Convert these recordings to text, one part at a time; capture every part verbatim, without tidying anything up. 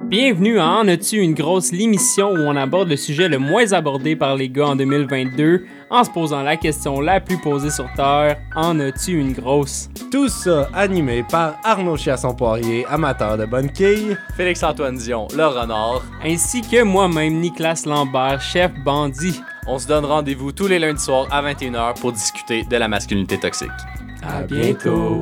Bienvenue à En as-tu une grosse, l'émission où on aborde le sujet le moins abordé par les gars en deux mille vingt-deux en se posant la question la plus posée sur Terre, en as-tu une grosse? Tout ça animé par Arnaud Chiasson-Poirier, amateur de bonne quille, Félix-Antoine Dion, le renard, ainsi que moi-même, Nicolas Lambert, chef bandit. On se donne rendez-vous tous les lundis soirs à vingt et une heures pour discuter de la masculinité toxique. À bientôt!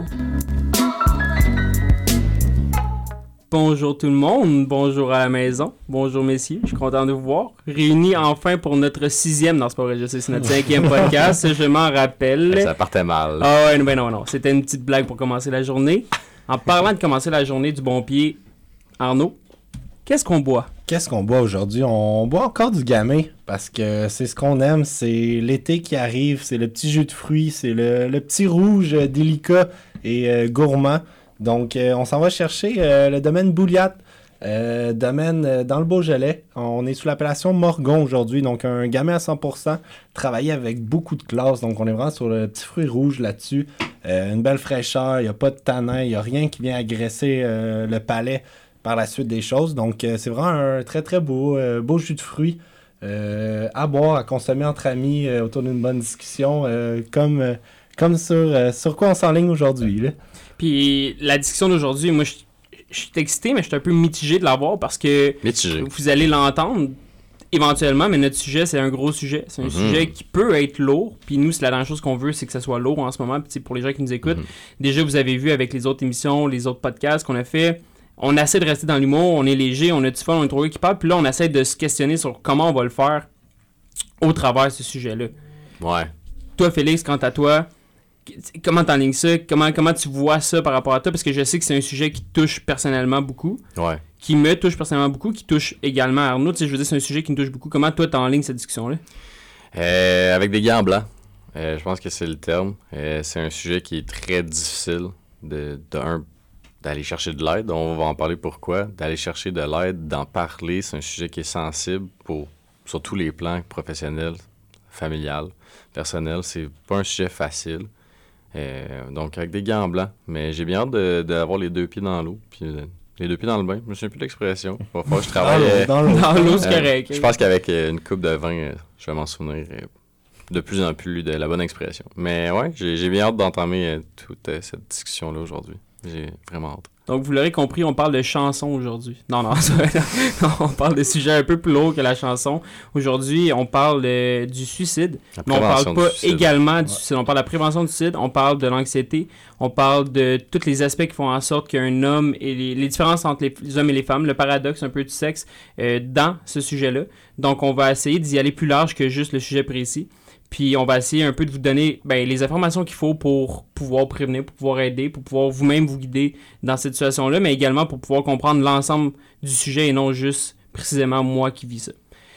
Bonjour tout le monde, bonjour à la maison, bonjour messieurs, je suis content de vous voir. Réunis enfin pour notre sixième, non c'est pas vrai, je sais, c'est notre cinquième podcast, je m'en rappelle. Ça partait mal. Ah ouais, ben non, non, c'était une petite blague pour commencer la journée. En parlant de commencer la journée du bon pied, Arnaud, qu'est-ce qu'on boit? Qu'est-ce qu'on boit aujourd'hui? On boit encore du gamay, parce que c'est ce qu'on aime, c'est l'été qui arrive, c'est le petit jus de fruits, c'est le, le petit rouge euh, délicat et euh, gourmand. Donc, euh, on s'en va chercher euh, le domaine Bouliat, euh, domaine euh, dans le Beaujolais. On est sous l'appellation Morgon aujourd'hui, donc un gamay à cent pour cent, travaillé avec beaucoup de classe. Donc, on est vraiment sur le petit fruit rouge là-dessus. Euh, une belle fraîcheur, il n'y a pas de tanin, il n'y a rien qui vient agresser euh, le palais par la suite des choses. Donc, euh, c'est vraiment un très, très beau, euh, beau jus de fruits euh, à boire, à consommer entre amis euh, autour d'une bonne discussion, euh, comme, euh, comme sur, euh, sur quoi on s'enligne aujourd'hui, là. Puis la discussion d'aujourd'hui, moi je, je suis excité, mais je suis un peu mitigé de l'avoir parce que Mitigé. Vous allez l'entendre éventuellement, mais notre sujet, c'est un gros sujet. C'est un mm-hmm. sujet qui peut être lourd. Puis nous, c'est la dernière chose qu'on veut, c'est que ça soit lourd en ce moment. Puis pour les gens qui nous écoutent, mm-hmm. déjà, vous avez vu avec les autres émissions, les autres podcasts qu'on a fait, on essaie de rester dans l'humour, on est léger, on a du fun, on est trois gars qui parlent. Puis là, on essaie de se questionner sur comment on va le faire au travers de ce sujet-là. Ouais. Toi, Félix, quant à toi... Comment t'enlignes ça? Comment, comment tu vois ça par rapport à toi? Parce que je sais que c'est un sujet qui te touche personnellement beaucoup. Ouais. Qui me touche personnellement beaucoup, qui touche également Arnaud. Tu sais, je veux dire, c'est un sujet qui me touche beaucoup. Comment toi t'enlignes cette discussion-là? Euh, avec des gants blancs. Euh, je pense que c'est le terme. Euh, c'est un sujet qui est très difficile de, de un, d'aller chercher de l'aide. On va en parler pourquoi. D'aller chercher de l'aide, d'en parler. C'est un sujet qui est sensible pour, sur tous les plans professionnels, familial, personnel. C'est pas un sujet facile. Euh, donc, avec des gants blancs. Mais j'ai bien hâte de, d'avoir les deux pieds dans l'eau. Puis euh, les deux pieds dans le bain. Je me souviens plus de l'expression. Il va falloir que je travaille. Dans l'eau, euh, dans l'eau. Dans l'eau, c'est euh, correct. Je pense qu'avec euh, une coupe de vin, euh, je vais m'en souvenir euh, de plus en plus de la bonne expression. Mais ouais, j'ai, j'ai bien hâte d'entamer euh, toute euh, cette discussion-là aujourd'hui. J'ai vraiment hâte. Donc, vous l'aurez compris, on parle de chansons aujourd'hui. Non, non, ça, non, on parle de sujets un peu plus lourds que la chanson. Aujourd'hui, on parle euh, du suicide. La Mais on parle pas suicide. également du ouais. suicide. On parle de la prévention du suicide, on parle de l'anxiété, on parle de tous les aspects qui font en sorte qu'un homme et les, les différences entre les, les hommes et les femmes, le paradoxe un peu du sexe euh, dans ce sujet-là. Donc, on va essayer d'y aller plus large que juste le sujet précis. Puis on va essayer un peu de vous donner ben, les informations qu'il faut pour pouvoir prévenir, pour pouvoir aider, pour pouvoir vous-même vous guider dans cette situation-là, mais également pour pouvoir comprendre l'ensemble du sujet et non juste précisément moi qui vis ça.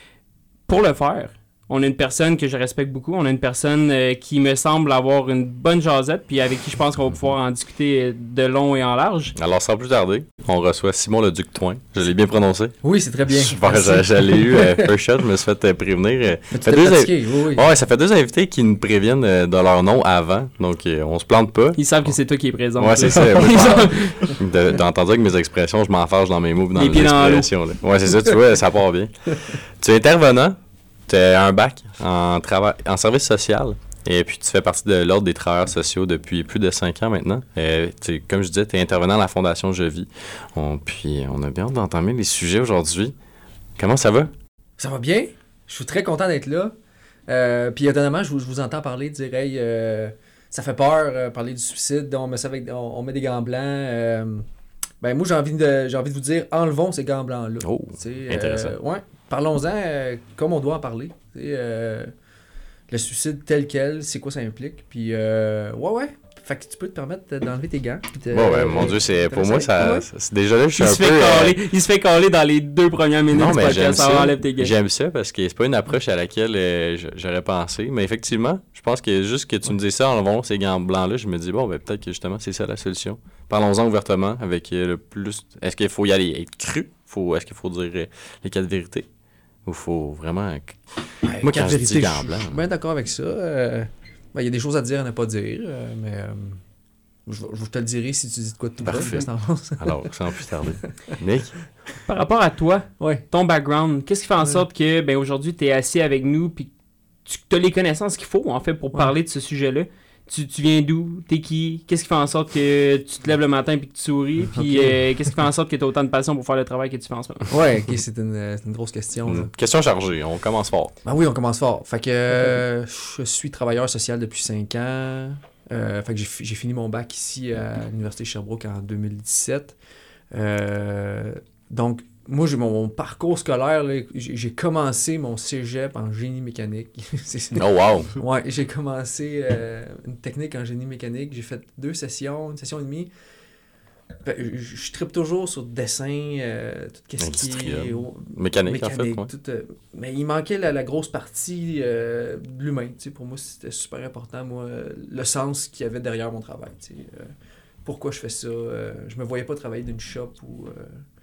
Pour le faire, on a une personne que je respecte beaucoup, on a une personne euh, qui me semble avoir une bonne jasette, puis avec qui je pense qu'on va pouvoir en discuter de long et en large. Alors, sans plus tarder, on reçoit Simon le Duc Toin. Je l'ai bien prononcé. Oui, c'est très bien. Super, je, je l'ai eu euh, first shot, je me suis fait euh, prévenir. Euh, tu fait t'es deux pratiqué, inv- oui, oui. Ouais, ça fait deux invités qui nous préviennent euh, de leur nom avant, donc euh, on se plante pas. Ils savent que c'est toi qui es présent. Ouais, c'est ça. Moi, de, d'entendre avec mes expressions, je m'enfarge dans mes moves, dans les les expressions. Là. Ouais, c'est ça, tu vois, ça part bien. Tu es intervenant, tu as un bac en, trava- en service social, et puis tu fais partie de l'Ordre des travailleurs sociaux depuis plus de cinq ans maintenant. Et, comme je disais, tu es intervenant à la Fondation Je Vis. On, puis on a bien hâte d'entamer les sujets aujourd'hui. Comment ça va? Ça va bien. Je suis très content d'être là. Euh, puis étonnamment, je vous, je vous entends parler, dire hey, euh, ça fait peur, euh, parler du suicide, on met, ça avec, on, on met des gants blancs. Euh, ben moi, j'ai envie, de, j'ai envie de vous dire, enlevons ces gants blancs-là. Oh, T'sais, intéressant. Euh, ouais, parlons-en euh, comme on doit en parler. Euh, le suicide tel quel, c'est quoi ça implique. Puis, euh, ouais, ouais. Fait que tu peux te permettre d'enlever tes gants. Bon, ouais, mon Dieu, c'est, pour moi, ça, ouais. c'est, déjà là, je suis il un se peu... Fait caler, euh... il se fait caler dans les deux premières minutes non, du mais podcast, j'aime ça ça. enlève tes gants. J'aime ça parce que c'est pas une approche à laquelle euh, j'aurais pensé. Mais effectivement, je pense que juste que tu me dis ça en enlevant ces gants blancs-là, je me dis, bon, ben peut-être que justement, c'est ça la solution. Parlons-en ouvertement avec euh, le plus... Est-ce qu'il faut y aller être cru? Faut... Est-ce qu'il faut dire euh, les quatre vérités? Ou faut vraiment... Ouais, moi, quand je vérité, dis gants blancs... Je suis bien d'accord avec ça. Il euh, ben, y a des choses à dire et à ne pas dire, euh, mais... Euh... Je, je te le dirai si tu dis de quoi de tout Parfait. qu'est-ce que t'en penses? Alors, sans plus tarder. Nick? Par rapport à toi, Ouais. ton background, qu'est-ce qui fait en Ouais. sorte que ben aujourd'hui tu es assis avec nous puis tu as les connaissances qu'il faut en fait pour Ouais. parler de ce sujet-là? Tu, tu viens d'où? T'es qui? Qu'est-ce qui fait en sorte que tu te lèves le matin puis que tu souris? Puis Ok. euh, qu'est-ce qui fait en sorte que tu as autant de passion pour faire le travail que tu fais en ce moment? Ouais, ok, c'est une, euh, c'est une grosse question. là. Mm. Question chargée, on commence fort. Ben oui, on commence fort. Fait que euh, je suis travailleur social depuis cinq ans. Euh, fait que j'ai, fi- j'ai fini mon bac ici à l'Université de Sherbrooke en deux mille dix-sept. Euh, donc, moi, j'ai mon, mon parcours scolaire. Là, j'ai, j'ai commencé mon cégep en génie mécanique. C'est- c'est- Oh wow! Ouais, j'ai commencé euh, une technique en génie mécanique. J'ai fait deux sessions, une session et demie. Ben, je, je trippe toujours sur le dessin, euh, tout ce qui est... Industriel. oh, Mécanique, en fait. Ouais. tout, euh, mais il manquait la, la grosse partie euh, de l'humain. Tu sais, pour moi, c'était super important, moi, euh, le sens qu'il y avait derrière mon travail. Tu sais, euh, pourquoi je fais ça. Euh, je me voyais pas travailler d'une shop ou euh,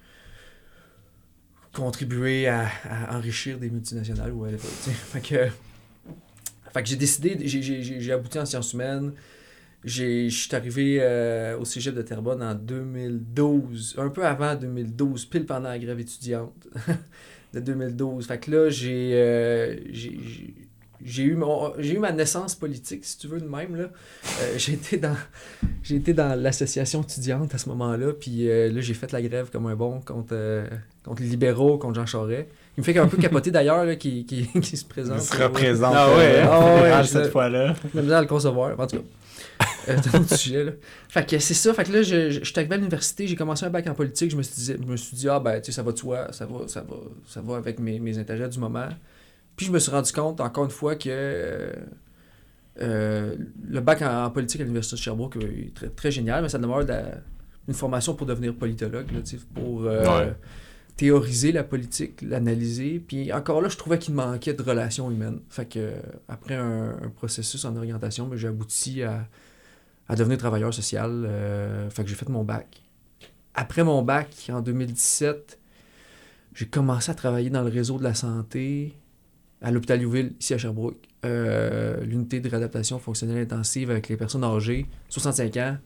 contribuer à, à enrichir des multinationales ou whatever. Tu sais. Fait que, fait que j'ai décidé, j'ai, j'ai, j'ai j'ai abouti en sciences humaines. J'ai- Je suis arrivé euh, au cégep de Terrebonne en deux mille douze, un peu avant deux mille douze, pile pendant la grève étudiante de deux mille douze. Fait que là, j'ai euh, j'ai- j'ai- j'ai eu, mon- j'ai eu ma naissance politique, si tu veux, de même. Là. Euh, j'ai été dans, j'ai été dans l'association étudiante à ce moment-là, puis euh, là, j'ai fait la grève comme un bon contre, euh, contre les libéraux, contre Jean Charest. Il me fait un peu capoter d'ailleurs, là, qui, qui, qui se présente. Il se là, représente Ah ouais, euh, ah ouais, fédéral je- cette fois-là. j'ai la misère à le concevoir, en tout cas. Euh, c'est un autre sujet, là. Fait que c'est ça. Fait que là, je, je, je suis arrivé à l'université, j'ai commencé un bac en politique. Je me suis dit, je me suis dit ah, ben, tu sais, ça va de soi, ça va, ça va, ça va avec mes, mes intérêts du moment. Puis je me suis rendu compte, encore une fois, que euh, euh, le bac en, en politique à l'Université de Sherbrooke est très, très génial, mais ça demeure de la- une formation pour devenir politologue, là, tu sais, pour euh, Ouais. théoriser la politique, l'analyser. Puis encore là, je trouvais qu'il manquait de relations humaines. Fait que euh, après un, un processus en orientation, ben, j'ai abouti à, à devenir travailleur social. Euh, fait que j'ai fait mon bac. Après mon bac, en deux mille dix-sept, j'ai commencé à travailler dans le réseau de la santé à l'hôpital Youville, ici à Sherbrooke. Euh, l'unité de réadaptation fonctionnelle intensive avec les personnes âgées, soixante-cinq ans,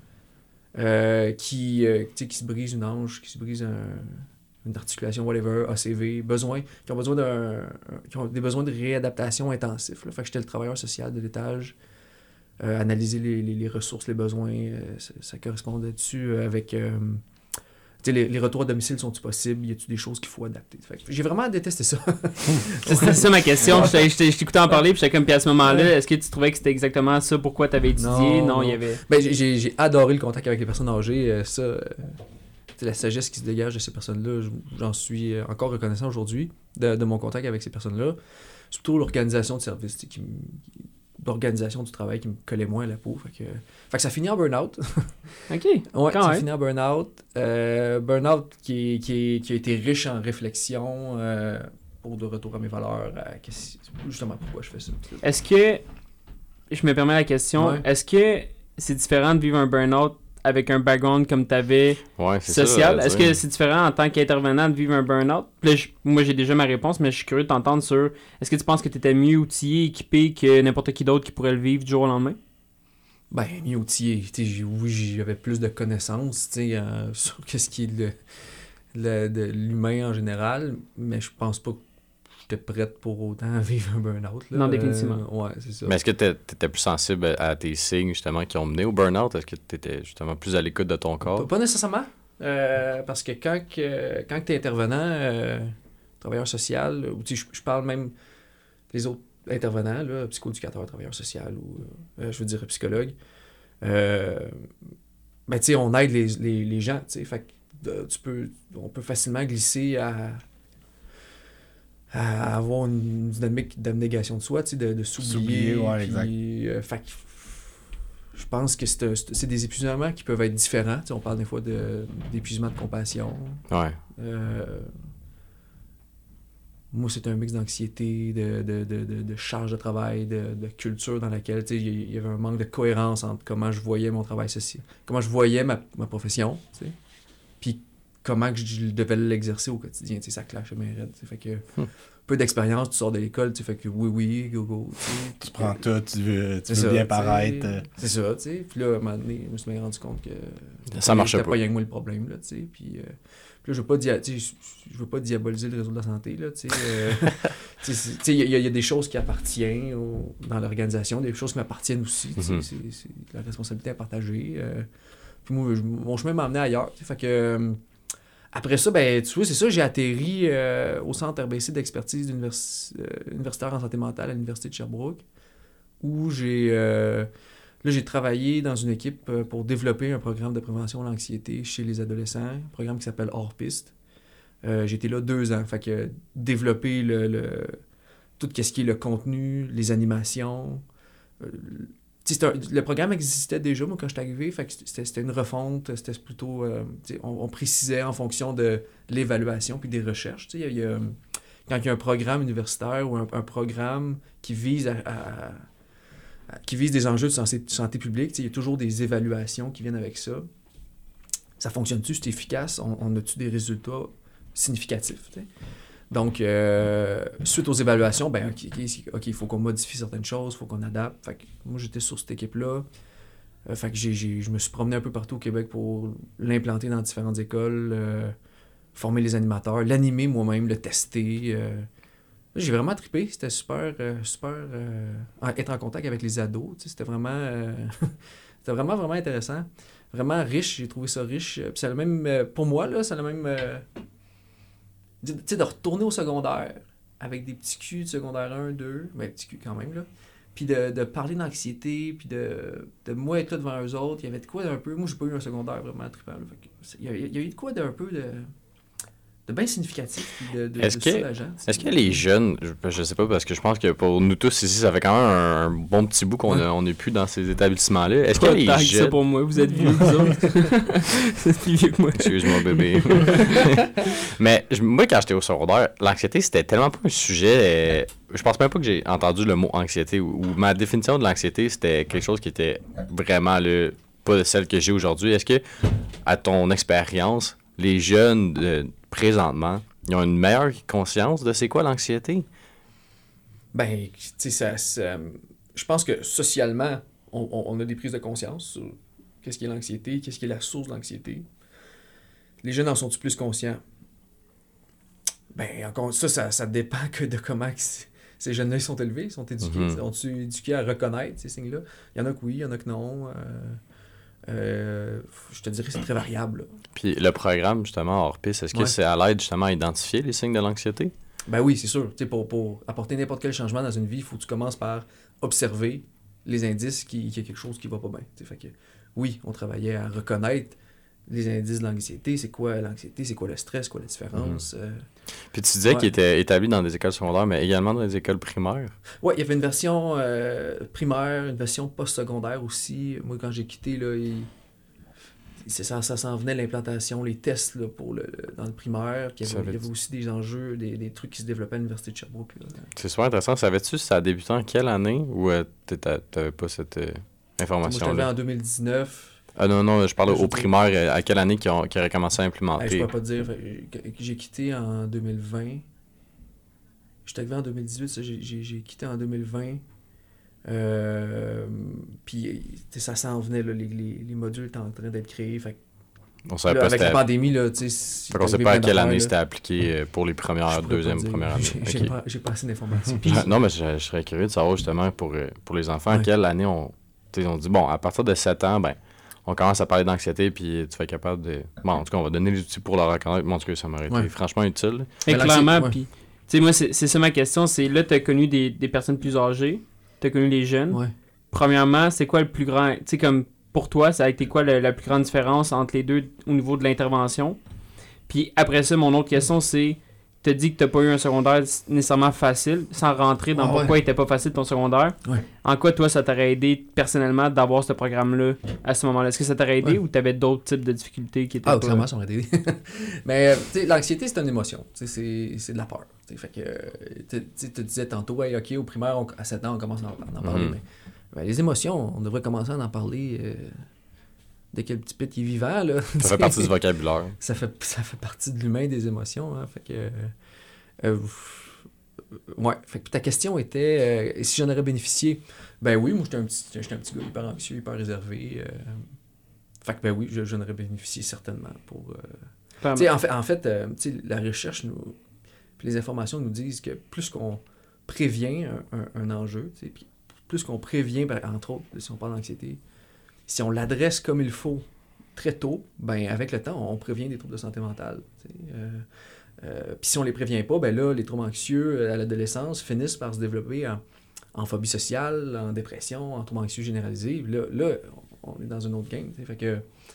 euh, qui, euh, tu sais, qui se brisent une hanche, qui se brisent un, une articulation, whatever, A C V, besoin, qui ont besoin d'un, qui ont des besoins de réadaptation intensifs. Là. Fait que j'étais le travailleur social de l'étage, euh, analyser les, les, les ressources, les besoins, euh, ça, ça correspondait dessus euh, avec... euh, tu sais, les, les retours à domicile sont-ils possibles? Y a-t-il des choses qu'il faut adapter? Fait que j'ai vraiment détesté ça. C'est- C'était ça ma question. Je t'ai- je t'ai- je t'écoutais en parler, puis j'étais comme, puis à ce moment-là, est-ce que tu trouvais que c'était exactement ça pourquoi tu avais étudié? Non, Non, il y non. avait. Ben, j'ai- j'ai j'ai adoré le contact avec les personnes âgées. euh, ça, euh, tu sais, la sagesse qui se dégage de ces personnes-là, je- j'en suis euh, encore reconnaissant aujourd'hui de, de mon contact avec ces personnes-là. C'est plutôt l'organisation de service, tu sais, qui me- qui- l'organisation du travail qui me collait moins à la peau. Fait que, fait que ça finit en burn-out. Ok. Ouais, Quand ça même. finit en burn-out. Euh, burn-out qui, est- qui, est- qui a été riche en réflexion euh, pour de retour à mes valeurs, à qu'est-ce- justement pourquoi je fais ça. Est-ce que. Je me permets la question. Ouais. Est-ce que c'est différent de vivre un burn-out avec un background comme tu avais Ouais, c'est ça, social? euh, Est-ce tu sais. que c'est différent en tant qu'intervenant de vivre un burn-out? Puis là, je- moi, j'ai déjà ma réponse, mais je suis curieux de t'entendre sur est-ce que tu penses que tu étais mieux outillé, équipé que n'importe qui d'autre qui pourrait le vivre du jour au lendemain? Ben, mieux outillé. Tu sais, j'ai- oui, j'avais plus de connaissances tu sais, euh, sur qu'est-ce qui est le, le- de l'humain en général, mais je pense pas que j'étais prête pour autant vivre un burn-out. là. Non, définitivement. Euh, ouais, c'est ça. Mais est-ce que tu étais plus sensible à tes signes, justement, qui ont mené au burn-out? Est-ce que tu étais, justement, plus à l'écoute de ton Pas, corps? pas nécessairement. euh, parce que quand, que, quand tu es intervenant, euh, travailleur social, ou tu sais, je je parle même les autres intervenants, là, psychoéducateur, travailleur social, ou euh, je veux dire psychologue, euh, ben, tu sais, on aide les, les, les gens, tu sais, fait que euh, tu peux, on peut facilement glisser à, à avoir une dynamique d'abnégation de soi, tu sais, de, de s'oublier. S'oublier, ouais, puis, exact. euh, fait que je pense que c'est, un- c'est c'est des épuisements qui peuvent être différents. Tu sais, on parle des fois de, d'épuisement de compassion. Ouais. Euh, moi, c'est un mix d'anxiété, de, de, de, de, de charge de travail, de, de culture dans laquelle tu sais, il y- il y avait un manque de cohérence entre comment je voyais mon travail social, comment je voyais ma, ma profession, tu sais, puis comment que je devais l'exercer au quotidien. Tu sais, ça clash bien raide. Fait que hmm. peu d'expérience, tu sors de l'école, tu fait que oui, oui, go, go. Tu, tu prends tout, tu veux, tu veux ça, bien paraître. C'est ça, tu sais. Puis là, à un moment donné, je me suis bien rendu compte que ça marchait pas. C'était pas rien que moi le problème, là, tu sais. Puis, euh, puis là, je veux pas, dia- je veux pas diaboliser le réseau de la santé, là, tu sais. Euh, tu sais, il y, y a des choses qui appartiennent au, dans l'organisation, des choses qui m'appartiennent aussi, tu sais. Mm-hmm. C'est, c'est, la responsabilité est partagée. Euh, puis moi, je, mon chemin m'a amené ailleurs, tu sais. Fait que... Euh, après ça, ben, tu vois, c'est ça, j'ai atterri euh, au Centre R B C d'expertise univers... euh, universitaire en santé mentale à l'Université de Sherbrooke, où j'ai, euh, là, j'ai travaillé dans une équipe pour développer un programme de prévention de l'anxiété chez les adolescents, un programme qui s'appelle Hors Piste. Euh, j'ai été là deux ans, fait que développer le, le, tout ce qui est le contenu, les animations. Euh, Un, le programme existait déjà, moi, quand je suis arrivé, fait que c'était, c'était une refonte, c'était plutôt... Euh, on, on précisait en fonction de l'évaluation puis des recherches. Il y a, il y a, quand il y a un programme universitaire ou un, un programme qui vise à, à, à, qui vise des enjeux de santé, de santé publique, il y a toujours des évaluations qui viennent avec ça. Ça fonctionne-tu? C'est efficace? On, on a-tu des résultats significatifs? T'sais? Donc, euh, suite aux évaluations, ben, OK, il okay, faut qu'on modifie certaines choses, il faut qu'on adapte. Fait que moi, j'étais sur cette équipe-là. Euh, fait que j'ai, j'ai, je me suis promené un peu partout au Québec pour l'implanter dans différentes écoles, euh, former les animateurs, l'animer moi-même, le tester. Euh. J'ai vraiment trippé. C'était super, euh, super euh, être en contact avec les ados. C'était vraiment, euh, c'était vraiment, vraiment intéressant. Vraiment riche. J'ai trouvé ça riche. Puis ça a même, euh, pour moi, là, ça a même... Euh, tu sais, de retourner au secondaire avec des petits culs de secondaire un, deux, ben petits culs quand même, là. Puis de, de parler d'anxiété, puis de, de moi être là devant eux autres. Il y avait de quoi d'un peu... Moi, j'ai pas eu un secondaire vraiment trippant, là. Il y, a, il y a eu de quoi d'un peu de... de bien significatif, puis de, de, est-ce de que, soulageant. Est-ce que les jeunes, je, je sais pas, parce que je pense que pour nous tous ici, ça fait quand même un, un bon petit bout qu'on ouais. n'est plus dans ces établissements-là. Est-ce que les jeunes... ça pour moi, vous êtes vieux, vous autres. Vous êtes plus vieux que moi. Excuse-moi, bébé. Mais je, moi, quand j'étais au secondaire, l'anxiété, c'était tellement pas un sujet... Euh, je pense même pas que j'ai entendu le mot anxiété, ou, ou ma définition de l'anxiété, c'était quelque chose qui était vraiment le, pas celle que j'ai aujourd'hui. Est-ce que, à ton expérience, les jeunes... Euh, présentement, ils ont une meilleure conscience de c'est quoi l'anxiété? Ben, tu sais, ça, ça, je pense que socialement, on, on a des prises de conscience sur qu'est-ce qui est l'anxiété, qu'est-ce qui est la source de l'anxiété. Les jeunes en sont-ils plus conscients? Ben, encore ça, ça, ça dépend que de comment ces jeunes-là sont élevés, sont éduqués. Mm-hmm. Sont-ils éduqués à reconnaître ces signes-là? Il y en a que oui, il y en a que non. Euh... Euh, je te dirais que c'est très variable. Là. Puis le programme, justement, hors piste, est-ce que ouais. c'est à l'aide justement à identifier les signes de l'anxiété? Ben oui, c'est sûr. T'sais, pour, pour apporter n'importe quel changement dans une vie, il faut que tu commences par observer les indices qu'il y a quelque chose qui va pas bien. Fait que, oui, on travaillait à reconnaître les indices de l'anxiété. C'est quoi l'anxiété? C'est quoi le stress? C'est quoi la différence? Mm-hmm. Euh... Puis tu disais ouais. qu'il était établi dans des écoles secondaires, mais également dans des écoles primaires? Oui, il y avait une version euh, primaire, une version post-secondaire aussi. Moi, quand j'ai quitté, là, il... c'est ça, ça s'en venait l'implantation, les tests là, pour le, dans le primaire. Puis il y avait, il y avait aussi des enjeux, des, des trucs qui se développaient à l'Université de Sherbrooke. Là. C'est super intéressant. Savais-tu si ça a débuté en quelle année ou euh, tu n'avais pas cette euh, information-là? Moi, je l'avais en deux mille dix-neuf. Ah non, non, je parle au primaire, à quelle année qu'ils ont, qu'ils auraient commencé à implémenter? Hey, je ne pourrais pas te dire. J'ai quitté en deux mille vingt. J'étais arrivé en deux mille dix-huit, ça, j'ai, j'ai, j'ai quitté en deux mille vingt. Euh, puis ça s'en venait, là, les, les, les modules étaient en train d'être créés. Fait, on savait là, pas avec la pandémie, là, tu sais... On ne sait pas à quelle année là. C'était appliqué pour les premières, deuxième, première année. J'ai, okay. pas, j'ai pas assez d'informations. Non, mais je, je serais curieux de savoir justement pour, pour les enfants, ouais. à quelle année on, on dit, bon, à partir de sept ans, ben on commence à parler d'anxiété, puis tu vas être capable de... Bon, en tout cas, on va donner les outils pour la reconnaître. Bon, en tout cas, ça m'aurait été ouais. franchement utile. Et clairement, puis... Tu sais, moi, c'est, c'est ça ma question, c'est là, tu as connu des, des personnes plus âgées, tu as connu les jeunes. Ouais. Premièrement, c'est quoi le plus grand... Tu sais, comme pour toi, ça a été quoi la, la plus grande différence entre les deux au niveau de l'intervention? Puis après ça, mon autre question, c'est... Tu as dit que tu n'as pas eu un secondaire nécessairement facile, sans rentrer dans ah, pourquoi ouais. il n'était pas facile ton secondaire. Ouais. En quoi, toi, ça t'aurait aidé personnellement d'avoir ce programme-là à ce moment-là? Est-ce que ça t'aurait aidé ouais. ou tu avais d'autres types de difficultés qui étaient Ah, pas... clairement, ça m'aurait aidé. Mais, tu sais, l'anxiété, c'est une émotion. Tu sais, c'est, c'est de la peur. T'sais, fait que, tu te disais tantôt, hey, OK, au primaire, on, à sept ans, on commence à en, à en parler. Mm-hmm. Mais ben, les émotions, on devrait commencer à en parler... Euh, dès que le petit pit est vivant, là. Ça fait partie du vocabulaire. Ça fait, ça fait partie de l'humain, des émotions. Hein, fait que, euh, euh, ouais, fait que ta question était euh, si j'en aurais bénéficié. Ben oui, moi j'étais un petit, j'étais un petit gars hyper anxieux, hyper réservé. Euh, fait que ben oui, je, j'en aurais bénéficié certainement. Pour, euh, en fait, en fait euh, la recherche, nous, puis les informations nous disent que plus qu'on prévient un, un, un enjeu, puis plus qu'on prévient, entre autres, si on parle d'anxiété, si on l'adresse comme il faut très tôt, ben avec le temps, on prévient des troubles de santé mentale. Euh, euh, Puis si on les prévient pas, ben là, les troubles anxieux à l'adolescence finissent par se développer en, en phobie sociale, en dépression, en troubles anxieux généralisés. Là, là, on est dans une autre game. T'sais. Fait que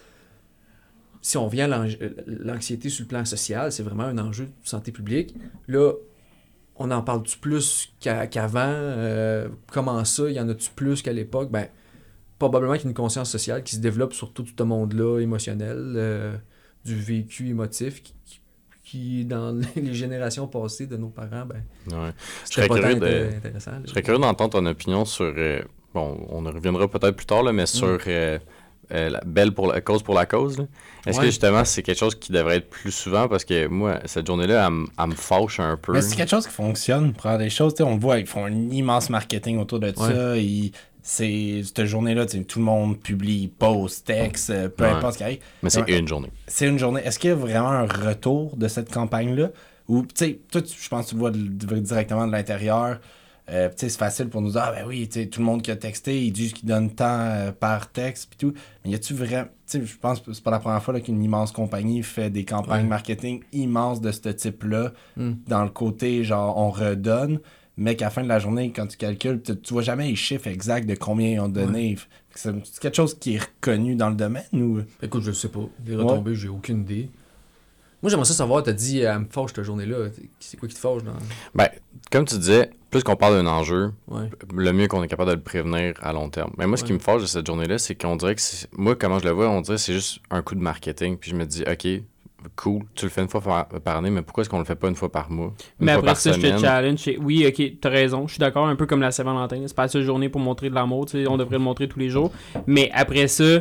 si on vient à l'anxiété sur le plan social, c'est vraiment un enjeu de santé publique. Là, on en parle-tu plus qu'à, qu'avant? Euh, comment ça? Y en a-tu plus qu'à l'époque? Ben, probablement qu'il y a une conscience sociale qui se développe sur tout ce monde-là, émotionnel, euh, du vécu émotif, qui, qui, qui, dans les générations passées de nos parents, ben, ouais. c'était pas tant de... intéressant. Là. Je serais curieux d'entendre ton opinion sur... Euh, bon, on en reviendra peut-être plus tard, là, mais sur... Mm. Euh, Euh, la belle pour la cause pour la cause. Là. Est-ce ouais. que justement c'est quelque chose qui devrait être plus souvent parce que moi, cette journée-là, elle, elle me fâche un peu. Mais c'est quelque chose qui fonctionne pour faire des choses. On le voit, ils font un immense marketing autour de ouais. ça. Ils, c'est, cette journée-là, tout le monde publie, post, texte, peu ouais. importe ce qui arrive. Mais c'est ouais. une journée. C'est une journée. Est-ce qu'il y a vraiment un retour de cette campagne-là? Ou, tu sais, toi, je pense que tu le vois directement de l'intérieur. Euh, c'est facile pour nous dire, ah ben oui, tout le monde qui a texté, ils disent qu'ils donnent tant euh, par texte pis tout. Mais y a-tu vraiment, je pense que c'est pas la première fois là, qu'une immense compagnie fait des campagnes ouais. marketing immenses de ce type-là, mm. dans le côté genre on redonne, mais qu'à la fin de la journée, quand tu calcules, tu, tu vois jamais les chiffres exacts de combien ils ont donné. Ouais. C'est, c'est quelque chose qui est reconnu dans le domaine ou. Écoute, je sais pas. Les retombées, ouais. j'ai aucune idée. Moi, j'aimerais ça savoir, t'as dit, elle me fâche cette journée-là. C'est quoi qui te fâche? Dans... Ben, comme tu disais, plus qu'on parle d'un enjeu, ouais. le mieux qu'on est capable de le prévenir à long terme. Mais moi, ouais. ce qui me fâche de cette journée-là, c'est qu'on dirait que, c'est... moi, comment je le vois, on dirait que c'est juste un coup de marketing. Puis je me dis, OK, cool, tu le fais une fois par, par année, mais pourquoi est-ce qu'on le fait pas une fois par mois? Une mais fois après par ça, semaine? je te challenge. C'est... Oui, OK, t'as raison. Je suis d'accord, un peu comme la Saint-Valentin. C'est pas la seule journée pour montrer de l'amour. T'sais, on devrait le montrer tous les jours. Mais après ça,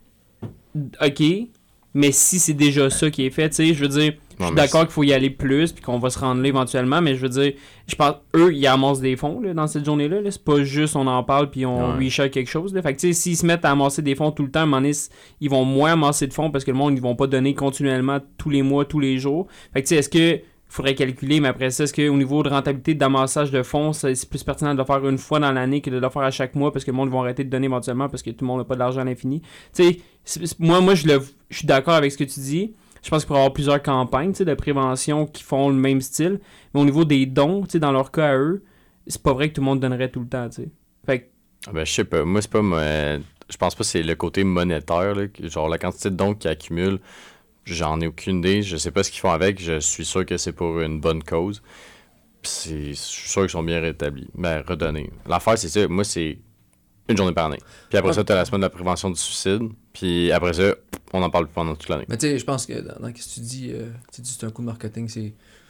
OK, mais si c'est déjà ça qui est fait, tu sais, je veux dire, je suis d'accord c'est... qu'il faut y aller plus puis qu'on va se rendre là éventuellement, mais je veux dire, je pense, eux, ils amassent des fonds là, dans cette journée-là. Là. C'est pas juste on en parle puis on ouais. reshare quelque chose. Là. Fait que tu sais, s'ils se mettent à amasser des fonds tout le temps, à un moment donné, ils vont moins amasser de fonds parce que le monde, ils vont pas donner continuellement tous les mois, tous les jours. Fait que tu sais, est-ce que faudrait calculer, mais après ça, est-ce qu'au niveau de rentabilité d'amassage de fonds, c'est, c'est plus pertinent de le faire une fois dans l'année que de le faire à chaque mois parce que le monde va arrêter de donner éventuellement parce que tout le monde n'a pas de l'argent à l'infini. Tu sais, c'est, c'est, moi, moi je, le, je suis d'accord avec ce que tu dis. Je pense qu'il pourrait y avoir plusieurs campagnes de prévention qui font le même style. Mais au niveau des dons, dans leur cas à eux, c'est pas vrai que tout le monde donnerait tout le temps. T'sais. Fait que... ah ben, je sais pas. Moi, c'est pas. Euh, je pense pas que c'est le côté monétaire. Là, genre la quantité de dons qu'ils accumulent. J'en ai aucune idée. Je sais pas ce qu'ils font avec. Je suis sûr que c'est pour une bonne cause. Puis c'est, je suis sûr qu'ils sont bien rétablis. Ben, redonnés. L'affaire, c'est ça. Moi, c'est une journée par année. Puis après ah. ça, t'as la semaine de la prévention du suicide. Puis après ça, on en parle plus pendant toute l'année. Mais tu sais, je pense que dans, dans ce que tu dis, euh, tu dis c'est un coup de marketing, c'est...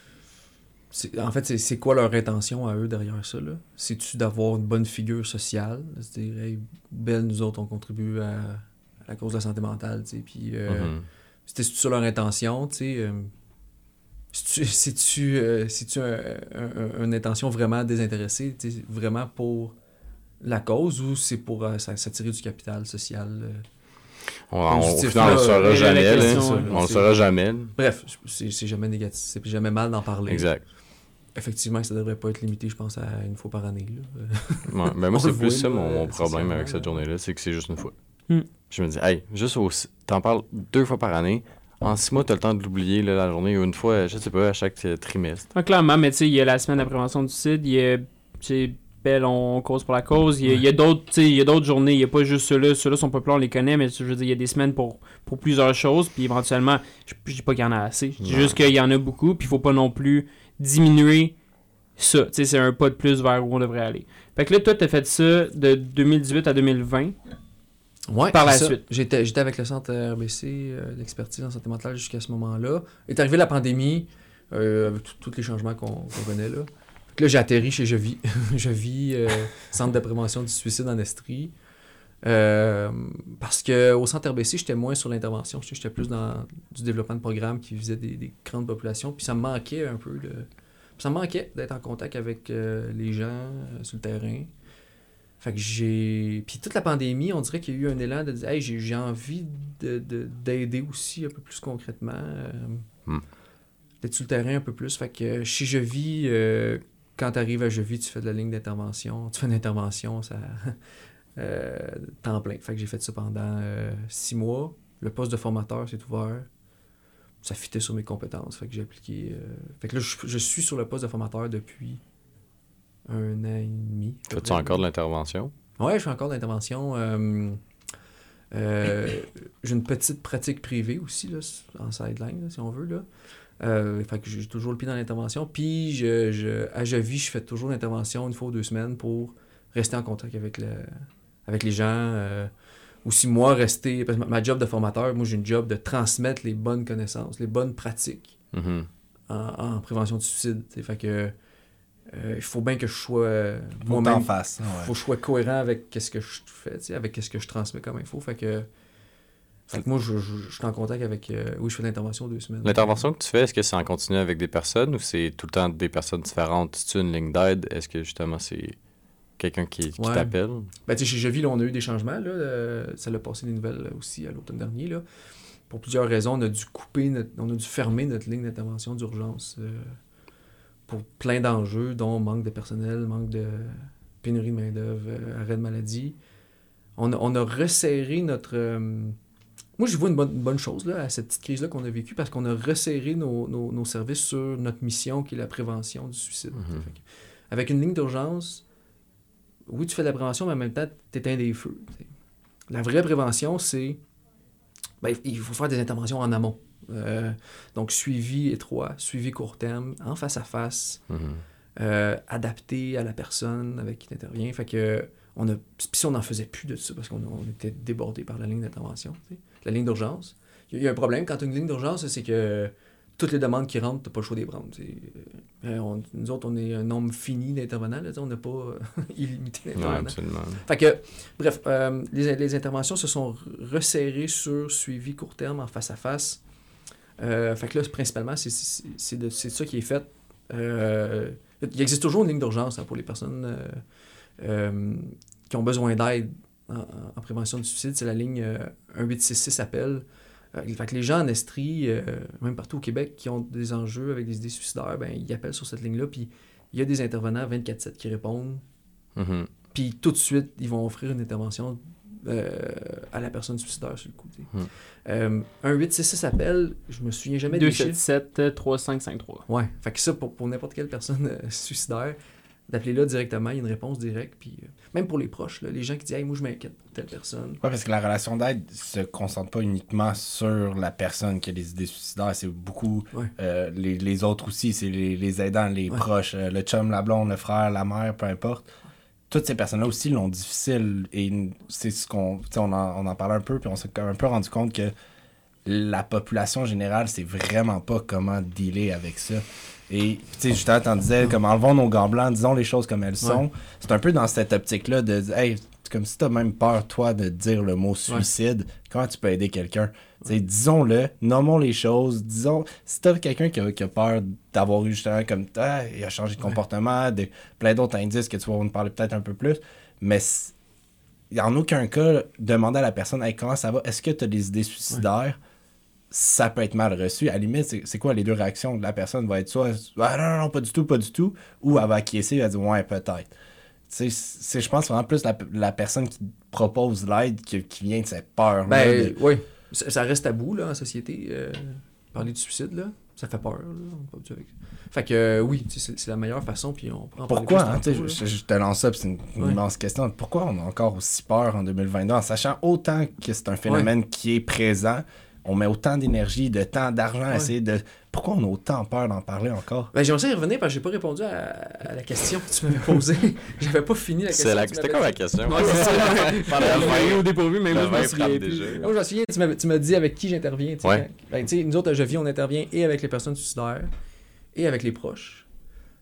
c'est en fait, c'est, c'est quoi leur intention à eux derrière ça, là? C'est-tu d'avoir une bonne figure sociale? C'est-à-dire, hey, belle, nous autres, on contribue à, à la cause de la santé mentale, tu sais, puis... Euh, mm-hmm. C'était ça leur intention, tu sais. Euh, c'est-tu, c'est-tu, euh, c'est-tu un, un, un, une intention vraiment désintéressée, tu sais, vraiment pour la cause, ou c'est pour euh, s'attirer du capital social? Euh, on, on, au final, on le saura jamais, là. Ça, là. On le saura jamais. Bref, c'est, c'est jamais négatif, c'est jamais mal d'en parler. Exact. Effectivement, ça devrait pas être limité, je pense, à une fois par année, là. Ouais, mais moi, c'est plus ça mon, mon problème avec cette journée-là, c'est que c'est juste une fois. Mm. Je me dis, hey, juste au, t'en parles deux fois par année. En six mois, t'as le temps de l'oublier, là, la journée, ou une fois, je sais pas, à chaque euh, trimestre. Ah, clairement, mais tu sais, il y a la semaine de la prévention du suicide, il y a, tu sais, Belle, on cause pour la cause. Il y a, ouais. il y a d'autres, tu sais, il y a d'autres journées, il n'y a pas juste ceux-là. Ceux-là sont populaires, on les connaît, mais je veux dire, il y a des semaines pour, pour plusieurs choses, puis éventuellement, je, je dis pas qu'il y en a assez. Je dis ouais. juste qu'il y en a beaucoup, puis il faut pas non plus diminuer ça. Tu sais, c'est un pas de plus vers où on devrait aller. Fait que là, toi, t'as fait ça de deux mille dix-huit à deux mille vingt. Ouais, par la ça. suite. J'étais, j'étais avec le centre R B C euh, d'expertise en santé mentale jusqu'à ce moment-là. Est arrivée la pandémie, euh, avec tous les changements qu'on, qu'on connaît là. Fait que là, j'ai atterri chez Je vis. Je vis, euh, centre de prévention du suicide en Estrie. Euh, parce qu'au centre R B C, j'étais moins sur l'intervention. J'étais plus dans du développement de programmes qui visaient des, des grandes populations. Puis ça me manquait un peu. De... Ça me manquait d'être en contact avec euh, les gens euh, sur le terrain. Fait que j'ai... Puis toute la pandémie, on dirait qu'il y a eu un élan de dire « Hey, j'ai, j'ai envie de, de, d'aider aussi un peu plus concrètement. Euh, mm. D'être sur le terrain un peu plus. » Fait que chez Je vis, euh, quand tu arrives à Je vis, tu fais de la ligne d'intervention. Tu fais une intervention, ça... Euh, temps plein. Fait que j'ai fait ça pendant euh, six mois. Le poste de formateur s'est ouvert. Ça fitait sur mes compétences. Fait que j'ai appliqué. Euh... Fait que là, je, je suis sur le poste de formateur depuis un an et demi. Fais-tu encore de l'intervention? Ouais, je fais encore de l'intervention. Euh... Euh... j'ai une petite pratique privée aussi, là, en sideline, là, si on veut. Là. Euh... Fait que j'ai toujours le pied dans l'intervention. Puis, je, je... à Je vis, je fais toujours l'intervention une fois ou deux semaines pour rester en contact avec le. avec les gens, euh, aussi moi rester, parce que ma, ma job de formateur, moi j'ai une job de transmettre les bonnes connaissances, les bonnes pratiques Mm-hmm. en, en prévention du suicide. T'sais. Fait que il euh, faut bien que je sois euh, Faut moi-même, t'en fasses, ouais. faut que je sois cohérent avec qu'est-ce que je fais, t'sais, avec qu'est-ce que je transmets comme info. Fait que, fait que moi je, je, je suis en contact avec, euh, oui je fais l'intervention deux semaines. L'intervention que tu fais, est-ce que c'est en continu avec des personnes ou c'est tout le temps des personnes différentes? C'est une ligne d'aide? Est-ce que justement c'est quelqu'un qui, qui ouais. t'appelle? Ben, tu sais, chez Je vis, là, on a eu des changements. Là, euh, ça l'a passé des nouvelles aussi à l'automne dernier. Là. Pour plusieurs raisons, on a dû couper, notre, on a dû fermer notre ligne d'intervention d'urgence euh, pour plein d'enjeux, dont manque de personnel, manque de pénurie de main-d'œuvre, euh, arrêt de maladie. On a, on a resserré notre. Euh... Moi, je vois une bonne, une bonne chose là, à cette petite crise-là qu'on a vécue parce qu'on a resserré nos, nos, nos services sur notre mission qui est la prévention du suicide. Mm-hmm. Fait que, avec une ligne d'urgence, oui, tu fais de la prévention, mais en même temps, tu éteins des feux. T'sais. La vraie prévention, c'est... Ben, il faut faire des interventions en amont. Euh, donc, suivi étroit, suivi court terme, en face à face, Mm-hmm. euh, adapté à la personne avec qui tu interviens. Fait que, on a... Puis si on n'en faisait plus de ça, parce qu'on on était débordé par la ligne d'intervention, t'sais. La ligne d'urgence. Il y a un problème quand tu as une ligne d'urgence, c'est que toutes les demandes qui rentrent, tu n'as pas le choix de les prendre. Euh, on, nous autres, on est un nombre fini d'intervenants. Là, on n'a pas euh, illimité d'intervenants. Ouais, absolument. Fait que, bref, euh, les, les interventions se sont resserrées sur suivi court terme en face à face. Euh, fait que là, principalement, c'est, c'est, c'est, de, c'est ça qui est fait. Euh, il existe toujours une ligne d'urgence hein, pour les personnes euh, euh, qui ont besoin d'aide en, en prévention du suicide. C'est la ligne euh, un huit six six appel. Fait que les gens en Estrie, euh, même partout au Québec, qui ont des enjeux avec des idées suicidaires, ben, ils appellent sur cette ligne-là, puis il y a des intervenants vingt-quatre sept qui répondent, Mm-hmm. puis tout de suite, ils vont offrir une intervention euh, à la personne suicidaire sur le coup. Mm. Euh, un huit six six appelle, je me souviens jamais des chiffres. deux sept sept trois cinq cinq trois. Ouais, fait que ça, pour, pour n'importe quelle personne euh, suicidaire, d'appeler là directement, il y a une réponse directe, puis euh, même pour les proches, là, les gens qui disent « Hey, moi, je m'inquiète pour telle personne. » Ouais, parce que la relation d'aide se concentre pas uniquement sur la personne qui a des idées suicidaires, c'est beaucoup ouais. euh, les, les autres aussi, c'est les, les aidants, les ouais. proches, euh, le chum, la blonde, le frère, la mère, peu importe. Toutes ces personnes-là aussi l'ont difficile, et c'est ce qu'on, tu sais, on en, on en parlait un peu, puis on s'est un peu rendu compte que la population générale, c'est vraiment pas comment dealer avec ça. Et, tu sais, justement, t'en disais, comme enlevons nos gants blancs, disons les choses comme elles sont. Ouais. C'est un peu dans cette optique-là de dire, hey, c'est comme si t'as même peur, toi, de dire le mot suicide. Ouais. Comment tu peux aider quelqu'un? Tu sais, disons-le, nommons les choses, disons, si t'as quelqu'un qui a, qui a peur d'avoir eu justement comme, ah, il a changé de ouais. comportement, de, plein d'autres indices que tu vas nous parler peut-être un peu plus, mais en aucun cas, demander à la personne, hey, comment ça va? Est-ce que t'as des idées suicidaires? Ouais. Ça peut être mal reçu. À la limite, c'est, c'est quoi les deux réactions? La personne va être soit ah, non, non, non, pas du tout, pas du tout, ou elle va acquiescer, elle va dire ouais, peut-être. C'est, c'est, je pense vraiment plus la, la personne qui propose l'aide qui, qui vient de cette peur. Ben, de... oui. Ça, ça reste tabou là, en société. Euh, parler du suicide, là, ça fait peur. Là. Fait que euh, oui, c'est, c'est la meilleure façon. Puis on prend Pourquoi hein, tantôt, je, je te lance ça, puis c'est une, une ouais. immense question. Pourquoi on a encore aussi peur en deux mille vingt-deux en sachant autant que c'est un phénomène ouais. qui est présent? On met autant d'énergie, de temps, d'argent à ouais. essayer de... Pourquoi on a autant peur d'en parler encore? Ben, j'aimerais y revenir parce que j'ai pas répondu à, à la question que tu m'avais posée. J'avais pas fini la question. C'est la... C'était quoi la question? Ouais, c'est ça. Pendant au dépourvu, mais moi, je me souviens déjà. Moi, je me souviens, tu m'as, tu m'as dit avec qui j'interviens. Ouais. Ben, nous autres, à Je vis, on intervient et avec les personnes suicidaires et avec les proches.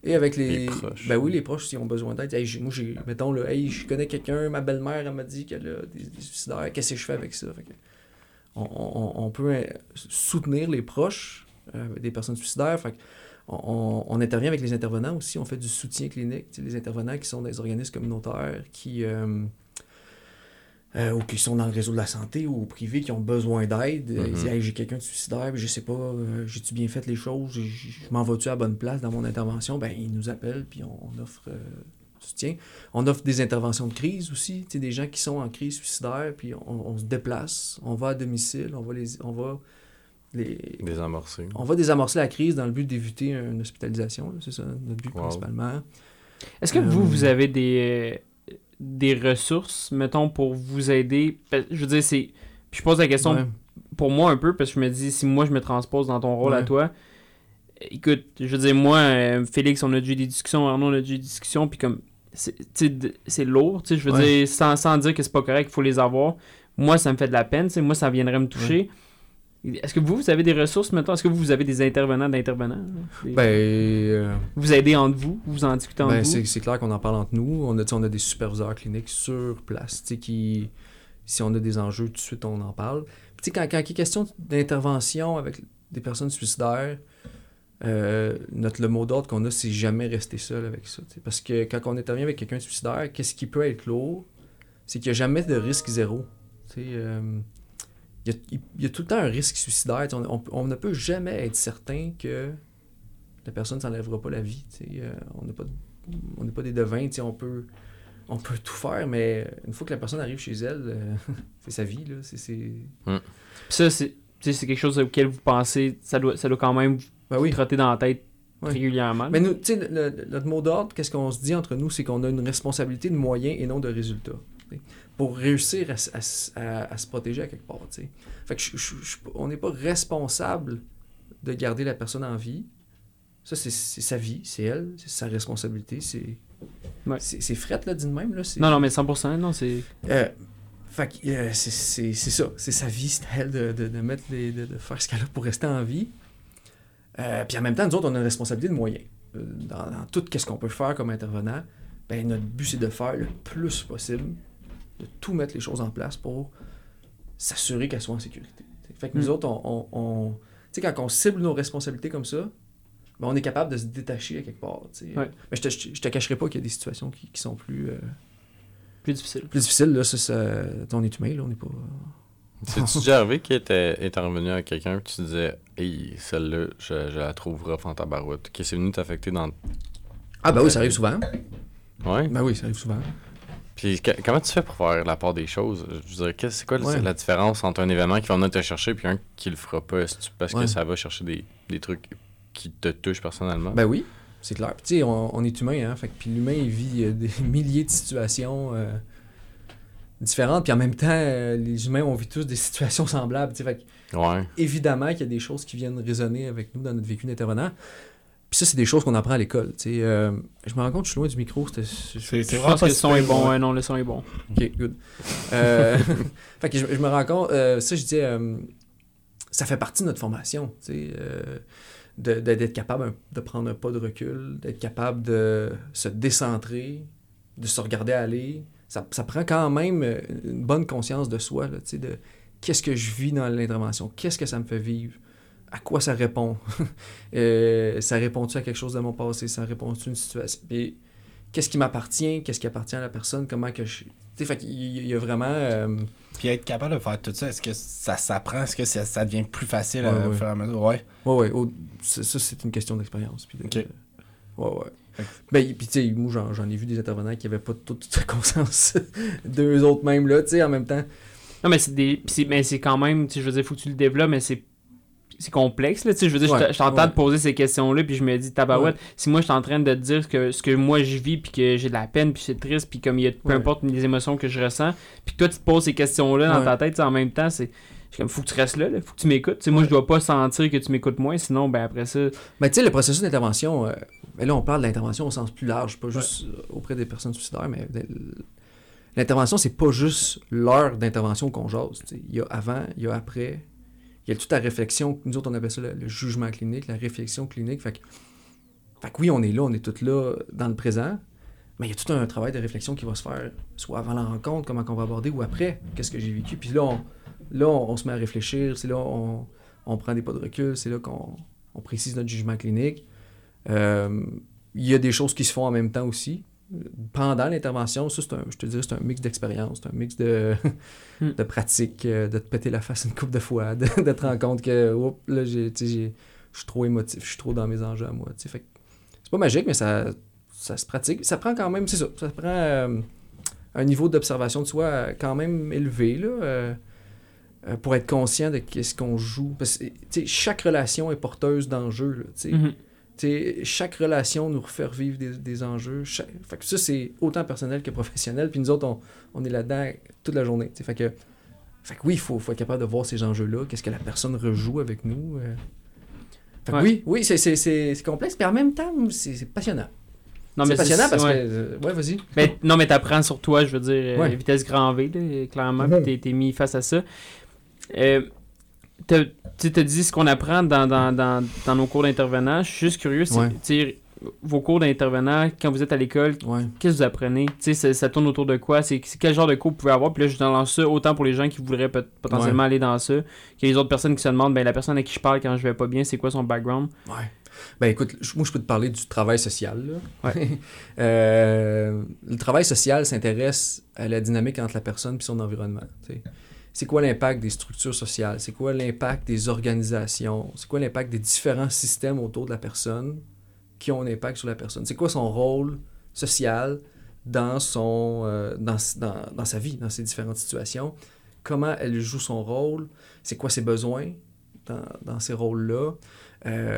Et avec les... Les proches. Ben oui, les proches, s'ils ont besoin d'aide. Hey, j'ai- moi, j'ai, mettons, là, hey, je connais quelqu'un, ma belle-mère, elle m'a dit qu'elle a des, des suicidaires. Qu'est-ce que je fais avec ça? Fait que on, on, on peut euh, soutenir les proches euh, des personnes suicidaires. Fait que on, on, on intervient avec les intervenants aussi. On fait du soutien clinique. Tu sais, les intervenants qui sont des organismes communautaires, qui... euh, euh, ou qui sont dans le réseau de la santé ou au privé, qui ont besoin d'aide. Mhm. Ils disent hey, j'ai quelqu'un de suicidaire, puis je sais pas, euh, j'ai-tu bien fait les choses, j'ai- je m'en vas-tu à la bonne place dans mon intervention? Ben, ils nous appellent, puis on, on offre euh, soutien. On offre des interventions de crise aussi, tu sais, des gens qui sont en crise suicidaire, puis on, on se déplace, on va à domicile, on va les. On va les Désamorcé. on va désamorcer la crise dans le but d'éviter une hospitalisation, là, c'est ça notre but Wow. principalement. Est-ce que Euh, vous, vous avez des, euh, des ressources, mettons, pour vous aider? Parce- Je veux dire, c'est... Puis je pose la question Ouais. pour moi un peu, parce que je me dis, si moi je me transpose dans ton rôle à Ouais. toi, écoute, je veux dire, moi, euh, Félix, on a déjà eu des discussions, Arnaud, on a déjà eu des discussions, puis comme, c'est, tu sais, d- c'est lourd, tu sais, je veux Ouais. dire, sans, sans dire que c'est pas correct, il faut les avoir. Moi, ça me fait de la peine, tu sais, moi, ça viendrait me toucher. Est-ce que vous, vous avez des ressources, mettons? Est-ce que vous, vous avez des intervenants d'intervenants? là? Des- Ben, euh, Vous aidez entre vous? Vous en discutez entre ben vous? c'est, c'est clair qu'on en parle entre nous. On a, tu sais, on a des superviseurs cliniques sur place, tu sais, qui, si on a des enjeux, tout de suite, on en parle. Puis, tu sais, quand, quand il est question d'intervention avec des personnes suicidaires, euh, notre, le mot d'ordre qu'on a, c'est jamais rester seul avec ça. Tu sais, parce que quand on intervient avec quelqu'un de suicidaire, qu'est-ce qui peut être lourd? C'est qu'il n'y a jamais de risque zéro. Tu sais, euh, il y, a, il y a tout le temps un risque suicidaire. Tu sais, On, on, on ne peut jamais être certain que la personne ne s'enlèvera pas la vie. Tu sais, euh, on n'est pas, on n'est pas des devins. Tu sais, on peut, on peut tout faire, mais une fois que la personne arrive chez elle, euh, c'est sa vie. Là, c'est, c'est... Puis ça, c'est, tu sais, c'est quelque chose auquel vous pensez, ça doit, ça doit quand même vous Ben oui. trotter dans la tête Ouais. régulièrement. Mais nous, tu sais, le- le- notre mot d'ordre, qu'est-ce qu'on se dit entre nous, c'est qu'on a une responsabilité de moyens et non de résultats. T'sais, pour réussir à, s- à s- à- à se protéger à quelque part. T'sais. Fait que je- je- je- on n'est pas responsable de garder la personne en vie. Ça, c'est, c'est sa vie, c'est elle, c'est sa responsabilité. C'est, Ouais. c'est, c'est fret, là, dit de même. Là, c'est, Non, non, mais cent pour cent, non, c'est... Euh, fait que, euh, c'est, c'est, c'est ça, c'est sa vie, c'est à elle de, de, de, mettre les, de, de faire ce qu'elle a pour rester en vie. Euh, puis en même temps, nous autres, on a une responsabilité de moyens. Euh, Dans, dans tout ce qu'on peut faire comme intervenant, ben, notre but, c'est de faire le plus possible, de tout mettre les choses en place pour s'assurer qu'elles soient en sécurité. T'sais. Fait que nous Mm. autres, on, on, on- tu sais, quand on cible nos responsabilités comme ça, ben, on est capable de se détacher à quelque part. t'sais. Ouais. Mais je te, je te cacherai pas qu'il y a des situations qui, qui sont plus, euh, plus difficile. plus difficiles. Là, ça, ça, on est humain, là, on n'est pas... C'est-tu déjà arrivé qu'il était intervenu avec quelqu'un et tu te disais, hey, celle-là, je, je la trouve rough en tabarouette. Qu'est-ce qui est venu t'affecter dans. Ah, ben oui, ça arrive souvent. Ouais. Ben oui, ça arrive souvent. Puis que- comment tu fais pour faire la part des choses? Je veux dire, qu'est- c'est quoi Ouais. la différence entre un événement qui va venir te chercher et un qui le fera pas? Est-ce que tu- parce Ouais. que ça va chercher des, des trucs qui te touchent personnellement? Ben oui, c'est clair. Puis, tu sais, on, on est humain, hein. Fait que, puis l'humain, il vit euh, des milliers de situations euh, différentes. Puis en même temps, euh, les humains, on vit tous des situations semblables. tu sais. Fait que, Ouais. évidemment qu'il y a des choses qui viennent résonner avec nous dans notre vécu d'intervenant. Puis ça, c'est des choses qu'on apprend à l'école. tu sais. Euh, je me rends compte, je suis loin du micro. C'était... C'est, Je c'est pense que le son est bon, ouais. ouais, non, le son est bon. Ok, good. Euh, fait que je, je me rends compte, euh, ça, je disais, euh, ça fait partie de notre formation, tu sais, euh, de- de- d'être capable un- de prendre un pas de recul, d'être capable de se décentrer, de se regarder aller. Ça, ça prend quand même euh, une bonne conscience de soi, là, tu sais, de qu'est-ce que je vis dans l'intervention, qu'est-ce que ça me fait vivre, à quoi ça répond, Euh, ça répond-tu à quelque chose de mon passé, ça répond-tu à une situation. Puis, qu'est-ce qui m'appartient, qu'est-ce qui appartient à la personne, comment que je... Tu sais, fait qu'il y- il y a vraiment... euh, Puis être capable de faire tout ça, est-ce que ça s'apprend? Est-ce que ça, ça devient plus facile Ouais, à ouais. faire à mesure? Ouais. Ouais, ouais, au- ça, ça, c'est une question d'expérience. Puis de- Ok. de- ouais, ouais. Ok. Ben, puis tu sais, moi, j'en, j'en ai vu des intervenants qui avaient pas toute toute conscience d'eux autres mêmes, là, tu sais, en même temps. Non, mais c'est des. pis c'est, mais c'est quand même, tu sais, je veux dire, faut que tu le développes, mais c'est. C'est complexe, là, tu sais, je veux dire, je Ouais, t- je t'entends ouais. te poser ces questions-là, puis je me dis, tabarouette, si moi je suis en train de te dire que ce que moi je vis, puis que j'ai de la peine, puis c'est triste, puis comme il y a peu Ouais. importe les émotions que je ressens, puis que toi tu te poses ces questions-là dans Ouais. ta tête, tu sais, en même temps, c'est je suis comme, faut que tu restes là, là, faut que tu m'écoutes, tu sais, moi Ouais. je dois pas sentir que tu m'écoutes moins, sinon, ben après ça, Ben, tu sais, le processus d'intervention, euh, ben là, on parle d'intervention au sens plus large, pas juste euh, auprès des personnes suicidaires, mais de- l'intervention, c'est pas juste l'heure d'intervention qu'on jase. tu sais. Il y a avant, il y a après. Il y a toute la réflexion, nous autres on appelle ça le, le jugement clinique, la réflexion clinique. Fait que Fait que oui, on est là, on est tous là dans le présent, mais il y a tout un travail de réflexion qui va se faire, soit avant la rencontre, comment on va aborder, ou après, qu'est-ce que j'ai vécu. Puis là, on, là, on, on se met à réfléchir, c'est là on, on prend des pas de recul, c'est là qu'on on précise notre jugement clinique. Euh, il y a des choses qui se font en même temps aussi. Pendant l'intervention, ça, c'est un, je te dirais, c'est un mix d'expérience, c'est un mix de, mm. de pratique, de te péter la face une couple de fois, de, de te rendre compte que, oups, là, j'ai, j'ai, je suis trop émotif, je suis trop dans mes enjeux à moi. Fait que c'est pas magique, mais ça, ça se pratique. Ça prend quand même, c'est ça, ça prend euh, un niveau d'observation de soi quand même élevé, là, euh, euh, pour être conscient de qu'est-ce qu'on joue. Parce que, chaque relation est porteuse d'enjeux, là, tu sais. Mm-hmm. T'sais, chaque relation nous refait revivre des, des enjeux. Chaque... Fait que ça, c'est autant personnel que professionnel. Puis nous autres, on, on est là-dedans toute la journée. Fait que, fait que oui, il faut, faut être capable de voir ces enjeux-là. Qu'est-ce que la personne rejoue avec nous. Euh... Fait que ouais. oui, oui c'est, c'est, c'est, c'est complexe. Puis en même temps, c'est, c'est passionnant. Non, c'est mais passionnant c'est, parce ouais. que... Euh, ouais, vas-y. Mais, non, mais t'apprends sur toi, je veux dire, ouais. vitesse grand V, là, clairement. Mm-hmm. Puis t'es, t'es mis face à ça. Euh... Tu te dis ce qu'on apprend dans, dans, dans, dans nos cours d'intervenant. Je suis juste curieux, ouais. vos cours d'intervenant, quand vous êtes à l'école, ouais. qu'est-ce que vous apprenez? Ça, ça tourne autour de quoi? C'est, c'est quel genre de cours vous pouvez avoir? Puis là, je lance ça autant pour les gens qui voudraient peut- potentiellement ouais. aller dans ça, que les autres personnes qui se demandent, ben la personne à qui je parle quand je vais pas bien, c'est quoi son background? Ouais. Ben écoute, moi je peux te parler du travail social. Là. Ouais. euh, le travail social s'intéresse à la dynamique entre la personne et son environnement. T'sais. C'est quoi l'impact des structures sociales? C'est quoi l'impact des organisations? C'est quoi l'impact des différents systèmes autour de la personne qui ont un impact sur la personne? C'est quoi son rôle social dans, son, euh, dans, dans, dans sa vie, dans ses différentes situations? Comment elle joue son rôle? C'est quoi ses besoins dans, dans ces rôles-là? Euh,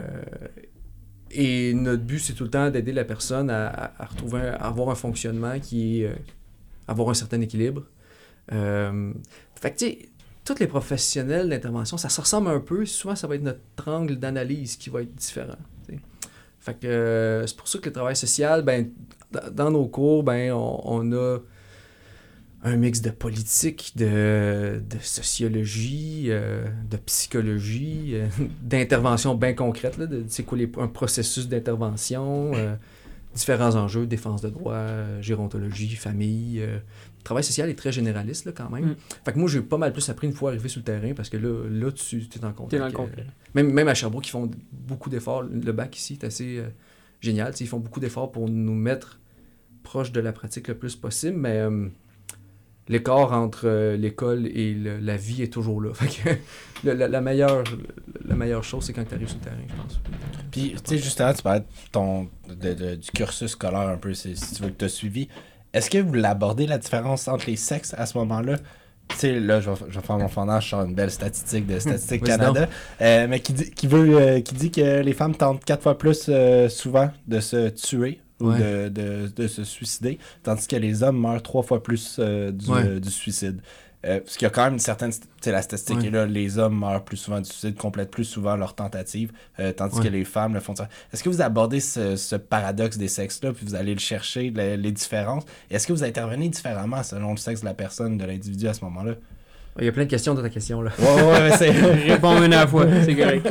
et notre but, c'est tout le temps d'aider la personne à, à, à retrouver, un, à avoir un fonctionnement qui est... Euh, avoir un certain équilibre. Euh, fait que tu sais, tous les professionnels d'intervention, ça se ressemble un peu. Souvent, ça va être notre angle d'analyse qui va être différent. T'sais. Fait que euh, c'est pour ça que le travail social, ben, d- dans nos cours, ben, on, on a un mix de politique, de, de sociologie, euh, de psychologie, euh, d'intervention bien concrète. Là, de, c'est quoi les, un processus d'intervention, euh, différents enjeux, défense de droit, euh, gérontologie, famille. Euh, le travail social est très généraliste là, quand même. Mm. Fait que moi, j'ai pas mal plus appris une fois arrivé sur le terrain parce que là, là tu es en contact. T'es dans le contact. Euh, même, même à Sherbrooke, ils font beaucoup d'efforts. Le bac ici est assez euh, génial. Ils font beaucoup d'efforts pour nous mettre proche de la pratique le plus possible, mais euh, l'écart entre euh, l'école et le, la vie est toujours là. Fait que le, la, la, meilleure, la meilleure chose, c'est quand tu arrives sur le terrain, je pense. Puis, tu sais, justement, tu parlais de ton, de, de, du cursus scolaire un peu, si tu veux, que tu as suivi. Est-ce que vous l'abordez, la différence entre les sexes à ce moment-là? Tu sais, là, je vais, je vais faire mon fondage sur une belle statistique de Statistique Canada, euh, mais qui dit, qui, veut, euh, qui dit que les femmes tentent quatre fois plus euh, souvent de se tuer ou ouais. de, de, de se suicider, tandis que les hommes meurent trois fois plus euh, du, ouais. euh, du suicide. Euh, parce qu'il y a quand même une certaine... Tu sais, la statistique ouais. est là, les hommes meurent plus souvent du suicide, complètent plus souvent leurs tentatives, euh, tandis ouais. que les femmes le font... Est-ce que vous abordez ce, ce paradoxe des sexes-là, puis vous allez le chercher, les, les différences? Et est-ce que vous intervenez différemment selon le sexe de la personne, de l'individu à ce moment-là? Il y a plein de questions dans ta question, là. Ouais, ouais, mais c'est... Réponds une à la fois, c'est correct.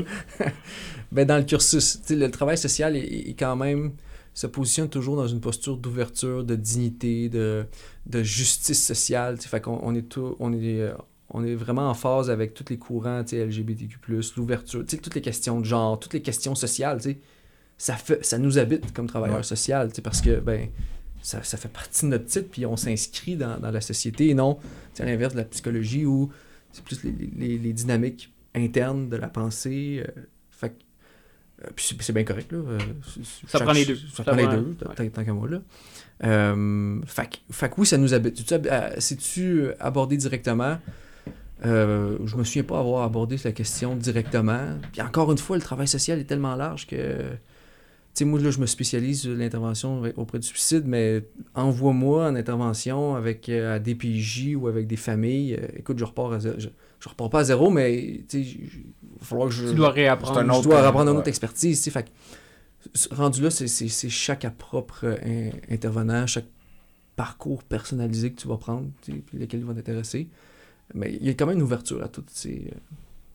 Ben, dans le cursus, le travail social est, est quand même... se positionne toujours dans une posture d'ouverture, de dignité, de, de justice sociale. Fait qu'on on est, tout, on, est, euh, on est vraiment en phase avec tous les courants L G B T Q plus, l'ouverture, toutes les questions de genre, toutes les questions sociales. Ça, fait, ça nous habite comme travailleurs ouais. sociaux parce que ben, ça, ça fait partie de notre titre puis on s'inscrit dans, dans la société et non à l'inverse de la psychologie où c'est plus les, les, les dynamiques internes de la pensée. Euh, fait Euh, puis c'est, c'est bien correct, là. Euh, ça prend les deux. Ça, ça prend les deux, tant, ouais. tant qu'à moi, là. Euh, fait, fait que oui, ça nous habite. C'est-tu abordé directement? Euh, je me souviens pas avoir abordé la question directement. Puis encore une fois, le travail social est tellement large que... Tu sais, moi, là, je me spécialise sur l'intervention auprès du suicide, mais envoie-moi en intervention avec euh, à D P J ou avec des familles. Euh, écoute, je repars à zéro. Je, je repars pas à zéro, mais tu sais, il va falloir que je... Tu dois réapprendre. Un autre, je dois apprendre une autre expertise, tu sais. Fait que, rendu là, c'est, c'est, c'est chaque propre euh, intervenant, chaque parcours personnalisé que tu vas prendre, tu sais, puis lesquels vont t'intéresser. Mais il y a quand même une ouverture à toutes ces... Euh,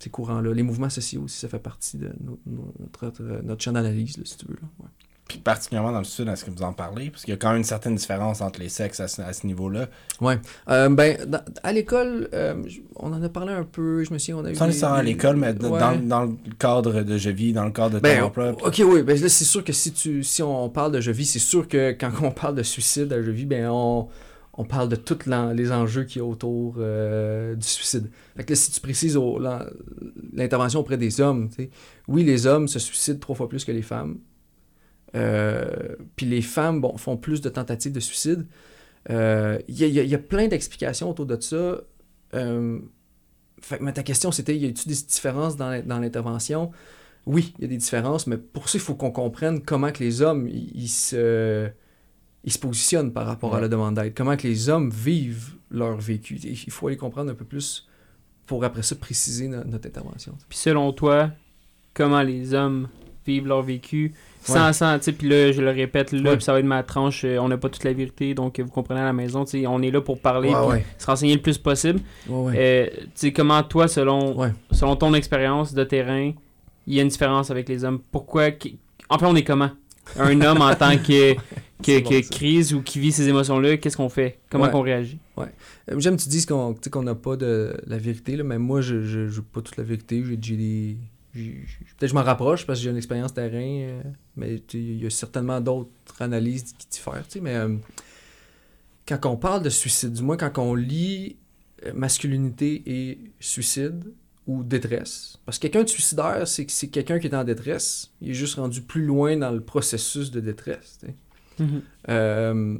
ces courants-là. Les mouvements sociaux aussi, ça fait partie de no- no- notre, notre champ d'analyse, là, si tu veux. Là. Ouais. Puis particulièrement dans le sud, est-ce que vous en parlez? Parce qu'il y a quand même une certaine différence entre les sexes à ce, à ce niveau-là. Ouais. Euh, ben, dans- à l'école, euh, j- on en a parlé un peu, je me souviens, on a eu... Sans des- nécessairement à des- l'école, mais d- ouais. dans, dans le cadre de Je vis, dans le cadre de ton Ben, emploi. puis- ok, oui, ben là, c'est sûr que si tu si on parle de Je vis, c'est sûr que quand on parle de suicide à Je vis, ben on, on parle de tous l'en- les enjeux qu'il y a autour euh, du suicide. Fait que là, si tu précises au- l'en- l'intervention auprès des hommes, tu sais, oui, les hommes se suicident trois fois plus que les femmes. Euh, puis les femmes, bon, font plus de tentatives de suicide. Euh, Il y, a, il y a- il y a plein d'explications autour de ça. Euh, fait que, mais ta question, c'était, y a-t-il des différences dans l'in- dans l'intervention? Oui, il y a des différences, mais pour ça, il faut qu'on comprenne comment que les hommes, ils, ils se, ils se positionnent par rapport à Ouais. la demande d'aide. Comment que les hommes vivent leur vécu. Il il faut aller comprendre un peu plus pour, après ça, préciser no- notre intervention. Puis selon toi, comment les hommes vivent leur vécu, sans, Ouais. sans, tu sais, puis là, je le répète, là, Ouais. puis ça va être ma tranche, euh, on n'a pas toute la vérité, donc euh, vous comprenez à la maison, tu sais, on est là pour parler, Ouais, puis ouais. se renseigner le plus possible. Ouais, ouais. Euh, tu sais, comment toi, selon, Ouais. selon ton expérience de terrain, il y a une différence avec les hommes. Pourquoi, qui- en fait, on est comment? Un homme en tant que, que, C'est bon, que ça. crise ou qui vit ces émotions-là, qu'est-ce qu'on fait? Comment Ouais. qu'on réagit? Euh, J'aime que tu dises qu'on tu sais, qu'on n'a pas de la vérité, là, mais moi, je je n'ai pas toute la vérité. J'ai j'ai des... j'ai- j'ai- Peut-être que je m'en rapproche parce que j'ai une expérience terrain, euh, mais tu sais, il y a certainement d'autres analyses qui diffèrent. tu sais, Mais euh, quand on parle de suicide, du moins quand on lit euh, masculinité et suicide ou détresse, parce que quelqu'un de suicidaire, c'est que c'est quelqu'un qui est en détresse, il est juste rendu plus loin dans le processus de détresse. tu sais. Mhm. Euh,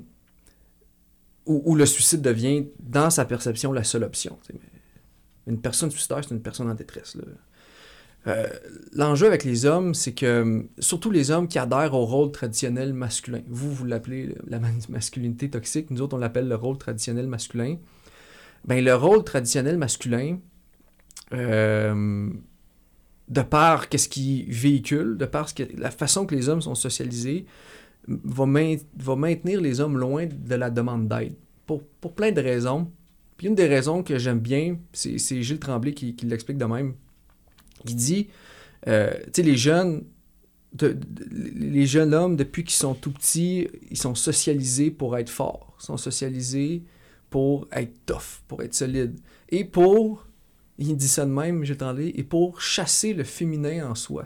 où, où le suicide devient, dans sa perception, la seule option. tu sais. Mais une personne suicidaire, c'est une personne en détresse. là. Euh, L'enjeu avec les hommes, c'est que, surtout les hommes qui adhèrent au rôle traditionnel masculin, vous, vous l'appelez la ma- masculinité toxique, nous autres, on l'appelle le rôle traditionnel masculin. Ben, le rôle traditionnel masculin, euh, de par qu'est-ce qu'il véhicule, de par ce que, la façon que les hommes sont socialisés, va, main- va maintenir les hommes loin de la demande d'aide. Pour, pour plein de raisons. Puis une des raisons que j'aime bien, c'est c'est Gilles Tremblay qui, qui l'explique de même. Il dit, euh, tu sais, les jeunes, de- de- les jeunes hommes, depuis qu'ils sont tout petits, ils sont socialisés pour être forts. Ils sont socialisés pour être tough, pour être solides. Et pour, il dit ça de même, Gilles Tremblay, et pour chasser le féminin en soi.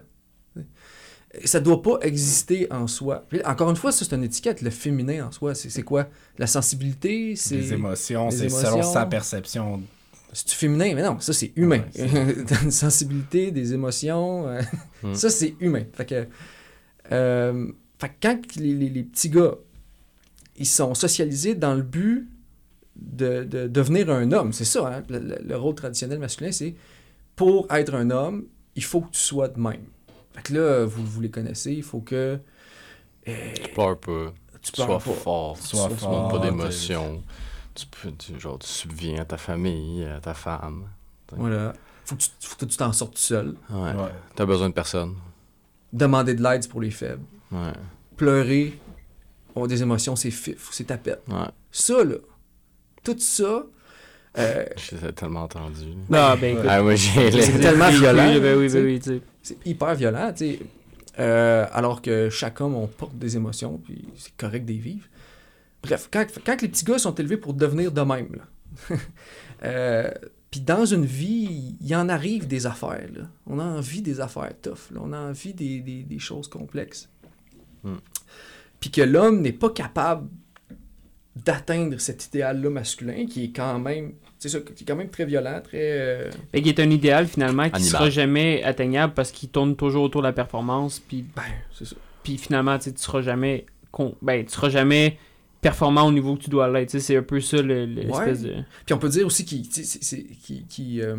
Ça doit pas exister en soi. Puis, encore une fois, ça, c'est une étiquette, le féminin en soi. C'est c'est quoi? La sensibilité, c'est... Les émotions, les c'est émotions. selon sa perception. C'est-tu féminin? Mais non, ça, c'est humain. Ouais, T'as une sensibilité, des émotions, euh, Mm. ça, c'est humain. Fait que, euh, fait que quand les, les- les petits gars, ils sont socialisés dans le but de, de devenir un homme, c'est ça, hein? le, le- le rôle traditionnel masculin, c'est pour être un homme, il faut que tu sois de même. Fait que là, vous, vous les connaissez, il faut que... euh, Tu pleures pas. tu Tu sois pleures pas. fort. Sois tu fort, montres pas t'es- d'émotion. Tu, peux, tu, genre, tu subviens à ta famille, à ta femme. Voilà. Faut que tu faut que tu t'en sortes tout seul. Ouais. Ouais. T'as besoin de personne. Demander de l'aide, c'est pour les faibles. Ouais. Pleurer, avoir des émotions, c'est fif, c'est tapette. Ouais. Ça, là, tout ça, euh, Je l'ai tellement entendu. Ah, ben écoute. Ah, moi, j'ai C'est les- tellement Oui, violent, oui, ben oui, tu sais. ben oui, tu sais. c'est hyper violent, tu sais. Euh, alors que chaque homme, on porte des émotions, puis c'est correct d'y vivre. Bref, quand, quand les petits gars sont élevés pour devenir de même, là, euh, puis dans une vie, il y en arrive des affaires, là. On a envie des affaires tough, là. On a envie des, des, des choses complexes. Hmm. Puis que l'homme n'est pas capable d'atteindre cet idéal-là masculin, qui est quand même, c'est ça, qui est quand même très violent, très... euh, Fait qu'il est un idéal finalement qui Animal. sera jamais atteignable parce qu'il tourne toujours autour de la performance. Puis, ben, c'est ça. puis finalement, tu sais, tu seras jamais con- ben, tu seras jamais performant au niveau que tu dois l'être. Tu sais, c'est un peu ça le- le- l'espèce de. Puis on peut dire aussi qu'il, tu sais, c'est- c'est- qu'il- qu'il, euh,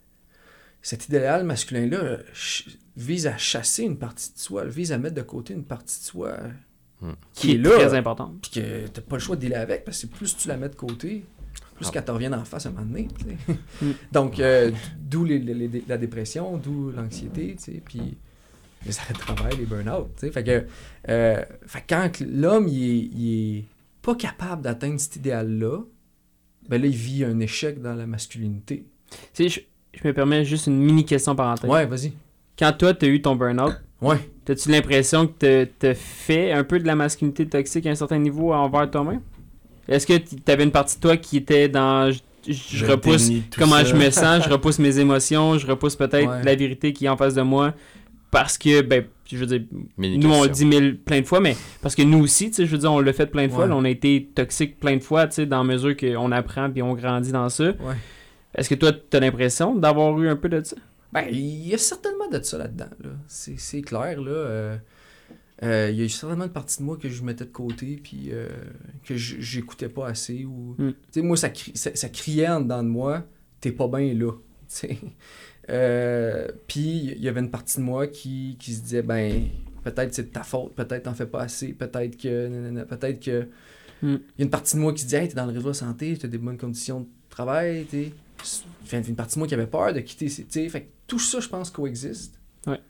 cet idéal masculin-là euh, ch- vise à chasser une partie de soi, vise à mettre de côté une partie de soi euh, Hmm. Qui est là, très important. puis que t'as pas le choix de dealer avec, parce que plus tu la mets de côté, plus Ah. qu'elle te revient en face à un moment donné. tu sais. Hmm. Donc, euh, d'où les- les- les- la dépression, d'où l'anxiété, tu sais, puis les arrêts de travail, les burn-out. tu sais. Fait que, euh, fait que quand l'homme il est, il est pas capable d'atteindre cet idéal-là, ben là, il vit un échec dans la masculinité. Tu sais, je, je me permets juste une mini question parenthèse. Ouais, vas-y. Quand toi, t'as eu ton burn-out, Ouais. t'as-tu l'impression que t'as, t'as fait un peu de la masculinité toxique à un certain niveau envers toi-même? Est-ce que t'avais une partie de toi qui était dans... Je, je Le repousse déni de tout comment ça. je me sens, je repousse mes émotions, je repousse peut-être Ouais. la vérité qui est en face de moi parce que, ben, je veux dire, Mini nous on le question. dit mille, plein de fois, mais parce que nous aussi, tu sais, je veux dire, on l'a fait plein de fois, Ouais. là, on a été toxique plein de fois, tu sais, dans la mesure qu'on apprend puis on grandit dans ça. Ouais. Est-ce que toi, t'as l'impression d'avoir eu un peu de ça? Ben, il y a certainement de ça là-dedans, là. C'est, c'est clair, là. Euh, euh, il y a certainement une partie de moi que je mettais de côté, puis euh, que j- j'écoutais pas assez. Ou... Mm. Tu sais, moi, ça, cri- ça, ça criait en dedans de moi, t'es pas bien là. Tu sais. Euh, puis il y avait une partie de moi qui, qui se disait, ben, peut-être c'est de ta faute, peut-être t'en fais pas assez, peut-être que. nanana, peut-être que. Mm. Il y a une partie de moi qui se dit, hey, t'es dans le réseau de santé, t'as des bonnes conditions de travail, t'es. Il y a une partie de moi qui avait peur de quitter. Tu sais, fait que tout ça, je pense, coexiste. Ouais.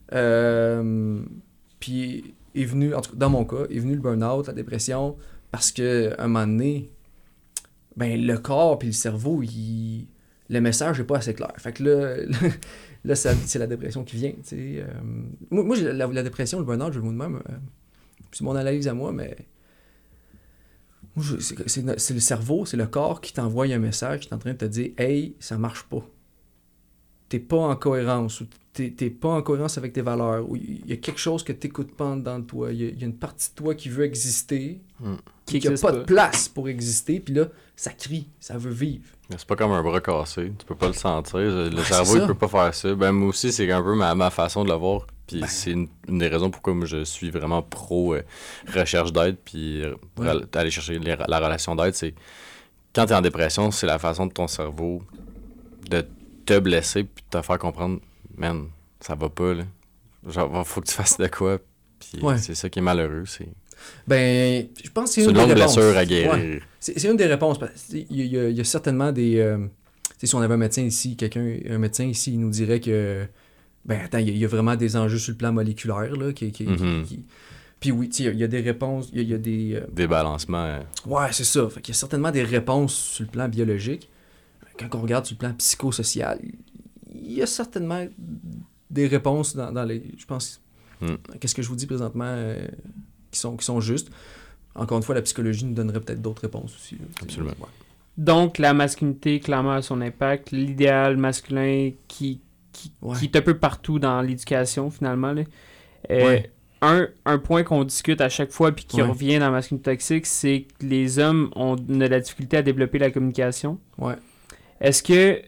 Euh, puis est venu, en tout cas, dans mon cas, est venu le burn-out, la dépression, parce que à un moment donné, ben, le corps puis le cerveau, il... le message n'est pas assez clair. Fait que là, là ça, c'est la dépression qui vient. Tu sais. Euh, moi, moi j'ai la, la dépression, le burn-out, je le mot de même. Euh, c'est mon analyse à moi, mais moi, je- c'est, c'est, c'est le cerveau, c'est le corps qui t'envoie un message qui est en train de te dire « Hey, ça marche pas. T'es pas en cohérence. » ou T'es, t'es pas en cohérence avec tes valeurs. Ou il y a quelque chose que t'écoutes pas en dedans de toi. Il y, a, il y a une partie de toi qui veut exister, Hmm. Qui qui a existe pas, pas. de place pour exister. Puis là, ça crie, ça veut vivre. Mais c'est pas comme un bras cassé, tu peux pas le sentir. Le Ouais, cerveau, c'est il ça. peut pas faire ça. Ben, moi aussi, c'est un peu ma, ma façon de le voir. Puis Ben. c'est une, une des raisons pourquoi moi, je suis vraiment pro euh, recherche d'aide. Puis euh, Ouais. rel- aller chercher les- la relation d'aide. C'est quand t'es en dépression, c'est la façon de ton cerveau de te blesser. Puis de te faire comprendre, man, ça va pas, là. Genre, faut que tu fasses de quoi. Puis Ouais. c'est ça qui est malheureux. C'est, Ben, je pense que c'est c'est une, une longue des réponses. blessure à guérir. Ouais. C'est, c'est une des réponses. Parce que, Il y, a, il y a certainement des... euh, tu sais, si on avait un médecin ici, quelqu'un, un médecin ici, il nous dirait que... Ben, attends, il y, a- il y a vraiment des enjeux sur le plan moléculaire, là, qui... qui, Mhm. qui- puis oui, tu sais, il y a- il y a des réponses, il y a, il y a des... euh, Des balancements. euh, Ouais, c'est ça. Fait qu'il y a certainement des réponses sur le plan biologique. Quand on regarde sur le plan psychosocial, il y a certainement des réponses dans, dans les... Je pense... Hmm. Qu'est-ce que je vous dis présentement euh, qui, sont, qui sont justes. Encore une fois, la psychologie nous donnerait peut-être d'autres réponses aussi. là. Absolument. Ouais. Donc, la masculinité, clairement, a son impact. L'idéal masculin qui, qui, Ouais. qui est un peu partout dans l'éducation, finalement. Là. Euh, Ouais. un, un point qu'on discute à chaque fois puis qui Ouais. revient dans la masculinité toxique, c'est que les hommes ont de la difficulté à développer la communication. Ouais. Est-ce que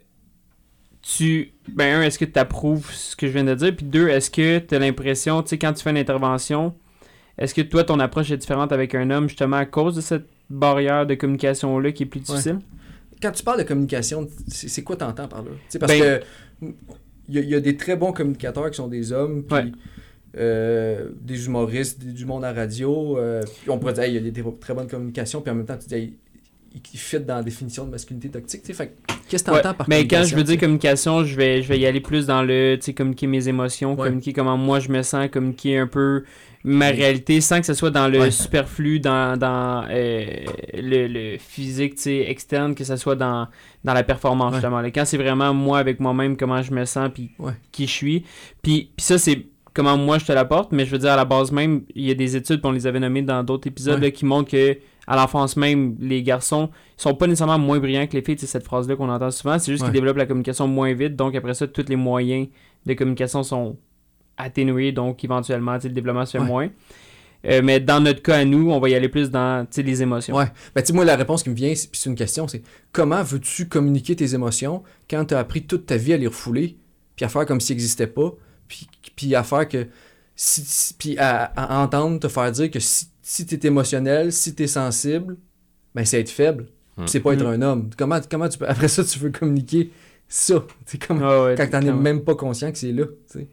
tu... Ben, un, est-ce que tu approuves ce que je viens de dire? Puis deux, est-ce que tu as l'impression, tu sais, quand tu fais une intervention, est-ce que toi, ton approche est différente avec un homme, justement, à cause de cette barrière de communication-là qui est plus difficile? Quand tu parles de communication, c'est, c'est quoi t'entends par là? Tu sais, parce Ben- que il y, a- il y a des très bons communicateurs qui sont des hommes, puis Ouais. euh, des humoristes, des- du monde à radio. euh, puis on pourrait dire, hey, il y a des, des très bonnes communications, puis en même temps, tu dis, hey, ils ils fit dans la définition de masculinité toxique. Tu sais, fait que, qu'est-ce que Ouais, t'entends par mais quand je veux dire communication? communication, je vais, je vais y aller plus dans le, tu sais, communiquer mes émotions, Ouais. communiquer comment moi je me sens, communiquer un peu ma Ouais. réalité sans que ce soit dans le Ouais. superflu, dans, dans euh, le, le physique, tu sais, externe, que ce soit dans, dans la performance, Ouais. justement. Là, quand c'est vraiment moi avec moi-même, comment je me sens, puis Ouais. qui je suis. Puis, puis ça, c'est comment moi je te l'apporte, mais je veux dire, à la base même, il y a des études, puis on les avait nommées dans d'autres épisodes, Ouais. là, qui montrent que à l'enfance même, les garçons sont pas nécessairement moins brillants que les filles, c'est cette phrase-là qu'on entend souvent, c'est juste Ouais. qu'ils développent la communication moins vite, donc après ça, tous les moyens de communication sont atténués, donc éventuellement, tu sais, le développement se fait Ouais. moins. Euh, mais dans notre cas à nous, on va y aller plus dans, tu sais, les émotions. Ouais. Ben, tu sais, moi, la réponse qui me vient, c'est, puis c'est une question, c'est comment veux-tu communiquer tes émotions quand tu as appris toute ta vie à les refouler, puis à faire comme s'ils n'existaient pas, puis, puis à faire que. Si, si- puis à, à entendre te faire dire que si, si tu es émotionnel, si tu es sensible, ben c'est être faible, Hmm. c'est pas être Hmm. un homme. Comment, comment tu peux. Après ça, tu veux communiquer ça, tu sais, comment- Ah ouais, quand t'en es clairement. même pas conscient que c'est là, tu sais.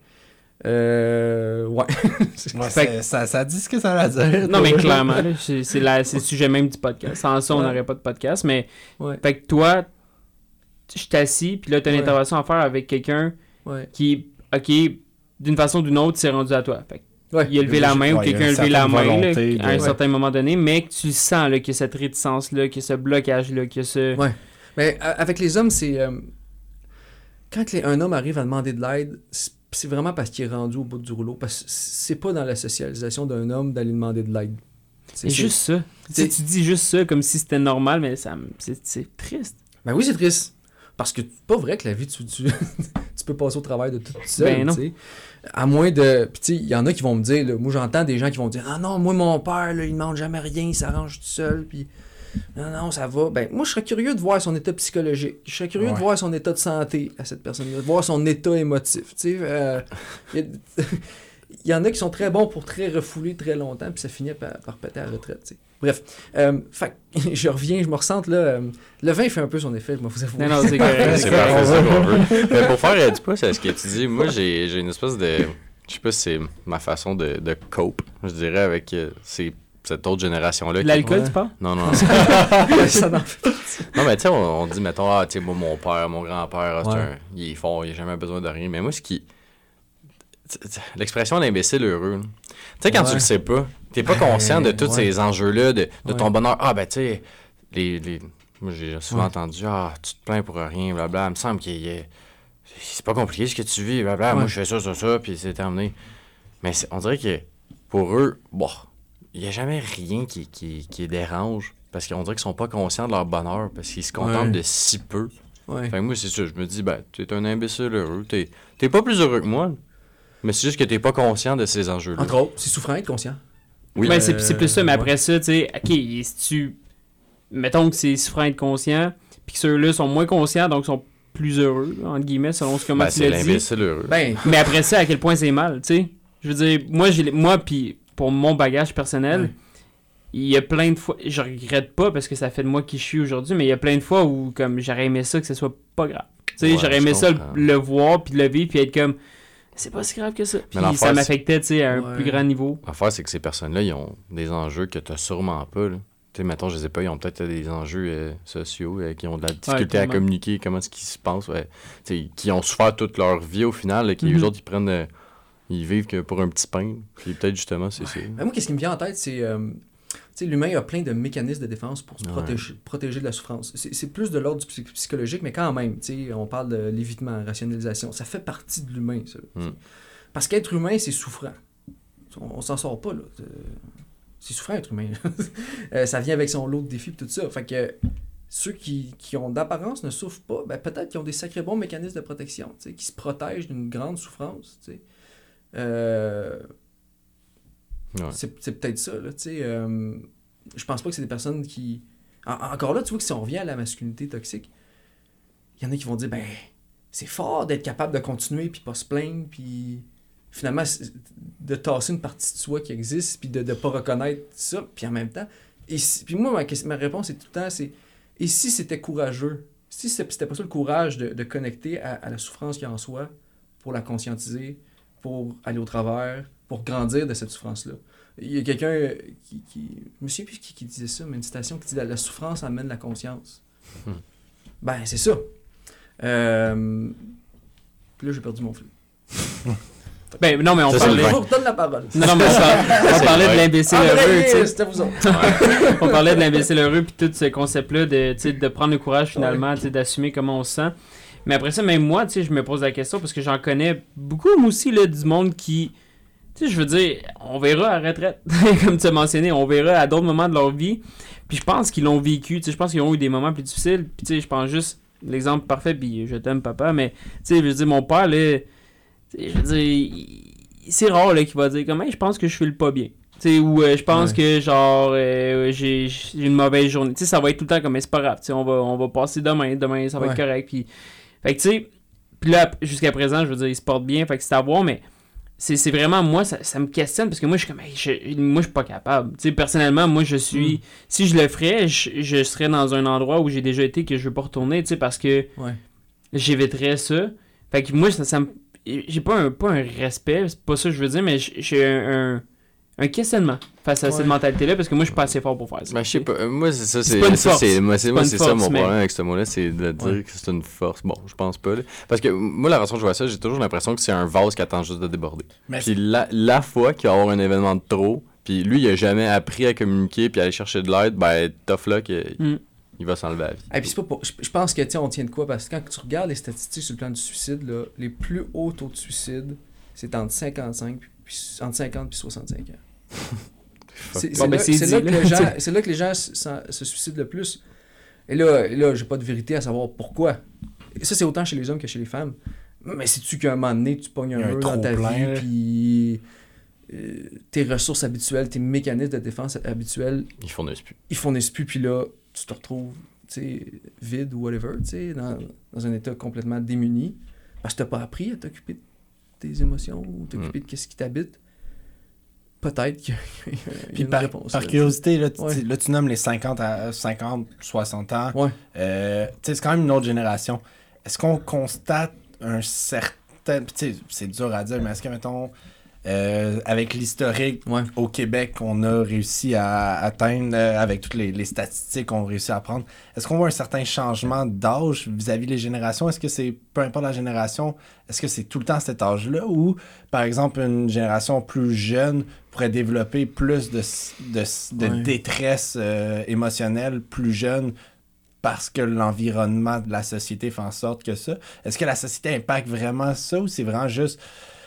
Euh. Ouais. Ouais, Fait c'est- ça, ça dit ce que ça a à dire. Non, mais toi. clairement, là, c'est c'est la- c'est le sujet même du podcast. Sans ça, on Ouais. n'aurait pas de podcast. Mais, Ouais. fait que toi, je t'assis, puis là, tu as une Ouais. intervention à faire avec quelqu'un Ouais. qui, OK, d'une façon ou d'une autre, s'est rendu à toi. Fait que Ouais. il a levé la main ou Ouais, il y a quelqu'un a une levé la certaine main là, volonté à un de- certain moment donné, mais que tu sens là, qu'il y a cette réticence-là, qu'il y a ce blocage-là, qu'il y a ce... Ouais. Mais euh, avec les hommes, c'est. euh, quand les- un homme arrive à demander de l'aide, c'est c'est vraiment parce qu'il est rendu au bout du rouleau. Parce que c'est pas dans la socialisation d'un homme d'aller demander de l'aide. C'est juste ça. Tu sais, tu dis juste ça comme si c'était normal, mais ça, me- c'est, c'est triste. Ben oui, c'est triste. Parce que c'est pas vrai que la vie, tu, tu, tu peux passer au travail de tout seul. Ben non. tu sais. À moins de. Puis tu sais, il y en a qui vont me dire, là, moi j'entends des gens qui vont dire ah non, moi mon père, là, il demande jamais rien, il s'arrange tout seul, puis non, non, ça va. Ben moi je serais curieux de voir son état psychologique. Je serais curieux Ouais. de voir son état de santé à cette personne-là, de voir son état émotif. Tu sais, euh, il y a- il y en a qui sont très bons pour très refouler très longtemps, puis ça finit par, par péter à la retraite. tu sais. Bref, euh, fait que je reviens, je me ressente là. euh, le vin fait un peu son effet, je vais vous avouer. Non, non, c'est correct. C'est parfait, ça qu'on veut. Mais pour faire euh, du pouce à ce que tu dis, moi, j'ai j'ai une espèce de... Je sais pas si c'est ma façon de, de cope, je dirais, avec euh, ces- cette autre génération-là. qui- L'alcool, Ouais. tu parles? Non, non. Ça n'en fait Non, mais tu sais, on, on dit, mettons, ah, tu sais, moi, mon père, mon grand-père, ah, c'est Ouais. un- il est fort, il a jamais besoin de rien. Mais moi, ce qui... t- t- L'expression d'imbécile heureux, là. Tu sais, quand Ouais. tu le sais pas, t'es pas Ben, conscient de tous ouais. ces enjeux-là, de, de Ouais. ton bonheur. Ah, ben, tu sais, les, les... Moi, j'ai souvent Ouais. entendu, ah, tu te plains pour rien, blabla. Il me semble qu'il y a... C'est pas compliqué ce que tu vis, blabla. Moi, Ouais. je fais ça, ça, ça, puis c'est terminé. Mais c'est- on dirait que pour eux, bon, il y a jamais rien qui, qui, qui les dérange. Parce qu'on dirait qu'ils sont pas conscients de leur bonheur, parce qu'ils se contentent Ouais. de si peu. Ouais. Fait que moi, c'est ça. Je me dis, ben, t'es un imbécile heureux. T'es, t'es pas plus heureux que moi. Mais c'est juste que t'es pas conscient de ces enjeux-là. Entre autres, c'est souffrant, être conscient. Oui. Ben, c'est, c'est plus ça, mais ouais. après ça, tu sais, ok, si tu. Mettons que c'est souffrant être conscient, puis que ceux-là sont moins conscients, donc sont plus heureux, là, entre guillemets, selon ce comment Ben, tu c'est l'as dit. l'imbécile heureux. Ben, Mais après ça, à quel point c'est mal, tu sais. Je veux dire, moi, j'ai, moi, puis pour mon bagage personnel, Ouais. il y a plein de fois, je regrette pas parce que ça fait de moi qui je suis aujourd'hui, mais il y a plein de fois où, comme, j'aurais aimé ça que ce soit pas grave. Tu sais, Ouais, j'aurais je aimé ça le, comprends. le voir, puis le vivre, puis être comme, c'est pas si grave que ça. Puis l'affaire, ça c'est- m'affectait, tu sais, à un Ouais. plus grand niveau. L'affaire, c'est que ces personnes-là, ils ont des enjeux que t'as sûrement pas, là. Tu sais, mettons, je sais pas, ils ont peut-être des enjeux euh, sociaux, euh, qui ont de la difficulté à clairement. communiquer, comment est-ce qu'ils se pensent, ouais. Tu sais, qui ont souffert toute leur vie au final, là, qui, Mhm. eux autres, ils prennent... euh, ils vivent que pour un petit pain, puis peut-être, justement, c'est ça. ben moi, qu'est-ce qui me vient en tête, c'est. euh, tu sais, l'humain a plein de mécanismes de défense pour se Ouais. protéger, protéger de la souffrance. C'est, c'est plus de l'ordre du psy- psychologique, mais quand même, tu sais, on parle de l'évitement, rationalisation. Ça fait partie de l'humain, ça. Mm. Parce qu'être humain, c'est souffrant. On, on s'en sort pas, là. Euh, C'est souffrant, être humain. Euh, ça vient avec son lot de défis et tout ça. Fait que ceux qui, qui ont d'apparence ne souffrent pas, ben peut-être qu'ils ont des sacrés bons mécanismes de protection, tu sais, qui se protègent d'une grande souffrance, tu sais. Euh, Ouais. c'est, c'est peut-être ça, là, tu sais. euh, je pense pas que c'est des personnes qui... En- encore là, tu vois que si on revient à la masculinité toxique, il y en a qui vont dire, ben, c'est fort d'être capable de continuer, puis pas se plaindre, puis finalement, c'est- de tasser une partie de soi qui existe, puis de ne pas reconnaître ça, puis en même temps... Et si- puis moi, ma, question- ma réponse, c'est tout le temps, c'est, et si c'était courageux? Si c'était c'était pas ça le courage de, de connecter à, à la souffrance qu'il y a en soi, pour la conscientiser, pour aller au travers, pour grandir de cette souffrance-là. Il y a quelqu'un euh, qui, qui... Je me souviens plus qui, qui disait ça, mais une citation qui dit « La souffrance amène la conscience Hmm. ». Ben, c'est ça. Euh... Puis là, j'ai perdu mon fil. Ben, non, mais on Ça, c'est parlait. le Je vin. vous redonne la parole. Non, non, mais on, par- on parlait de l'imbécile Ah, heureux, tu sais. c'était vous autres. On parlait de l'imbécile heureux puis tout ce concept-là de, tu sais, de prendre le courage finalement, tu sais, d'assumer comment on se sent. Mais après ça, même moi, tu sais, je me pose la question parce que j'en connais beaucoup, moi aussi, là, du monde qui... Tu sais, je veux dire, on verra à la retraite, comme tu as mentionné, on verra à d'autres moments de leur vie. Puis je pense qu'ils l'ont vécu, tu sais, je pense qu'ils ont eu des moments plus difficiles. Puis tu sais, je pense juste, l'exemple parfait, puis je t'aime papa, mais tu sais, je veux dire, mon père, là, tu sais, je veux dire, il- c'est rare, là, qu'il va dire comme, hey, je pense que je file pas bien. Tu sais, ou euh, je pense Ouais. que, genre, euh, j'ai, j'ai une mauvaise journée. Tu sais, ça va être tout le temps comme, mais c'est pas grave, tu sais, on va, on va passer demain, demain, ça va Ouais. être correct. Puis, fait que, tu sais, puis là, jusqu'à présent, je veux dire, il se porte bien, fait que c'est à voir, mais c'est, c'est vraiment, moi, ça, ça me questionne, parce que moi, je suis comme, hey, je- moi, je suis pas capable. Tu sais, personnellement, moi, je suis, Mm. si je le ferais, je, je serais dans un endroit où j'ai déjà été, que je veux pas retourner, tu sais, parce que Ouais. j'éviterais ça. Fait que moi, ça, ça me... J'ai pas un, pas un respect, c'est pas ça que je veux dire, mais j'ai j'ai un, un, un questionnement face à Ouais. cette mentalité-là, parce que moi, je suis pas assez fort pour faire ça. Ben, je sais pas. euh, Moi, c'est ça. C'est C'est pas une ça, force. c'est- moi, c'est C'est moi, pas c'est une ça force, mon mais- problème avec ce mot-là, c'est de dire Ouais. que c'est une force. Bon, je pense pas. là. Parce que moi, la façon que je vois ça, j'ai toujours l'impression que c'est un vase qui attend juste de déborder. Mais Puis la, la fois qu'il va y avoir un événement de trop, puis lui, il a jamais appris à communiquer puis à aller chercher de l'aide, ben, tough luck. il- Mm. il va s'enlever la vie. Et puis c'est pas pour... je, je pense que, tu sais, on tient de quoi? Parce que quand tu regardes les statistiques sur le plan du suicide, là, les plus hauts taux de suicide, c'est entre cinquante-cinq puis, entre cinquante puis soixante-cinq ans. C'est, c'est, bon, là, ben, c'est, c'est, dit, là que là. les gens, c'est là que les gens se, se suicident le plus. Et là, là j'ai pas de vérité à savoir pourquoi. Et ça, c'est autant chez les hommes que chez les femmes. Mais c'est-tu qu'à un moment donné, tu pognes un mur dans ta plein, vie, puis euh, tes ressources habituelles, tes mécanismes de défense habituels, Ils fournissent plus. ils fournissent plus, puis là, tu te retrouves vide ou whatever, dans, dans un état complètement démuni, parce que tu n'as pas appris à t'occuper de tes émotions ou t'occuper mm. de ce qui t'habite. Peut-être qu'il y a, il y a puis une par, réponse. Par là, curiosité, là tu, ouais. là, tu nommes les cinquante, à cinquante, soixante ans. Ouais. Euh, c'est quand même une autre génération. Est-ce qu'on constate un certain... C'est dur à dire, mais est-ce que, mettons, euh, avec l'historique ouais. au Québec qu'on a réussi à atteindre, euh, avec toutes les, les statistiques qu'on a réussi à prendre, est-ce qu'on voit un certain changement d'âge vis-à-vis des générations? Est-ce que c'est, peu importe la génération, est-ce que c'est tout le temps cet âge-là? Ou, par exemple, une génération plus jeune pourrait développer plus de, de, de ouais. détresse euh, émotionnelle plus jeune parce que l'environnement de la société fait en sorte que ça? Est-ce que la société impacte vraiment ça ou c'est vraiment juste...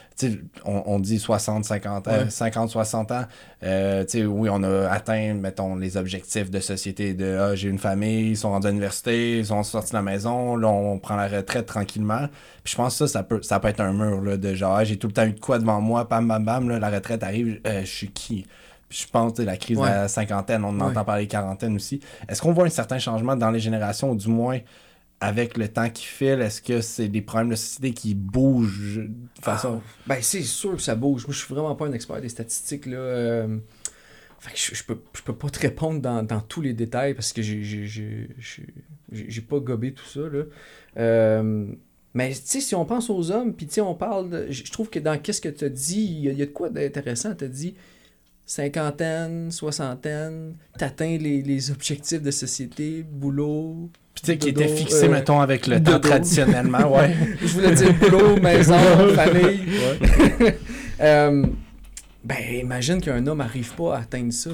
On, on dit soixante, cinquante ans, ouais. cinquante, soixante ans. Euh, oui, on a atteint, mettons, les objectifs de société de ah, j'ai une famille, ils sont rendus à l'université, ils sont sortis de la maison, là, on prend la retraite tranquillement. Puis je pense que ça, ça peut, ça peut être un mur là, de genre, ah, j'ai tout le temps eu de quoi devant moi, bam, bam, bam, là, la retraite arrive, euh, je suis qui? Puis je pense que la crise ouais. de la cinquantaine, on en ouais. entend parler quarantaine aussi. Est-ce qu'on voit un certain changement dans les générations, ou du moins avec le temps qui file, est-ce que c'est des problèmes de société qui bougent de façon... Ah, ben c'est sûr que ça bouge. Moi, je suis vraiment pas un expert des statistiques, là. Euh... Fait que je, je, peux, je peux pas te répondre dans, dans tous les détails parce que j'ai, j'ai, j'ai, j'ai, j'ai pas gobé tout ça, là. Euh... Mais, tu sais, si on pense aux hommes, puis, tu sais, on parle de... Je trouve que dans qu'est-ce que tu as dit, il y, y a de quoi d'intéressant. Tu as dit cinquantaine, soixantaine, t'atteins les, les objectifs de société, boulot... Puis tu sais, qui était fixé, euh, mettons, avec le dodo. Temps traditionnellement, ouais. Je voulais dire boulot, maison, famille. Ouais. euh, ben, imagine qu'un homme n'arrive pas à atteindre ça.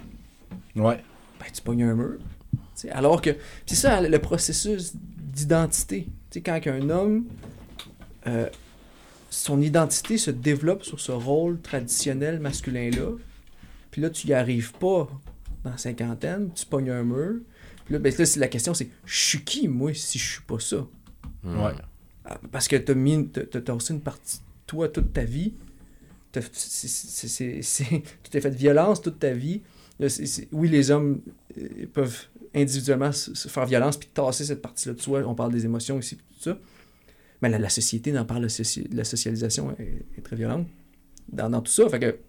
Ouais. Ben, tu pognes un mur. T'sais, alors que... C'est ça, le processus d'identité. Tu sais, quand un homme... Euh, son identité se développe sur ce rôle traditionnel masculin-là, puis là, tu n'y arrives pas dans la cinquantaine, tu pognes un mur. Là, ben, là, la question, c'est je suis qui, moi, si je suis pas ça? Ouais. Parce que t'as mis, t'as, t'as aussi une partie de toi toute ta vie. T'as, c'est, c'est, c'est, c'est, tu t'es fait de violence toute ta vie. Là, c'est, c'est, oui, les hommes euh, peuvent individuellement se, se faire violence puis tasser cette partie-là de soi. On parle des émotions aussi, tout ça. Mais la, la société n'en parle, la, soci, la socialisation est, est très violente dans, dans tout ça. Fait que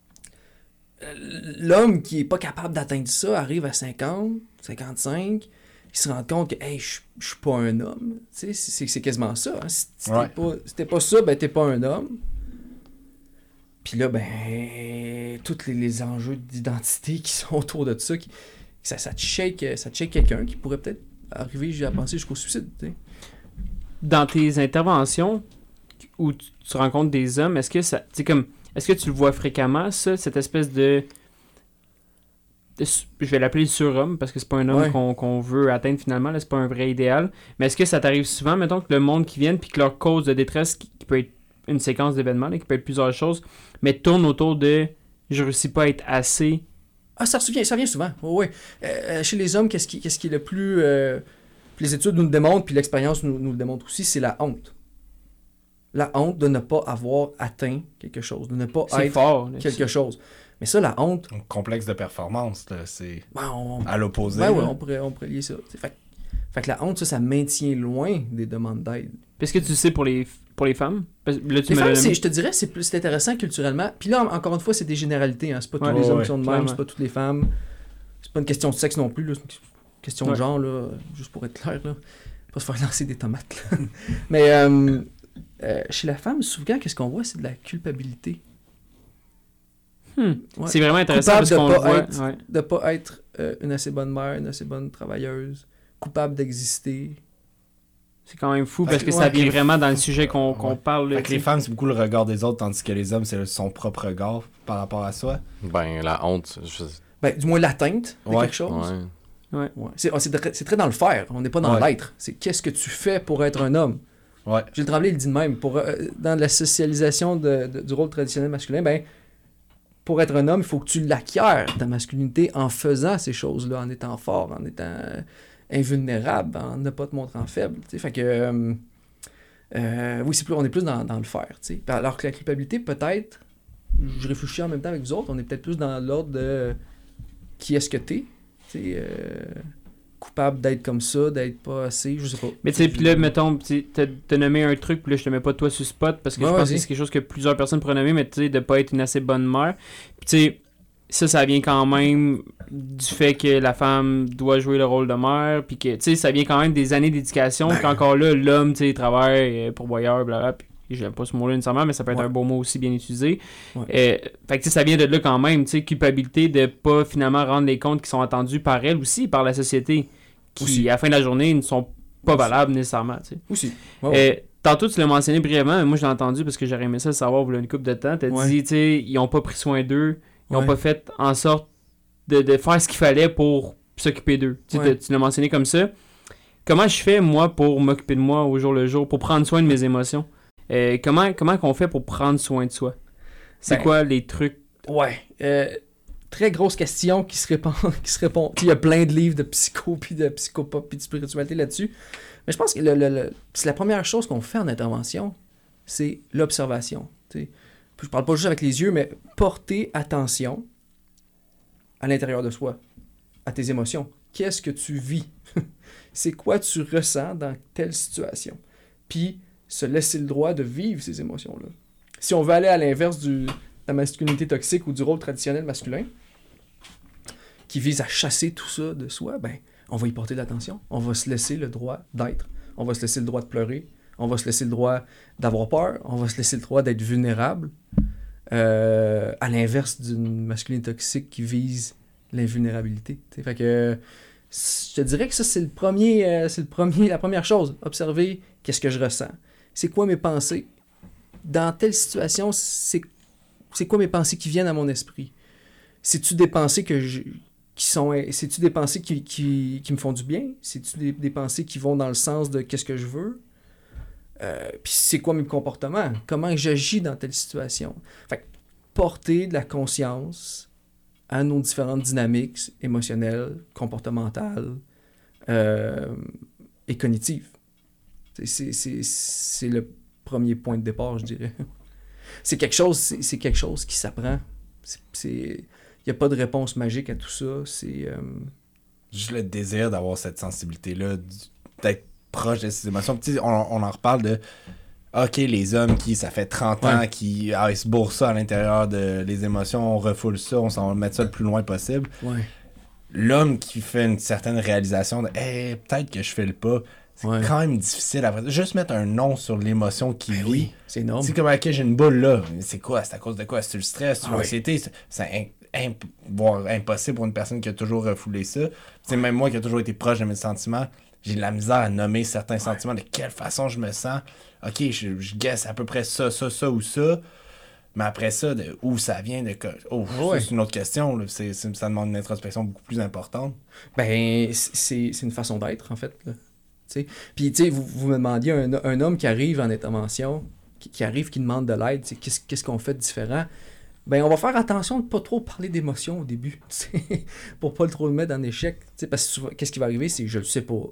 l'homme qui est pas capable d'atteindre ça arrive à cinquante, cinquante-cinq, il se rend compte que hey, je suis pas un homme. C'est, c'est, c'est quasiment ça. Hein. Si, si, ouais. t'es pas, si t'es pas ça, ben t'es pas un homme. Puis là, ben, tous les, les enjeux d'identité qui sont autour de ça, qui, ça, ça te shake, ça te shake quelqu'un qui pourrait peut-être arriver à penser jusqu'au suicide. T'sais. Dans tes interventions où tu, tu rencontres des hommes, est-ce que ça, tu sais comme est-ce que tu le vois fréquemment, ça, cette espèce de... de je vais l'appeler le surhomme, parce que c'est pas un homme ouais. qu'on, qu'on veut atteindre finalement, là, c'est pas un vrai idéal. Mais est-ce que ça t'arrive souvent, mettons, que le monde qui vient, puis que leur cause de détresse, qui, qui peut être une séquence d'événements, là, qui peut être plusieurs choses, mais tourne autour de « je réussis pas à être assez ». Ah, ça revient, ça revient souvent, oui. Ouais. Euh, chez les hommes, qu'est-ce qui, qu'est-ce qui est le plus... Euh, les études nous le démontrent, puis l'expérience nous, nous le démontre aussi, c'est la honte. La honte de ne pas avoir atteint quelque chose, de ne pas c'est être fort, là, quelque c'est... chose. Mais ça, la honte... Un complexe de performance, là, c'est ben, on... à l'opposé. Ben oui, on pourrait, on pourrait lier ça. Fait, fait que la honte, ça, ça maintient loin des demandes d'aide. Est-ce que tu sais pour les, pour les femmes? Là, tu les femmes, c'est, je te dirais, c'est, plus, c'est intéressant culturellement. Puis là, encore une fois, c'est des généralités. Hein. C'est pas tous ouais, les ouais, hommes ouais, qui sont de même, c'est pas toutes les femmes. C'est pas une question de sexe non plus, là. C'est une question ouais. de genre, là, juste pour être clair. Là. Pas se faire lancer des tomates. Là. Mais... Euh, Euh, chez la femme, souvent, qu'est-ce qu'on voit? C'est de la culpabilité. Hmm. Ouais. C'est vraiment intéressant coupable parce qu'on de pas voit... Être, ouais. de pas être euh, une assez bonne mère, une assez bonne travailleuse, coupable d'exister. C'est quand même fou fait parce que, que ouais, ça vient les... vraiment dans le sujet qu'on, qu'on ouais. parle. Fait que les femmes, c'est beaucoup le regard des autres, tandis que les hommes, c'est son propre regard par rapport à soi. Ben, la honte... Je... Ben, du moins l'atteinte de ouais. quelque chose. Ouais. Ouais. Ouais. C'est, c'est, très, c'est très dans le faire, on n'est pas dans Ouais. l'être. C'est qu'est-ce que tu fais pour être un homme. Ouais. Gilles Tremblay, il dit de même. Pour, euh, dans la socialisation de, de- du rôle traditionnel masculin, ben, pour être un homme, il faut que tu l'acquières, ta masculinité, en faisant ces choses-là, en étant fort, en étant euh, invulnérable, en ne pas te montrant faible. T'sais. Fait que, euh, euh, oui, c'est plus, on est plus dans, dans le faire. T'sais. Alors que la culpabilité, peut-être, je réfléchis en même temps avec vous autres, on est peut-être plus dans l'ordre de qui est-ce que t'es. T'sais, euh, coupable d'être comme ça, d'être pas assez, je sais pas. Mais tu sais, puis là, mettons, tu t'as t'as nommé un truc, puis là, je te mets pas toi sur spot, parce que Ouais, je pense vas-y. que c'est quelque chose que plusieurs personnes pourraient nommer, mais tu sais, de pas être une assez bonne mère. Puis tu sais, ça, ça vient quand même du fait que la femme doit jouer le rôle de mère, puis que, tu sais, ça vient quand même des années d'éducation, Ben. qu'encore là, l'homme, tu sais, il travaille euh, pour boyeur, blablabla, puis j'aime pas ce mot-là nécessairement, mais ça peut être Ouais. un beau mot aussi bien utilisé. Ouais. Euh, fait que tu sais, ça vient de là quand même, tu sais, culpabilité de pas finalement rendre les comptes qui sont attendus par elle aussi, par la société, qui, Aussi. à la fin de la journée, ne sont pas Aussi. valables nécessairement, tu sais. Aussi. Ouais, ouais. Euh, tantôt, tu l'as mentionné brièvement, mais moi, je l'ai entendu parce que j'aurais aimé ça le savoir il y a une couple de temps. Tu as Ouais. dit, tu sais, ils ont pas pris soin d'eux, ils ont Ouais. pas fait en sorte de, de faire ce qu'il fallait pour s'occuper d'eux. Tu sais, Ouais. t'as- tu l'as mentionné comme ça. Comment je fais, moi, pour m'occuper de moi au jour le jour, pour prendre soin de mes émotions? Euh, comment comment qu'on fait pour prendre soin de soi? C'est Ben, quoi les trucs? Ouais. Euh, très grosse question qui se répond. Qui se répond. Il y a plein de livres de psycho, puis de psychopop, puis de spiritualité là-dessus. Mais je pense que le, le- le- c'est la première chose qu'on fait en intervention, c'est l'observation. T'sais. Puis je parle pas juste avec les yeux, mais porter attention à l'intérieur de soi, à tes émotions. Qu'est-ce que tu vis? C'est quoi tu ressens dans telle situation? Puis se laisser le droit de vivre ces émotions-là. Si on veut aller à l'inverse du, de la masculinité toxique ou du rôle traditionnel masculin, qui vise à chasser tout ça de soi, ben, on va y porter de l'attention. On va se laisser le droit d'être. On va se laisser le droit de pleurer. On va se laisser le droit d'avoir peur. On va se laisser le droit d'être vulnérable. Euh, à l'inverse d'une masculinité toxique qui vise l'invulnérabilité. T'sais. Fait que je te dirais que ça, c'est le premier, euh, c'est le premier, la première chose. Observer qu'est-ce que je ressens. C'est quoi mes pensées? Dans telle situation, c'est, c'est quoi mes pensées qui viennent à mon esprit? C'est-tu des pensées que je, qui sont... C'est-tu des pensées qui, qui, qui me font du bien? C'est-tu des, des pensées qui vont dans le sens de qu'est-ce que je veux? Euh, Puis c'est quoi mes comportements? Comment j'agis dans telle situation? Fait que porter de la conscience à nos différentes dynamiques émotionnelles, comportementales euh, et cognitives. C'est, c'est, c'est, c'est le premier point de départ, je dirais. C'est quelque chose, c'est, c'est quelque chose qui s'apprend. C'est, c'est, il n'y a pas de réponse magique à tout ça. C'est... Euh... Juste le désir d'avoir cette sensibilité-là, du- d'être proche de ses émotions. Puis, tu sais, on, on en reparle de OK, les hommes qui, ça fait trente ans, Ouais. qui ah, ils se bourrent ça à l'intérieur de les émotions, on refoule ça, on s'en va mettre ça le plus loin possible. Ouais. L'homme qui fait une certaine réalisation de hey, peut-être que je fais le pas, c'est Ouais. quand même difficile après. Juste mettre un nom sur l'émotion qui Ben vit. oui, c'est énorme. C'est comme OK, j'ai une boule là. Mais c'est quoi? C'est à cause de quoi? C'est le stress, c'est Ah oui. l'anxiété. C'est, c'est in- imp- voire impossible pour une personne qui a toujours refoulé ça. C'est même moi qui ai toujours été proche de mes sentiments. J'ai de la misère à nommer certains Ouais. sentiments, de quelle façon je me sens. OK, je, je guesse à peu près ça, ça, ça ou ça. Mais après ça, de où ça vient, de quoi- oh, ça, Ouais. c'est une autre question. Là. C'est, c'est- ça demande une introspection beaucoup plus importante. Ben, c'est, c'est une façon d'être, en fait. Là. T'sais. Puis, tu sais, vous, vous me demandiez un, un homme qui arrive en intervention, qui, qui arrive, qui demande de l'aide, t'sais, qu'est-ce, qu'est-ce qu'on fait de différent? Ben, on va faire attention de ne pas trop parler d'émotions au début, t'sais, pour pas le trop le mettre en échec. T'sais, parce que souvent, qu'est-ce qui va arriver, c'est je le sais pas.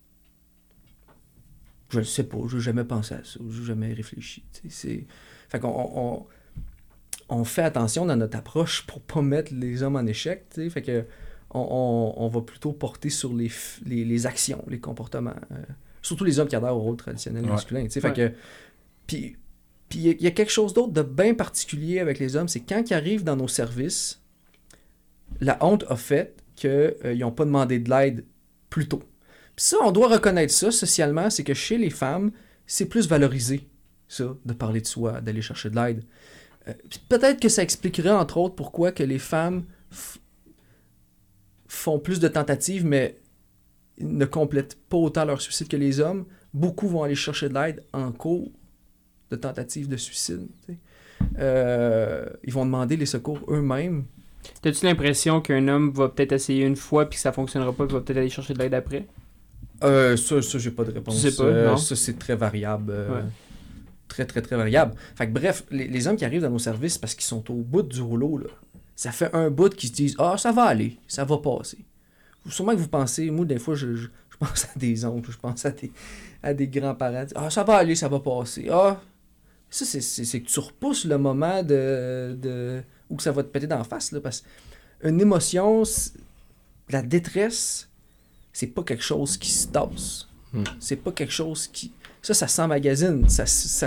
Je le sais pas, je n'ai jamais pensé à ça, je n'ai jamais réfléchi. t'sais, C'est... Fait qu'on on, on, on fait attention dans notre approche pour pas mettre les hommes en échec. t'sais. Fait que on, on, on va plutôt porter sur les, f- les, les actions, les comportements. euh, surtout les hommes qui adhèrent au rôle traditionnel Ouais. masculin. t'sais. Fait Ouais. que, puis puis il y a- il y a quelque chose d'autre de bien particulier avec les hommes, c'est quand ils arrivent dans nos services, la honte a fait qu'ils n'ont pas demandé de l'aide plus tôt. Puis ça, on doit reconnaître ça socialement, c'est que chez les femmes, c'est plus valorisé, ça, de parler de soi, d'aller chercher de l'aide. Euh, puis peut-être que ça expliquerait, entre autres, pourquoi que les femmes f- font plus de tentatives, mais ne complètent pas autant leur suicide que les hommes. Beaucoup vont aller chercher de l'aide en cours de tentatives de suicide. tu sais. Euh, ils vont demander les secours eux-mêmes T'as-tu l'impression qu'un homme va peut-être essayer une fois puis que ça fonctionnera pas, puis va peut-être aller chercher de l'aide après? Euh, ça, ça j'ai pas de réponse. Tu sais pas, Euh, non? ça, c'est très variable. euh, Ouais. Très, très, très variable. Fait que bref, les, les hommes qui arrivent dans nos services parce qu'ils sont au bout du rouleau, là, ça fait un bout qu'ils se disent « Ah, ça va aller, ça va passer. » Sûrement que vous pensez, moi, des fois, je, je, je pense à des oncles, je pense à des, à des grands-parents. « Ah, ça va aller, ça va passer. » Ah, ça, c'est, c'est, c'est que tu repousses le moment de, de où que ça va te péter d'en face, là, parce qu'une émotion, c'est- la détresse, c'est pas quelque chose qui se tasse. Hmm. C'est pas quelque chose qui... Ça, ça s'emmagasine. Ça, ça,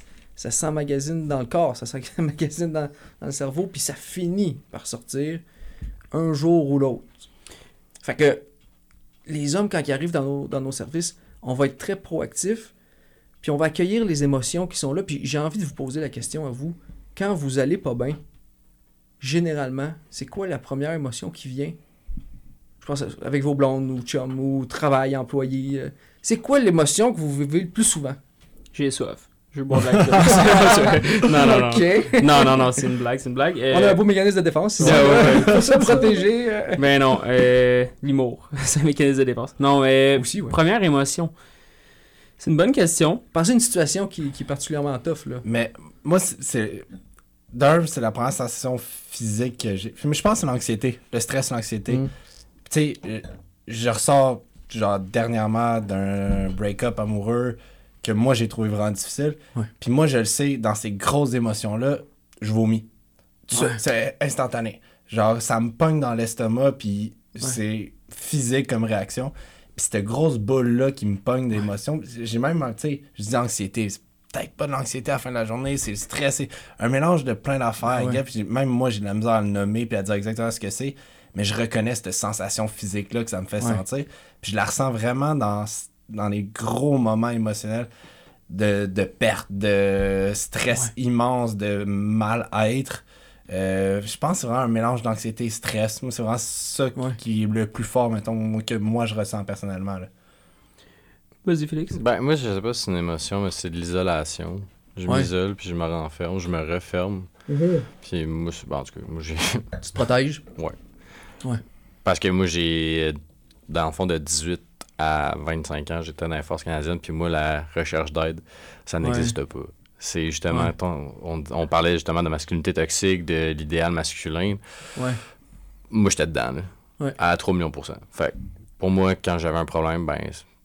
ça s'emmagasine dans le corps, ça s'emmagasine dans, dans le cerveau, puis ça finit par sortir un jour ou l'autre. Fait que les hommes, quand ils arrivent dans nos, dans nos services, on va être très proactifs, puis on va accueillir les émotions qui sont là. Puis j'ai envie de vous poser la question à vous. Quand vous allez pas bien, généralement, c'est quoi la première émotion qui vient? Je pense avec vos blondes ou chums ou travail, employé. euh, C'est quoi l'émotion que vous vivez le plus souvent? J'ai soif. Je veux boire de l'alcool. non, non, non. OK. Non, non, non, c'est une blague, c'est une blague. Euh, On a un beau mécanisme de défense. Ouais, ouais, Pour se protéger. euh. Mais non, euh, l'humour. C'est un mécanisme de défense. Non, mais Aussi, ouais. première émotion. C'est une bonne question. Pensez à une situation qui, qui est particulièrement tough, là. Mais moi, c'est- c'est. D'un, c'est la première sensation physique que j'ai. Mais je pense que c'est l'anxiété. Le stress, l'anxiété. Mm. Tu sais, euh, je ressors, genre, dernièrement d'un break-up amoureux que moi, j'ai trouvé vraiment difficile. Ouais. Puis moi, je le sais, dans ces grosses émotions-là, je vomis. Ça, Ouais. C'est instantané. Genre, ça me pogne dans l'estomac, puis c'est physique comme réaction. Puis cette grosse boule-là qui me pogne d'émotions, j'ai même, tu sais, je dis anxiété, c'est peut-être pas de l'anxiété à la fin de la journée, c'est le stress, c'est un mélange de plein d'affaires. Ouais. gars, puis j'ai- même moi, j'ai de la misère à le nommer puis à dire exactement ce que c'est, mais je reconnais cette sensation physique-là que ça me fait Ouais. sentir. Puis je la ressens vraiment dans, dans les gros moments émotionnels de, de perte, de stress immense, de mal-être. Euh, je pense que c'est vraiment un mélange d'anxiété et stress. Moi, c'est vraiment ça Ouais. qui est le plus fort, mettons, que moi je ressens personnellement. Là. Vas-y, Félix. Ben, moi, je sais pas si c'est une émotion, mais c'est de l'isolation. Je Ouais. m'isole, puis je me renferme, je me referme. Puis moi, c'est- bon, en tout cas, moi, j'ai... Tu te protèges. Parce que moi, j'ai, dans le fond, de dix-huit à vingt-cinq ans, j'étais dans les forces canadiennes, puis moi, la recherche d'aide, ça n'existe pas. C'est justement, Ouais. ton- on, on parlait justement de masculinité toxique, de l'idéal masculin. Ouais. Moi, j'étais dedans, là, Ouais. à trois millions pour cent. Fait que pour moi, quand j'avais un problème, ben,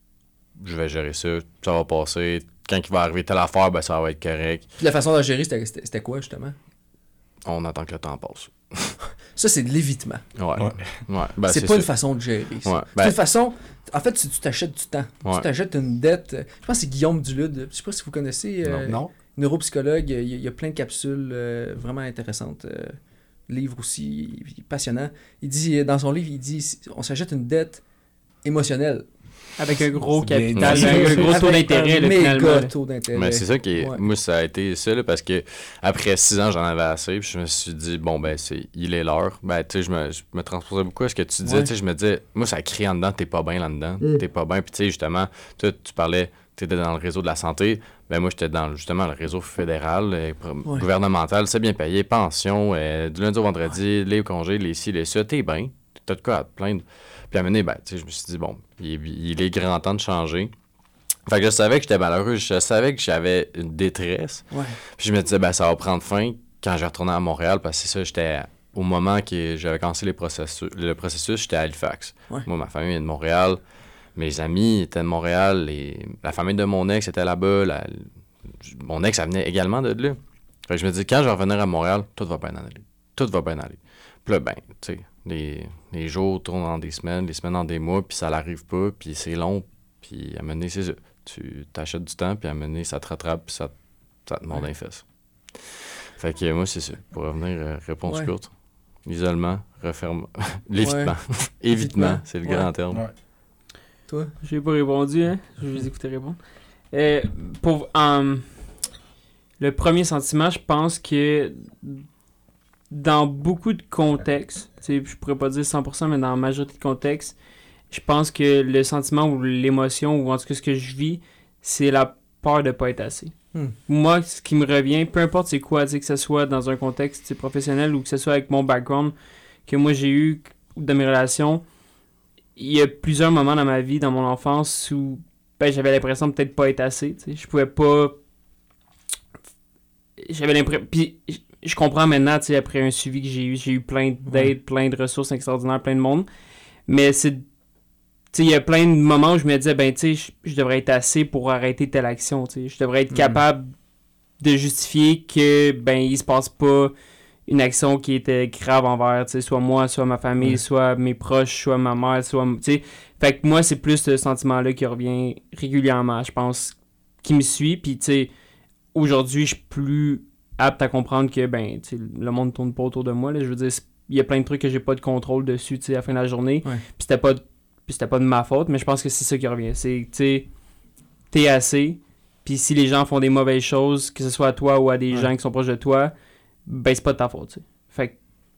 je vais gérer ça, ça va passer. Quand il va arriver telle affaire, ben, ça va être correct. Puis la façon de la gérer, c'était, c'était, c'était quoi, justement? On attend que le temps passe. Ça, c'est de l'évitement. Ouais. Ouais. Ouais. Ben, c'est, c'est pas ça. une façon de gérer. ça. Ouais. C'est Ben, une façon... En fait, c'est tu t'achètes du temps. Ouais. Tu t'achètes une dette. Je pense que c'est Guillaume Dulude. Je sais pas si vous connaissez. euh, Non? neuropsychologue, il y, a, il y a plein de capsules euh, vraiment intéressantes. Euh, livre aussi, il est passionnant. Il dit, dans son livre, il dit on s'achète une dette émotionnelle. Avec un gros C'est bien capital, dit. avec un gros taux Avec d'intérêt, un là, méga finalement. là. taux d'intérêt. Mais c'est ça qui est. Ouais. Moi, ça a été ça, là, parce que après six ans, j'en avais assez. Puis je me suis dit, bon, ben, c'est, il est l'heure. Ben, tu sais, je me, je me transposais beaucoup à ce que tu disais. Ouais. Tu sais, je me disais, moi, ça crie en dedans, t'es pas bien là-dedans. Mm. T'es pas bien. Puis, tu sais, justement, toi, tu parlais, t'étais dans le réseau de la santé. Ben, moi, j'étais dans justement le réseau fédéral, euh, pr- Ouais. gouvernemental, c'est bien payé, pension, euh, du lundi au vendredi, les congés, les ci, les ça. T'es bien. T'as de quoi à te plaindre. Puis à un moment donné, ben, tu sais, je me suis dit, bon, il est, il est grand temps de changer. Fait que je savais que j'étais malheureux, je savais que j'avais une détresse. Ouais. Puis je me disais, ben ça va prendre fin quand j'ai retourné à Montréal, parce que c'est ça, j'étais au moment que j'avais commencé les processus, le processus, j'étais à Halifax. Ouais. Moi, ma famille est de Montréal, mes amis étaient de Montréal, les- la famille de mon ex était là-bas, la- mon ex, elle venait également de là. Fait que je me dis, quand je vais revenir à Montréal, tout va bien aller. Tout va bien aller. Puis là, ben, tu sais, les, les jours tournent dans des semaines, les semaines dans des mois, puis ça n'arrive pas, puis c'est long, puis à un moment donné, c'est ça. Tu t'achètes du temps, puis à un moment donné, ça te rattrape, puis ça, ça te mord dans les fesses. Fait que euh, moi, c'est ça. Pour revenir, euh, réponse Ouais. courte. L'isolement, referme... l'évitement. Évitement, c'est le Ouais. grand terme. Ouais. Toi? J'ai pas répondu, hein. Je vais vous écouter répondre. Euh, pour, um, le premier sentiment, je pense que dans beaucoup de contextes, tu sais, je pourrais pas dire cent pour cent, mais dans la majorité de contextes, je pense que le sentiment ou l'émotion, ou en tout cas ce que je vis, c'est la peur de pas être assez. Hmm. Moi, ce qui me revient, peu importe c'est quoi, tu sais, que ce soit dans un contexte tu sais, professionnel ou que ce soit avec mon background que moi j'ai eu dans mes relations, il y a plusieurs moments dans ma vie, dans mon enfance, où ben, j'avais l'impression de peut-être pas être assez. Tu sais. Je pouvais pas. J'avais l'impression. Puis je- je comprends maintenant, tu sais, après un suivi que j'ai eu, j'ai eu plein d'aides, Ouais. plein de ressources extraordinaires, plein de monde. Mais c'est. Tu sais, il y a plein de moments où je me disais, ben, tu sais, je, je devrais être assez pour arrêter telle action. Tu sais. Je devrais être Mm. capable de justifier que, ben, il se passe pas une action qui était grave envers, tu sais, soit moi, soit ma famille, Ouais. soit mes proches, soit ma mère, soit, tu sais, fait que moi, c'est plus ce sentiment-là qui revient régulièrement, je pense, qui me suit, puis tu sais, aujourd'hui, je suis plus apte à comprendre que, ben, tu sais, le monde tourne pas autour de moi, là, je veux dire, c'est- il y a plein de trucs que j'ai pas de contrôle dessus, tu sais, à la fin de la journée, Ouais. puis c'était pas, de- puis c'était pas de ma faute, mais je pense que c'est ça qui revient, c'est, tu sais, t'es assez, puis si les gens font des mauvaises choses, que ce soit à toi ou à des Ouais. gens qui sont proches de toi, ben c'est pas de ta faute, tu sais. Fait que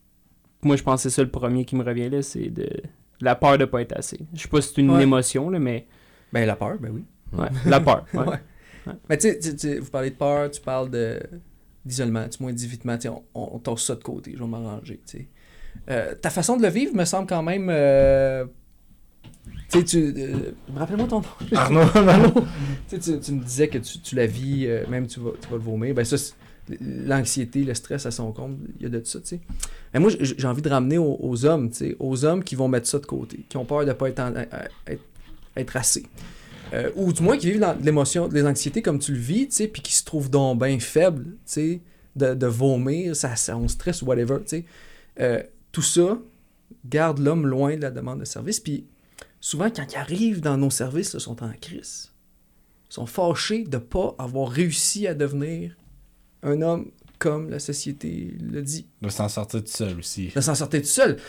moi, je pense que c'est ça le premier qui me revient, là, c'est de la peur de pas être assez. Je sais pas si c'est une Ouais. émotion, là, mais Ben, la peur, ben oui. ouais, la peur, ouais. Ouais. Mais tu sais, tu- tu- vous parlez de peur, tu parles de d'isolement, tu moins d'évitement, tu sais, on, on, on tosse ça de côté, je vais m'arranger, tu sais. Euh, ta façon de le vivre me semble quand même... euh, tu sais, tu... euh, rappelle-moi ton nom. Arnaud, Arnaud. Tu, sais, tu, tu me disais que tu, tu la vis, euh, même tu vas, tu vas le vomir. Ben ça, c'est- l'anxiété, le stress à son comble, il y a de ça, tu sais. Mais moi, j'ai j'ai envie de ramener aux, aux hommes, tu sais, aux hommes qui vont mettre ça de côté, qui ont peur de ne pas être, en- à- être, être assez. Euh, ou du moins qui vivent dans de l'émotion, de l'anxiété comme tu le vis, tu sais, puis qui se trouvent donc bien faibles, tu sais, de, de vomir, ça, ça, on stresse ou whatever, tu sais. Euh, tout ça garde l'homme loin de la demande de service, puis souvent, quand ils arrivent dans nos services, là, ils sont en crise. Ils sont fâchés de ne pas avoir réussi à devenir un homme comme la société le dit. De s'en sortir tout seul aussi. De s'en sortir tout seul.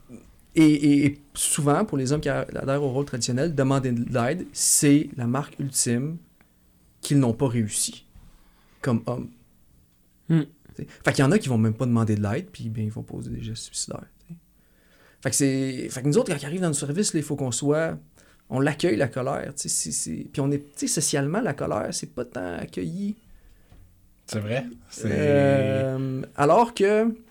Et, et- et souvent, pour les hommes qui adhèrent au rôle traditionnel, demander de l'aide, c'est la marque ultime qu'ils n'ont pas réussi comme hommes. Hmm. T'sais. Fait qu'il y en a qui vont même pas demander de l'aide, puis bien, ils vont poser des gestes suicidaires. T'sais. Fait que c'est. Fait que nous autres, quand ils arrivent dans le service, il faut qu'on soit. On l'accueille, la colère. t'sais, c'est- c'est- Puis on est. Tu sais, socialement, la colère, c'est pas tant accueilli. C'est vrai? C'est... Euh, alors que Puis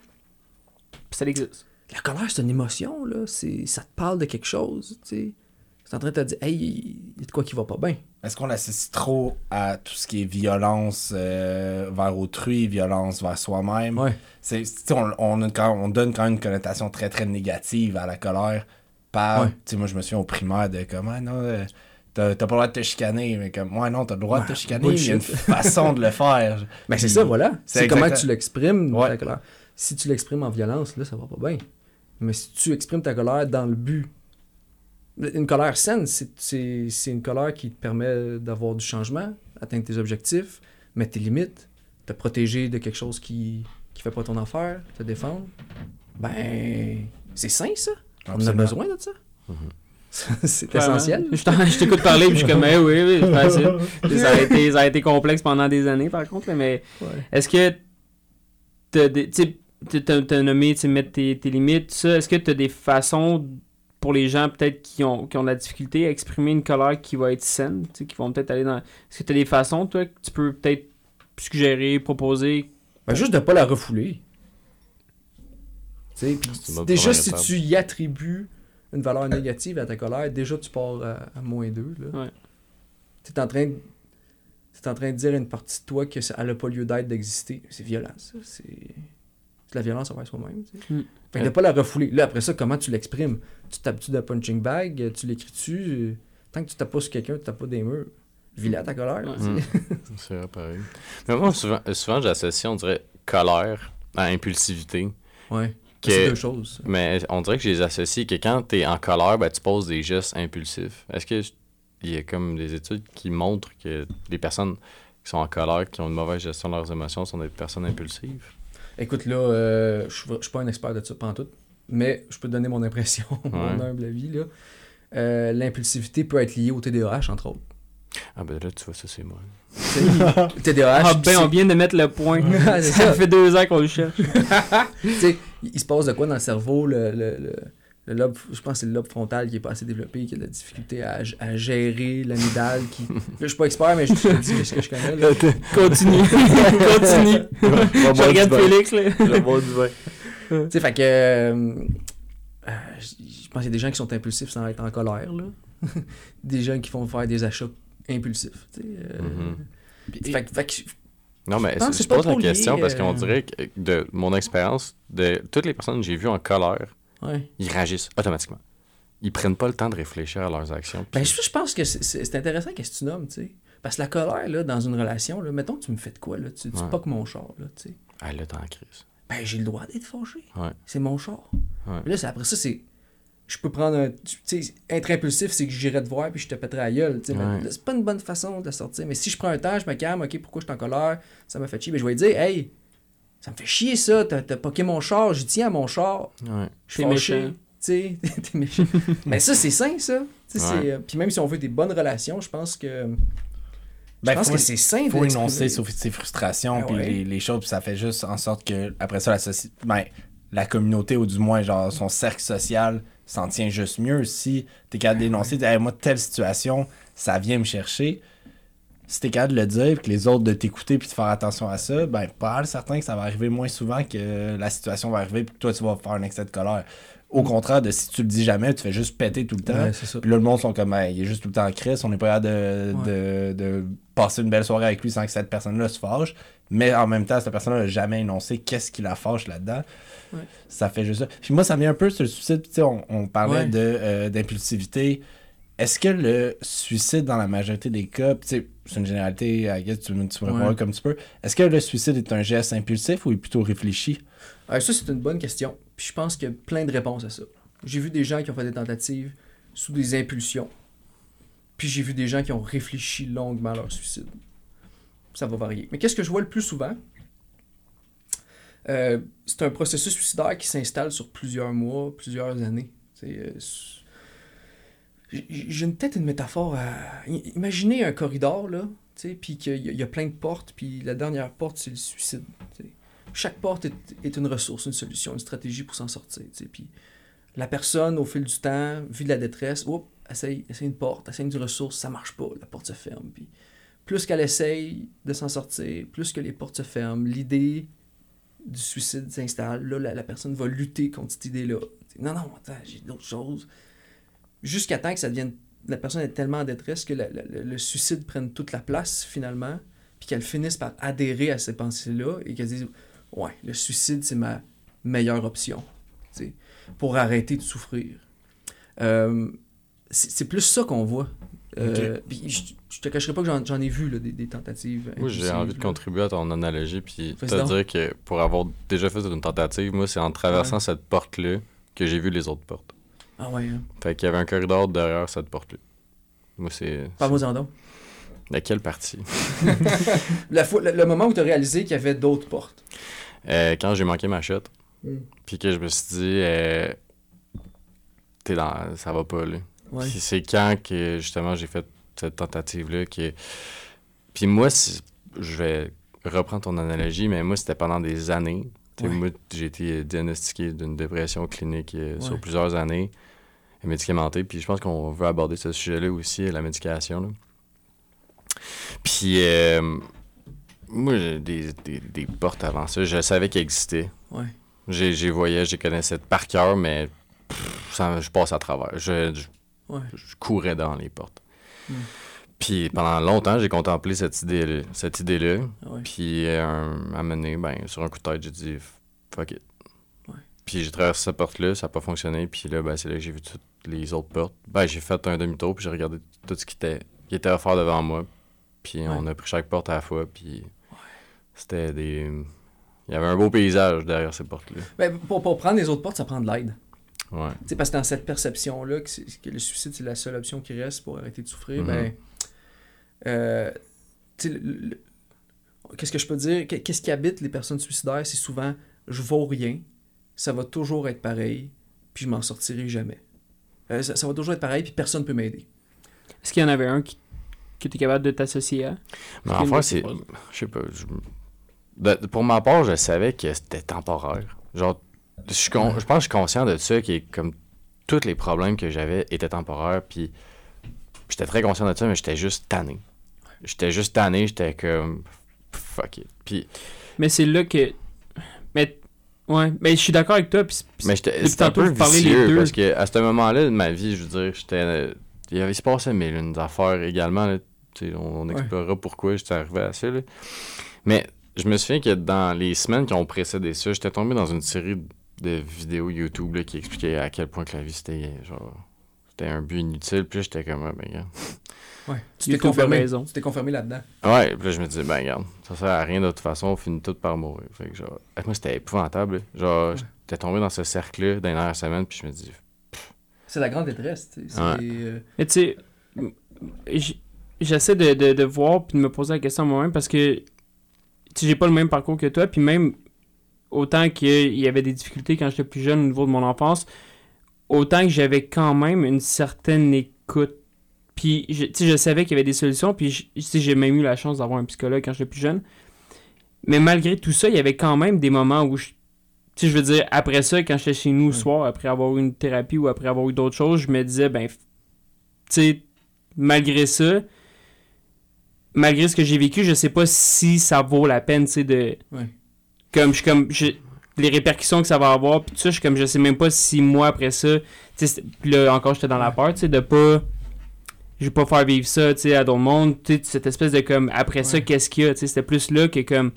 ça existe. la colère, c'est une émotion, là. C'est, ça te parle de quelque chose, tu sais. C'est en train de te dire, hey, il y a de quoi qui va pas bien. Est-ce qu'on associe trop à tout ce qui est violence euh, vers autrui, violence vers soi-même? Ouais. C'est, tu sais, on, on, a quand- on donne quand même une connotation très très négative à la colère par, Ouais. tu sais, moi je me souviens au primaire de comme, ah non, euh, t'as, t'as pas le droit de te chicaner, mais comme, ouais non, t'as le droit de te Ouais, chicaner, mais il y a une bullshit. façon de le faire. Ben, c'est ça, voilà. C'est C'est, comment exactement- tu l'exprimes, Ouais. ta colère. Si tu l'exprimes en violence, là, ça va pas bien. Mais si tu exprimes ta colère dans le but. Une colère saine, c'est, c'est, c'est une colère qui te permet d'avoir du changement, atteindre tes objectifs, mettre tes limites, te protéger de quelque chose qui qui fait pas ton affaire, te défendre. Ben, c'est sain, ça. On a Absolument. besoin de ça. c'est Clairement. essentiel. Je, t'en- je t'écoute parler, puis je suis comme, eh oui, oui, c'est facile. Ça a, été, ça a été complexe pendant des années, par contre, là, mais Ouais. est-ce que t'as des. Tu sais, t'as- t'as t'as nommé, tu sais, mettre tes, tes limites, tout ça. Est-ce que tu as des façons pour les gens, peut-être, qui ont, qui ont de la difficulté à exprimer une colère qui va être saine, tu sais, qui vont peut-être aller dans. Est-ce que tu as des façons, toi, que tu peux peut-être suggérer, proposer? Ben, juste de pas la refouler. Tu sais, puis C'est une bonne déjà, première si étape. tu y attribues une valeur négative à ta colère, déjà tu pars à, à moins deux. Là. Ouais. Tu es en train de t'es en train de dire à une partie de toi qu'elle n'a pas lieu d'être, d'exister. C'est violent, ça. C'est, c'est de la violence envers soi-même. Tu sais. Mm. Fait que de pas la refouler. Là, après ça, comment tu l'exprimes? Tu t'habitues de punching bag, tu l'écris-tu. euh, Tant que tu tapes pas sur quelqu'un, tu tapes pas des murs. Vis-la ta colère. Ouais. tu sais. Mm. C'est vrai, pareil. Mais moi, souvent, souvent j'associe, on dirait, colère à impulsivité. Ouais. Que- C'est deux choses. ça. Mais on dirait que je les associe que quand t'es en colère, ben, tu poses des gestes impulsifs. Est-ce que il y a comme des études qui montrent que les personnes qui sont en colère, qui ont une mauvaise gestion de leurs émotions, sont des personnes impulsives? Écoute, là, euh, je suis- je suis pas un expert de ça, pas en tout, mais je peux te donner mon impression, mon Ouais. humble avis. Là. Euh, l'impulsivité peut être liée au T D A H, entre autres. Ah ben là, tu vois, ça c'est moi. Tu sais, le T D A H, Ah ben, c'est- on vient de mettre le point. Ouais, c'est ça ça. fait deux ans qu'on le cherche. tu sais, il il se passe de quoi dans le cerveau, le, le, le, le lobe, je pense que c'est le lobe frontal qui est pas assez développé, qui a de la difficulté à, à gérer l'amygdale. Qui... Là, je suis pas expert, mais je te dis ce que je connais. Là. Continue. Continue. Je regarde Félix, là. Le bon du vin. Tu sais, fait que... Euh, euh, je pense qu'il y a des gens qui sont impulsifs sans être en colère, là. Des gens qui font faire des achats impulsifs, tu sais. Euh... Mm-hmm. Fait, fait que... Non, mais je, je, je pose la question lié, parce qu'on euh... dirait que de mon expérience, de toutes les personnes que j'ai vues en colère, ouais. ils réagissent automatiquement. Ils prennent pas le temps de réfléchir à leurs actions. Ben, je, je pense que c'est, c'est, c'est intéressant qu'est-ce que tu nommes, tu sais. Parce que la colère, là, dans une relation, là, mettons que tu me fais de quoi, là, tu, tu ouais. poques mon char, là, tu sais. Ah, là, t'es en crise. Ben, j'ai le droit d'être fâché. Ouais. C'est mon char. Ouais. Là, c'est, après ça, c'est... Je peux prendre un... Tu sais, être impulsif, c'est que j'irai te voir puis je te pèterai la gueule, tu sais. Ouais. C'est pas une bonne façon de sortir. Mais si je prends un temps, je me calme, OK, pourquoi je suis en colère? Ça m'a fait chier. Ben, je vais lui dire, hey, ça me fait chier, ça. T'as, t'as poqué mon char, j'y tiens à mon char. Ouais. Je suis fâché. Tu sais, t'es méchant. Mais ça, c'est sain, ça. Ouais. C'est... Puis même si on veut des bonnes relations, je pense que... Ben, je pense faut, que c'est sain. Il faut énoncer ses frustrations, ben puis ouais. les, les choses, puis ça fait juste en sorte que, après ça, la société, ben, la communauté, ou du moins, genre, son cercle social s'en tient juste mieux si t'es capable d'énoncer, hey, moi, telle situation, ça vient me chercher. Si t'es capable de le dire, puis que les autres de t'écouter, puis de faire attention à ça, ben, pas mal certain que ça va arriver moins souvent que la situation va arriver, puis que toi, tu vas faire un excès de colère. Au contraire de si tu le dis jamais, tu fais juste péter tout le temps. Ouais, c'est ça. Puis là, le monde sont comme, hey, il est juste tout le temps en crise, on n'est pas capable de, ouais. de, de passer une belle soirée avec lui sans que cette personne-là se fâche. Mais en même temps, cette personne-là n'a jamais énoncé qu'est-ce qui la fâche là-dedans. Ouais. Ça fait juste ça. Puis moi, ça vient un peu sur le suicide. Tu sais, on, on parlait ouais. de, euh, d'impulsivité. Est-ce que le suicide, dans la majorité des cas, tu sais, c'est une généralité, I guess, tu, tu me répondras comme tu peux. Est-ce que le suicide est un geste impulsif ou est plutôt réfléchi? Alors, ça, c'est une bonne question. Puis je pense qu'il y a plein de réponses à ça. J'ai vu des gens qui ont fait des tentatives sous des impulsions. Puis j'ai vu des gens qui ont réfléchi longuement à leur suicide. Ça va varier. Mais qu'est-ce que je vois le plus souvent? Euh, c'est un processus suicidaire qui s'installe sur plusieurs mois, plusieurs années. C'est, euh, j'ai une, peut-être une métaphore à... Imaginez un corridor, là, puis qu'il y a, y a plein de portes, puis la dernière porte, c'est le suicide. T'sais. Chaque porte est, est une ressource, une solution, une stratégie pour s'en sortir. Puis la personne, au fil du temps, vu de la détresse, oups, essaye, essaye une porte, essaye une ressource, ça marche pas, la porte se ferme. Puis plus qu'elle essaye de s'en sortir, plus que les portes se ferment, l'idée du suicide s'installe. Là, la, la personne va lutter contre cette idée-là. T'sais, non, non, attends, j'ai d'autres choses. Jusqu'à temps que ça devienne... La personne est tellement en détresse que la, la, le suicide prenne toute la place, finalement, puis qu'elle finisse par adhérer à ces pensées-là et qu'elle se dise « Ouais, le suicide, c'est ma meilleure option. » pour arrêter de souffrir. Euh, c'est, c'est plus ça qu'on voit. Euh, okay. je, je te cacherai pas que j'en, j'en ai vu là, des, des tentatives. Moi, j'ai envie de là. contribuer à ton analogie, puis Fais te dire que pour avoir déjà fait une tentative, moi, c'est en traversant ouais. cette porte-là que j'ai vu les autres portes. Ah ouais. Hein. Fait qu'il y avait un corridor derrière cette porte-là. Moi, c'est... Parle-moi-en donc. Laquelle partie? La fois, le, le moment où tu as réalisé qu'il y avait d'autres portes. Euh, quand j'ai manqué ma shot. Mm. Puis que je me suis dit, euh, t'es dans, ça va pas, là. Ouais. Puis c'est quand que, justement, j'ai fait cette tentative-là. Que... Puis moi, si, je vais reprendre ton analogie, mais moi, c'était pendant des années. Ouais. Moi, j'ai été diagnostiqué d'une dépression clinique euh, ouais. sur plusieurs années, médicamentée. Puis je pense qu'on veut aborder ce sujet-là aussi, la médication, là. Puis, euh, moi, j'ai des, des, des portes avant ça, je savais qu'elles existaient. Ouais. J'ai, j'ai voyais, je les connaissais par cœur, mais pff, ça, je passe à travers. Je, je, ouais. je courais dans les portes. Mm. Puis pendant longtemps, j'ai contemplé cette idée-là. Cette idée-là. Ouais. Puis euh, à un moment donné, ben, sur un coup de tête, j'ai dit « fuck it ouais. ». Puis j'ai traversé cette porte-là, ça n'a pas fonctionné. Puis là, ben, c'est là que j'ai vu toutes les autres portes. Ben, j'ai fait un demi-tour, puis j'ai regardé tout ce qui était, qui était offert devant moi. Puis ouais. on a pris chaque porte à la fois, puis ouais. c'était des... Il y avait un beau paysage derrière ces portes-là. Ben, pour, pour prendre les autres portes, ça prend de l'aide. Ouais. T'sais, parce que dans cette perception-là, que, que le suicide, c'est la seule option qui reste pour arrêter de souffrir, mm-hmm. ben... Euh, le, le, qu'est-ce que je peux dire? Qu'est-ce qui habite les personnes suicidaires? C'est souvent, je vaux rien, ça va toujours être pareil, puis je m'en sortirai jamais. Euh, ça, ça va toujours être pareil, puis personne ne peut m'aider. Est-ce qu'il y en avait un qui, que tu es capable de t'associer à? Mais en fait, c'est... Je sais pas... Je... De, pour ma part, je savais que c'était temporaire. Genre, je, suis con, je pense que je suis conscient de ça, qui est comme tous les problèmes que j'avais étaient temporaires, puis j'étais très conscient de ça, mais j'étais juste tanné. J'étais juste tanné, j'étais comme fuck it. Puis, mais c'est là que. Mais, ouais, mais je suis d'accord avec toi. Puis, puis mais j'étais, depuis c'était un tantôt, peu vous parlez les vicieux, deux. parce que à ce moment-là de ma vie, je veux dire, j'étais. Il y avait, il se passait mille une affaires également, là. On, on explorera ouais. pourquoi j'étais arrivé à ça, là. Mais je me souviens que dans les semaines qui ont précédé ça, j'étais tombé dans une série de vidéos YouTube là, qui expliquaient à quel point que la vie c'était genre c'était un but inutile. Puis là, j'étais comme ah, ben regarde. Ouais. Tu t'es confirmé, tu t'es confirmé là-dedans. Ouais, puis là je me disais ben regarde, ça sert à rien de toute façon, on finit tout par mourir. Fait que genre, moi c'était épouvantable. Là. Genre, ouais. j'étais tombé dans ce cercle-là dans les dernières semaines, puis je me dis. Pff. C'est la grande détresse, tu sais. C'est... Ouais. Euh... Mais tu sais, j'essaie de, de, de voir puis de me poser la question moi-même parce que tu sais, j'ai pas le même parcours que toi, puis même autant qu'il y avait des difficultés quand j'étais plus jeune au niveau de mon enfance, autant que j'avais quand même une certaine écoute. Puis, je, tu sais, je savais qu'il y avait des solutions, puis je, tu sais, j'ai même eu la chance d'avoir un psychologue quand j'étais plus jeune. Mais malgré tout ça, il y avait quand même des moments où, je, tu sais, je veux dire, après ça, quand j'étais chez nous le soir, après avoir eu une thérapie ou après avoir eu d'autres choses, je me disais, ben, tu sais, malgré ça, malgré ce que j'ai vécu, je sais pas si ça vaut la peine, tu sais, de... Ouais. Comme, je suis comme... Je, les répercussions que ça va avoir, puis tout ça, je suis comme, je sais même pas si moi, après ça... Tu sais, puis là, encore, j'étais dans la peur, tu sais, de pas... Je vais pas faire vivre ça, tu sais, à d'autres mondes, tu sais, cette espèce de, comme, après ouais. ça, qu'est-ce qu'il y a, tu sais, c'était plus là que, comme...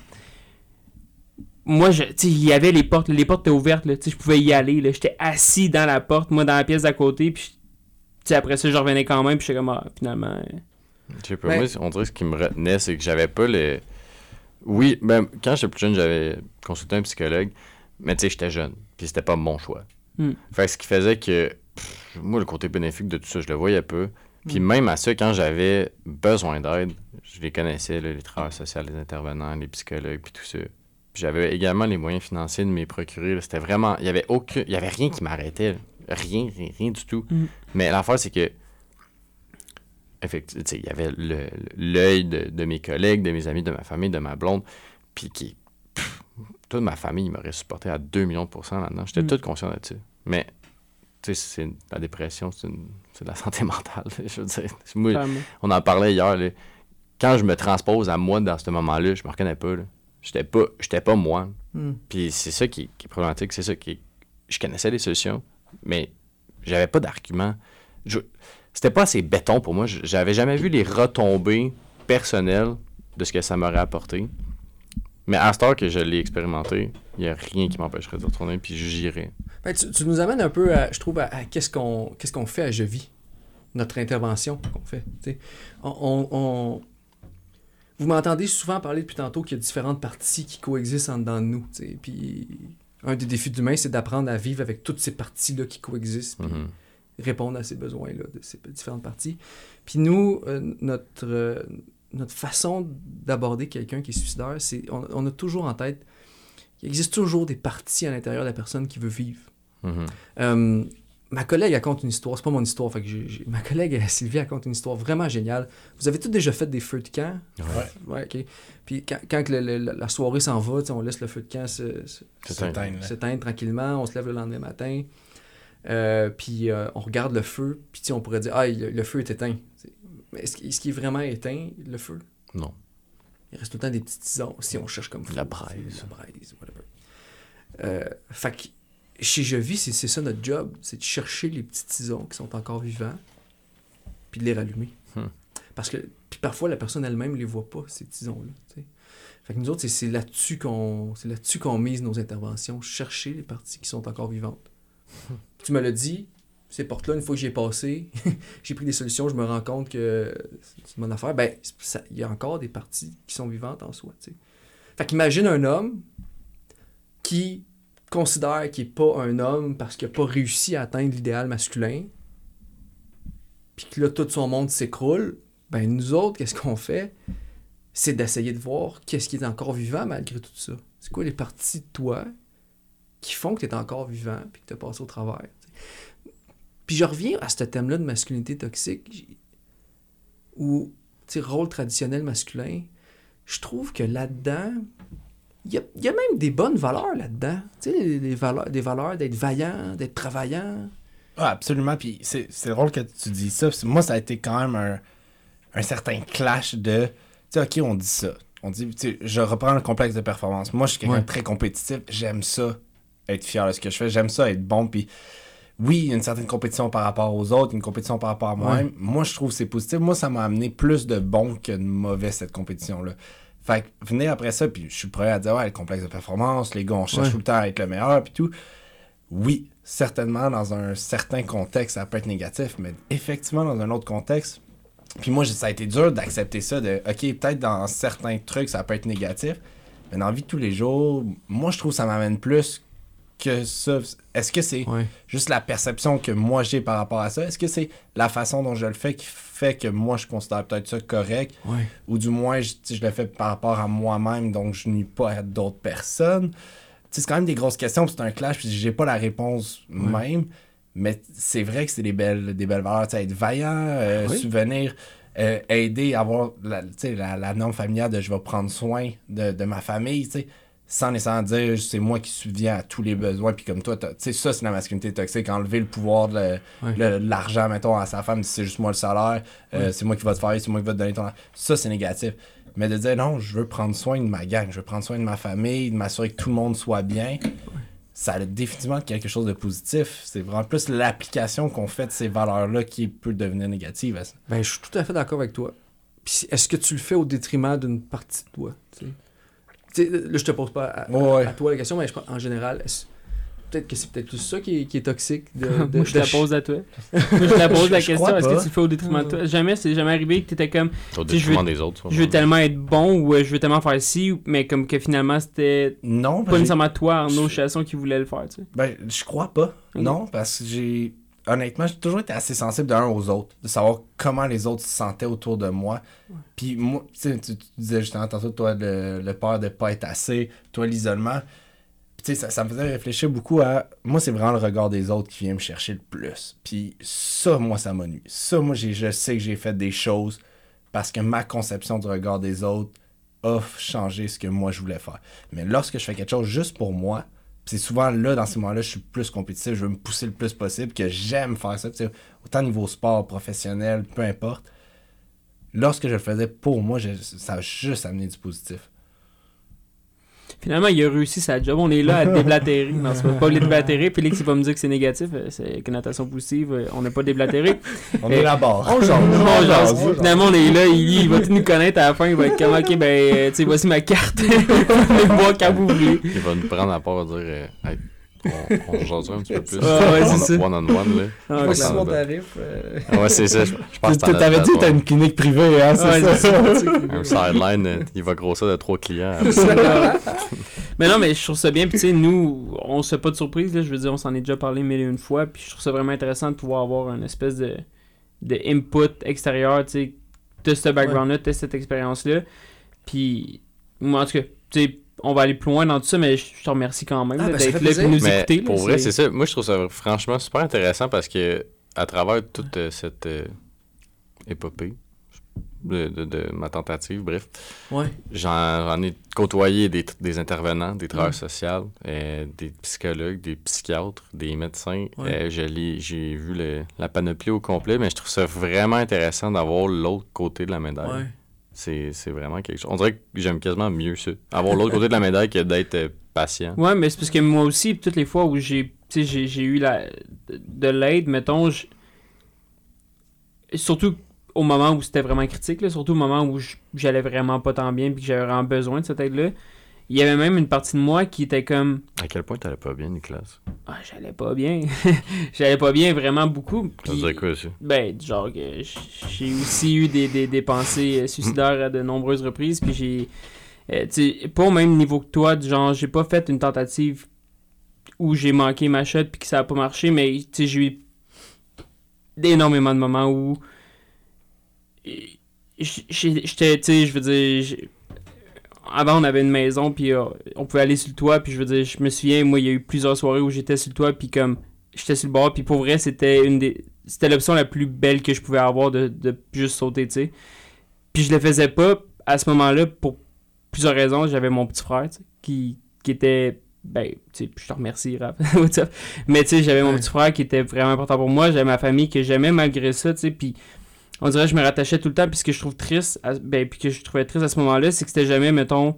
Moi, je, tu sais, il y avait les portes, les portes étaient ouvertes, là, tu sais, je pouvais y aller, là, j'étais assis dans la porte, moi, dans la pièce d'à côté, puis, tu sais, après ça, je revenais quand même, puis j'étais comme, ah, finalement... Je sais pas, ben, moi, on dirait que ce qui me retenait, c'est que j'avais pas le... Oui, ben, quand j'étais plus jeune, j'avais consulté un psychologue, mais tu sais, j'étais jeune, puis c'était pas mon choix. Mm. Fait que ce qui faisait que, pff, moi, le côté bénéfique de tout ça, je le voyais peu. Puis mm. même à ça, quand j'avais besoin d'aide, je les connaissais, là, les travailleurs sociaux, les intervenants, les psychologues, puis tout ça. Puis j'avais également les moyens financiers de m'y procurer. Là. C'était vraiment... Il y avait aucun... Il y avait rien qui m'arrêtait. Là. Rien, rien, rien du tout. Mm. Mais l'affaire, c'est que effectivement, il y avait le, l'œil de, de mes collègues, de mes amis, de ma famille, de ma blonde, puis qui, pff, toute ma famille m'aurait supporté à deux millions de pourcents là-dedans. J'étais mm. tout conscient de ça. Mais, tu sais, c'est la dépression, c'est, une, c'est de la santé mentale. Je veux dire, moi, on en parlait hier. Là. Quand je me transpose à moi dans ce moment-là, je me reconnais pas. Là. J'étais pas, j'étais pas moi. Mm. Puis c'est ça qui, qui est problématique. C'est ça qui. Je connaissais les solutions, mais j'avais pas d'argument. Je, C'était pas assez béton pour moi. J'avais jamais vu les retombées personnelles de ce que ça m'aurait apporté. Mais à cette heure que je l'ai expérimenté, il n'y a rien qui m'empêcherait de retourner, puis j'irai. Ben, tu, tu nous amènes un peu, à, je trouve, à, à qu'est-ce qu'on qu'est-ce qu'on fait à Je vis, notre intervention qu'on fait. On, on, on... Vous m'entendez souvent parler depuis tantôt qu'il y a différentes parties qui coexistent en dedans de nous. T'sais. Puis un des défis de l'humain, c'est d'apprendre à vivre avec toutes ces parties-là qui coexistent. Puis mm-hmm. répondre à ces besoins-là de ces différentes parties. Puis nous, euh, notre, euh, notre façon d'aborder quelqu'un qui est suicidaire, c'est on, on a toujours en tête qu'il existe toujours des parties à l'intérieur de la personne qui veut vivre. Mm-hmm. Euh, ma collègue, elle compte une histoire. C'est pas mon histoire. Fait que j'ai, j'ai... Ma collègue, Sylvie, elle compte une histoire vraiment géniale. Vous avez tous déjà fait des feux de camp? Ouais. Ouais, OK. Puis quand, quand le, le, la soirée s'en va, on laisse le feu de camp se, se, s'éteindre, s'éteindre tranquillement. On se lève le lendemain matin. Euh, puis euh, on regarde le feu, puis on pourrait dire « Ah, le, le feu est éteint. » Mais est-ce, est-ce qu'il est vraiment éteint, le feu? Non. Il reste tout le temps des petits tisons, si on cherche comme feu. La braise. La braise, whatever. Euh, fait que chez Je vis, c'est, c'est ça notre job, c'est de chercher les petits tisons qui sont encore vivants, puis de les rallumer. Hmm. Parce que, puis parfois, la personne elle-même ne les voit pas, ces tisons-là. T'sais. Fait que nous autres, c'est, c'est, là-dessus qu'on, c'est là-dessus qu'on mise nos interventions, chercher les parties qui sont encore vivantes. Tu me l'as dit, ces portes-là, une fois que j'y ai passé, j'ai pris des solutions, je me rends compte que c'est une bonne affaire. Ben, il y a encore des parties qui sont vivantes en soi. T'sais. Fait qu'imagine un homme qui considère qu'il n'est pas un homme parce qu'il n'a pas réussi à atteindre l'idéal masculin, puis que là, tout son monde s'écroule. Ben, nous autres, qu'est-ce qu'on fait? C'est d'essayer de voir qu'est-ce qui est encore vivant malgré tout ça. C'est quoi les parties de toi qui font que tu es encore vivant puis que tu as passé au travers. T'sais. Puis je reviens à ce thème-là de masculinité toxique ou rôle traditionnel masculin. Je trouve que là-dedans, il y a, y a même des bonnes valeurs là-dedans. Tu sais, des valeurs, des valeurs d'être vaillant, d'être travaillant, Ah, absolument. Puis c'est, c'est drôle que tu dis ça. Moi, ça a été quand même un, un certain clash de... Tu sais, OK, on dit ça. On dit, tu sais, je reprends le complexe de performance. Moi, je suis quelqu'un Ouais. de très compétitif. J'aime ça, être fier de ce que je fais. J'aime ça, être bon. Puis oui, il y a une certaine compétition par rapport aux autres, une compétition par rapport à moi-même. Ouais. Moi, je trouve que c'est positif. Moi, ça m'a amené plus de bon que de mauvais, cette compétition-là. Fait que venir après ça, puis je suis prêt à dire, ouais, le complexe de performance, les gars, on cherche ouais. tout le temps à être le meilleur, puis tout. Oui, certainement, dans un certain contexte, ça peut être négatif, mais effectivement, dans un autre contexte, puis moi, ça a été dur d'accepter ça, de, OK, peut-être dans certains trucs, ça peut être négatif, mais dans la vie de tous les jours, moi, je trouve que ça m'amène plus que ça. Est-ce que c'est ouais. juste la perception que moi j'ai par rapport à ça? Est-ce que c'est la façon dont je le fais qui fait que moi je considère peut-être ça correct? Ouais. Ou du moins je, je le fais par rapport à moi-même, donc je nuis pas à d'autres personnes? T'sais, c'est quand même des grosses questions, c'est un clash, puis j'ai pas la réponse ouais. même, mais c'est vrai que c'est des belles, des belles valeurs. T'sais, être vaillant, euh, oui. subvenir, euh, aider, avoir la, la, la norme familiale de je vais prendre soin de, de ma famille, t'sais. Sans nécessairement dire c'est moi qui subviens à tous les besoins, puis comme toi, tu sais, ça c'est la masculinité toxique, enlever le pouvoir de, le, ouais. le, de l'argent, mettons, à sa femme, si c'est juste moi le salaire, euh, ouais. c'est moi qui va te faire, c'est moi qui va te donner ton argent. Ça c'est négatif. Mais de dire non, je veux prendre soin de ma gang, je veux prendre soin de ma famille, de m'assurer que tout le monde soit bien, ouais. ça a définitivement quelque chose de positif. C'est vraiment plus l'application qu'on fait de ces valeurs-là qui peut devenir négative. Ben, je suis tout à fait d'accord avec toi. Puis est-ce que tu le fais au détriment d'une partie de toi, tu sais? T'sais, là, je te pose pas à, oh ouais. à toi la question, mais je pense, en général, peut-être que c'est peut-être tout ça qui est, qui est toxique. De, de, Moi, je te la pose à toi. Moi, je te la pose la question, est-ce que tu le fais au détriment de toi? Jamais, c'est jamais arrivé que tu étais comme... Au détriment des autres. Je veux tellement être bon ou je veux tellement faire ci, mais comme que finalement, c'était non, pas nécessairement toi, Arnaud Chasson, qui voulait le faire, tu sais. Ben, je crois pas. Okay. Non, parce que j'ai... Honnêtement, j'ai toujours été assez sensible d'un aux autres, de savoir comment les autres se sentaient autour de moi. Ouais. Puis moi, tu, tu disais justement tantôt, toi, le, le peur de pas être assez, toi, l'isolement. Tu sais, ça, ça me faisait réfléchir beaucoup à... Moi, c'est vraiment le regard des autres qui vient me chercher le plus. Puis ça, moi, ça m'a nuit. Ça, moi, j'ai, je sais que j'ai fait des choses parce que ma conception du regard des autres a changé ce que moi, je voulais faire. Mais lorsque je fais quelque chose juste pour moi, c'est souvent là, dans ces moments-là, je suis plus compétitif, je veux me pousser le plus possible, que j'aime faire ça. T'sais, autant niveau sport, professionnel, peu importe. Lorsque je le faisais pour moi, je, ça a juste amené du positif. Finalement, il a réussi sa job. On est là à déblatérer. Non, c'est pas, pas les déblatérer. Félix, il va me dire que c'est négatif. C'est connotation positive. On n'a pas déblatéré. On est là-bas. On jase. On jase. Finalement, on est là. Il, il va tout nous connaître à la fin. Il va être comme, ok, ben, tu sais, voici ma carte. Venez me voir quand vous voulez. Il va nous prendre à part et dire, euh, hey, on, on jasera un petit peu plus. Ah, ouais, c'est ça. One on one, là. Ah, ouais, c'est mon tarif. Euh... Ouais, c'est ça. Je, je pense que t'avais dit que t'as une clinique privée, hein, c'est ouais, ça. Un sideline, euh, il va grossir de trois clients. Mais non, mais je trouve ça bien. Puis, tu sais, nous, on se fait pas de surprise, là. Je veux dire, on s'en est déjà parlé mille et une fois. Puis, je trouve ça vraiment intéressant de pouvoir avoir une espèce de, de input extérieur, tu sais, de ce background-là, de cette expérience-là. Puis, moi, en tout cas, tu sais, on va aller plus loin dans tout ça, mais je te remercie quand même ah, là, ben, d'être là et nous mais écouter. Pour là, vrai, c'est... c'est ça. Moi, je trouve ça franchement super intéressant parce que à travers toute euh, cette euh, épopée de, de, de ma tentative, bref, ouais. j'en, j'en ai côtoyé des, des intervenants, des travailleurs ouais. sociaux, euh, des psychologues, des psychiatres, des médecins. Ouais. Euh, je l'ai, j'ai vu le, la panoplie au complet, mais je trouve ça vraiment intéressant d'avoir l'autre côté de la médaille. Ouais. C'est, c'est vraiment quelque chose. On dirait que j'aime quasiment mieux ça. Avoir l'autre côté de la médaille que d'être euh, patient. Ouais, mais c'est parce que moi aussi, toutes les fois où j'ai, j'ai, j'ai eu la, de l'aide, mettons, je... surtout au moment où c'était vraiment critique, là, surtout au moment où j'allais vraiment pas tant bien et que j'avais vraiment besoin de cette aide-là, il y avait même une partie de moi qui était comme... À quel point t'allais pas bien, Nicolas? Ah, j'allais pas bien. J'allais pas bien vraiment beaucoup. Ça veut dire quoi, ça? Ben, genre, que j'ai aussi eu des, des, des pensées suicidaires à de nombreuses reprises, puis j'ai... Euh, tu sais, pas au même niveau que toi, genre, j'ai pas fait une tentative où j'ai manqué ma shot puis que ça a pas marché, mais, tu sais, j'ai eu énormément de moments où... J'étais, tu sais, je veux dire... Avant, on avait une maison, puis euh, on pouvait aller sur le toit, puis je veux dire, je me souviens, moi, il y a eu plusieurs soirées où j'étais sur le toit, puis comme, j'étais sur le bord, puis pour vrai, c'était une des... C'était l'option la plus belle que je pouvais avoir de, de juste sauter, tu sais. Puis je le faisais pas, à ce moment-là, pour plusieurs raisons. J'avais mon petit frère, tu sais, qui, qui était ben, tu sais, je te remercie, Raph. What's up? Mais tu sais, j'avais mon Ouais. petit frère qui était vraiment important pour moi, j'avais ma famille que j'aimais malgré ça, tu sais, puis on dirait que je me rattachais tout le temps, puis ce que je trouve triste, à- ben, puis que je trouvais triste à ce moment-là, c'est que c'était jamais, mettons,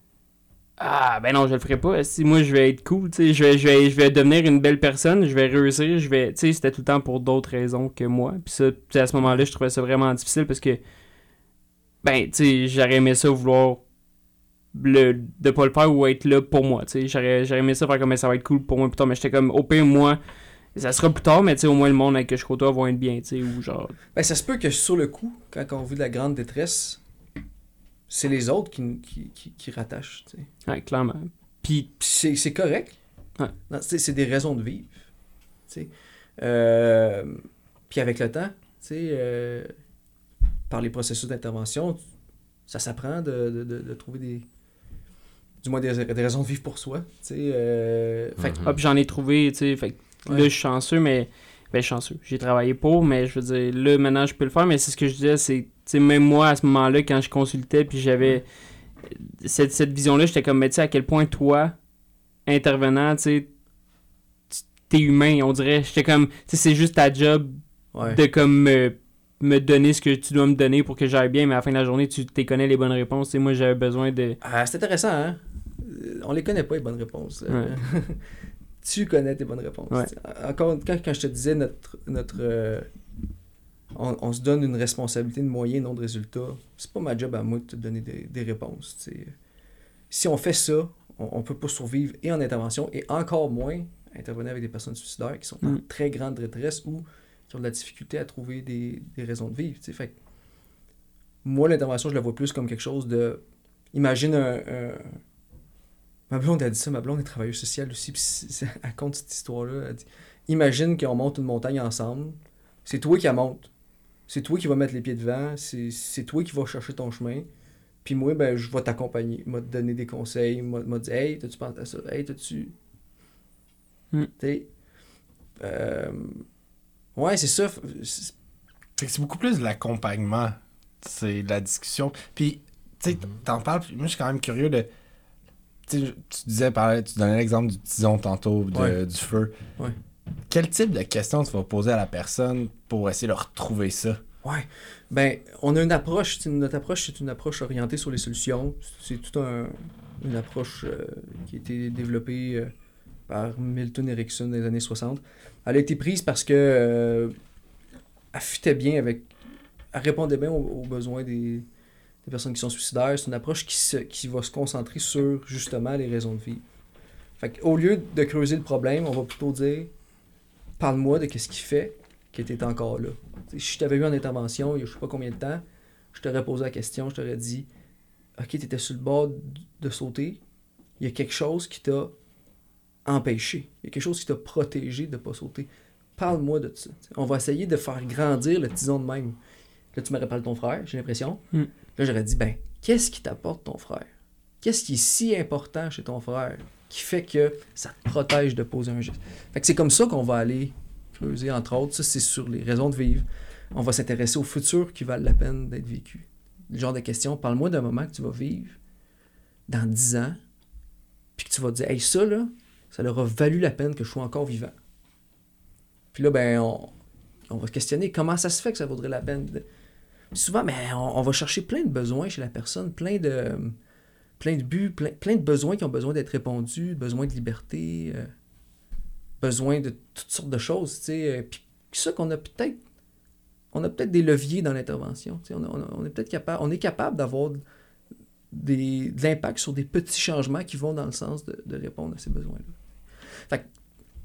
ah, ben non, je le ferai pas, si moi je vais être cool, tu sais, je vais, je vais, je vais devenir une belle personne, je vais réussir, je vais, tu sais, c'était tout le temps pour d'autres raisons que moi, puis ça, tu sais, à ce moment-là, je trouvais ça vraiment difficile parce que, ben, tu sais, j'aurais aimé ça vouloir le, de pas le faire ou être là pour moi, tu sais, j'aurais, j'aurais aimé ça faire comme mais ça va être cool pour moi plus tard, mais j'étais comme, au pire, moi, ça sera plus tard, mais tu sais, au moins le monde avec que je côtoie va être bien, tu sais, ou genre, Ben, ça se peut que sur le coup, quand on vit de la grande détresse, c'est les autres qui, qui, qui, qui rattachent. Tu sais. ouais, clairement. Puis, Puis c'est, c'est correct. Ouais. Non, c'est, c'est des raisons de vivre. Tu sais. Euh, puis avec le temps, tu sais, euh, par les processus d'intervention, ça s'apprend de, de, de, de trouver des. Du moins des, des raisons de vivre pour soi. Tu sais. Euh, fait que- Mhm. hop, j'en ai trouvé, tu sais, fait que Ouais. là, je suis chanceux, mais, ben, chanceux. J'ai travaillé pour, mais je veux dire, là, maintenant, je peux le faire, mais c'est ce que je disais, c'est, tu sais, même moi, à ce moment-là, quand je consultais, puis j'avais cette, cette vision-là, j'étais comme, mais tu sais, à quel point toi, intervenant, tu sais, tu- t'es humain, on dirait, j'étais comme, tu sais, c'est juste ta job ouais. de comme me, me donner ce que tu dois me donner pour que j'aille bien, mais à la fin de la journée, tu t'es connais les bonnes réponses, tu sais, moi, j'avais besoin de... Ah, c'est intéressant, hein? Euh, On les connaît pas, les bonnes réponses. Ouais. Tu connais tes bonnes réponses. Ouais. T'sais. Encore, quand, quand je te disais, notre, notre euh, on, on se donne une responsabilité de moyens, non de résultats, c'est pas ma job à moi de te donner des, des réponses. T'sais. Si on fait ça, on, on peut pas survivre et en intervention, et encore moins intervenir avec des personnes suicidaires qui sont en Mm. très grande détresse ou qui ont de la difficulté à trouver des, des raisons de vivre. T'sais. Fait que moi, l'intervention, je la vois plus comme quelque chose de... Imagine un... un- Ma blonde a dit ça, ma blonde est travailleuse sociale aussi, puis c'est- c'est- elle compte cette histoire-là. Elle dit imagine qu'on monte une montagne ensemble, c'est toi qui la monte, c'est toi qui vas mettre les pieds devant, c'est c'est toi qui vas chercher ton chemin, puis moi, ben, je vais t'accompagner, m'a te donner des conseils, m'a m'a dit hey, t'as-tu pensé à ça, hey, t'as-tu. Hmm. Tu sais. Euh, Ouais, c'est ça. C'est- Fait que c'est beaucoup plus de l'accompagnement. C'est de la discussion. Puis, tu sais, t'en parles, puis moi, je suis quand même curieux de... Tu sais, tu disais, parlais- tu donnais l'exemple du tison tantôt, de- Ouais. du feu. Ouais. Quel type de questions tu vas poser à la personne pour essayer de retrouver ça? Ouais. Ben, on a une approche. tu sais, Notre approche, c'est une approche orientée sur les solutions. C'est tout un, une approche euh, qui a été développée euh, par Milton Erickson dans les années soixante. Elle a été prise parce que euh, elle fitait bien avec. Elle répondait bien aux, aux besoins des, des personnes qui sont suicidaires. C'est une approche qui, se, qui va se concentrer sur justement les raisons de vivre. Fait qu'au lieu de creuser le problème, on va plutôt dire parle-moi de qu'est-ce qui fait que tu es encore là. T'sais, si je t'avais eu en intervention il y a je sais pas combien de temps, je t'aurais posé la question, je t'aurais dit ok, tu étais sur le bord de, de sauter, il y a quelque chose qui t'a empêché, il y a quelque chose qui t'a protégé de ne pas sauter. Parle-moi de ça. T'sais, on va essayer de faire grandir le tison de même. Là, tu m'aurais parlé de ton frère, j'ai l'impression. Mm. Là, j'aurais dit ben, qu'est-ce qui t'apporte ton frère? Qu'est-ce qui est si important chez ton frère qui fait que ça te protège de poser un geste? Fait que c'est comme ça qu'on va aller creuser, entre autres. Ça, c'est sur les raisons de vivre. On va s'intéresser au futur qui valent la peine d'être vécu. Le genre de questions, parle-moi d'un moment que tu vas vivre dans dix ans, puis que tu vas te dire, hey, ça, là, ça leur a valu la peine que je sois encore vivant. Puis là, ben, on, on va se questionner comment ça se fait que ça vaudrait la peine. De... Souvent, ben, on, on va chercher plein de besoins chez la personne, plein de, plein de buts, plein, plein de besoins qui ont besoin d'être répondus, besoin de liberté, euh, besoin de toutes sortes de choses, tu sais. Euh, puis ça qu'on a peut-être, on a peut-être des leviers dans l'intervention, tu sais. On, on, on est peut-être capable, on est capable d'avoir des, de l'impact sur des petits changements qui vont dans le sens de, de répondre à ces besoins-là. Fait que,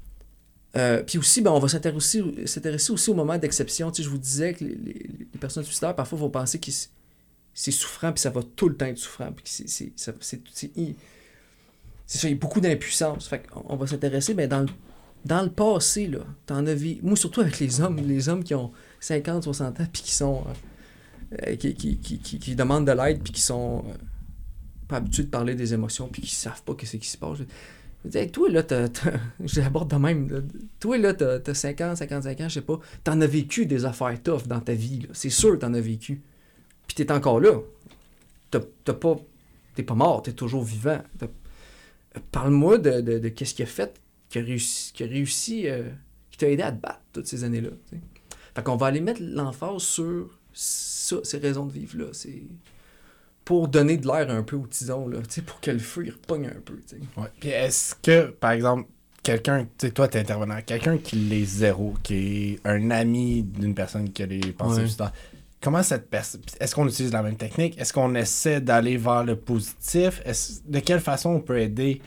euh, puis aussi, ben, on va s'intéresser, s'intéresser aussi au moment d'exception. Tu sais, je vous disais que les, les, les personnes suicidaires, parfois, vont penser que c'est souffrant, puis ça va tout le temps être souffrant. Puis c'est, c'est, c'est, c'est, c'est, c'est ça, il y a beaucoup d'impuissance. Fait qu'on on va s'intéresser, ben, dans, le, dans le passé, là, t'en as vu, moi, surtout avec les hommes, les hommes qui ont cinquante, soixante ans, puis qui sont, euh, qui, qui, qui, qui, qui demandent de l'aide, puis qui sont euh, pas habitués de parler des émotions, puis qui savent pas qu'est-ce qui se passe. Je dis, hey, toi, là, t'as, t'as... je l'aborde de même. Là. Toi, là, t'as, t'as cinquante, cinquante-cinq ans, je sais pas. T'en as vécu des affaires tough dans ta vie. Là. C'est sûr que t'en as vécu. Puis t'es encore là. T'as, t'as pas... T'es pas mort, t'es toujours vivant. T'as... Parle-moi de, de, de qu'est-ce qu'il a fait, qui a réussi, qui a réussi, euh, qui t'a aidé à te battre toutes ces années-là. T'sais. Fait qu'on va aller mettre l'emphase sur ça, ces raisons de vivre-là. C'est pour donner de l'air un peu au tison, là, pour que le feu il repogne un peu. T'sais. Ouais. Puis est-ce que, par exemple, quelqu'un, tu sais, toi, t'es intervenant, quelqu'un qui l'est zéro, qui est un ami d'une personne qui a des pensées Ouais. suicidaires, comment cette personne, est-ce qu'on utilise la même technique? Est-ce qu'on essaie d'aller vers le positif? Est-ce, de quelle façon on peut aider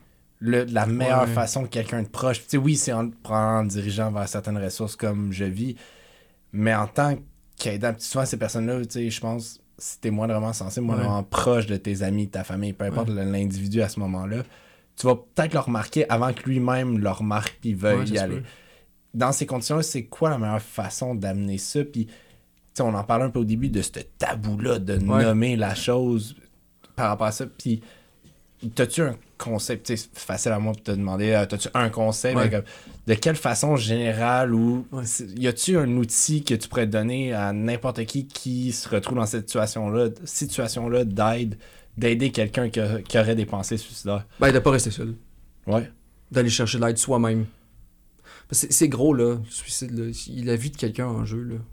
le, de la meilleure Ouais. façon que quelqu'un de proche? Tu sais, oui, c'est en, en dirigeant vers certaines ressources comme je vis, mais en tant qu'aidant, souvent ces personnes-là, tu sais, je pense, si t'es moindrement sensible, moindrement Ouais. proche de tes amis, de ta famille, peu importe Ouais. l'individu à ce moment-là, tu vas peut-être le remarquer avant que lui-même le remarque puis veuille Ouais, ça y se aller. peut. Dans ces conditions-là, c'est quoi la meilleure façon d'amener ça? Puis, tu sais, on en parlait un peu au début de ce tabou-là de Ouais. nommer la chose par rapport à ça. Puis, t'as-tu un concept? Tu sais, c'est facile à moi de te demander, euh, t'as-tu un conseil? Ouais. Mais comme, de quelle façon générale ou Ouais. c'est- y a-tu un outil que tu pourrais donner à n'importe qui qui se retrouve dans cette situation-là, situation-là d'aide, d'aider quelqu'un qui, a- qui aurait des pensées suicidaires? Ben, de pas rester seul. Ouais. D'aller chercher de l'aide soi-même. Parce que C'est, c'est gros, là, le suicide. Là. Il a la vie de quelqu'un en jeu. Là.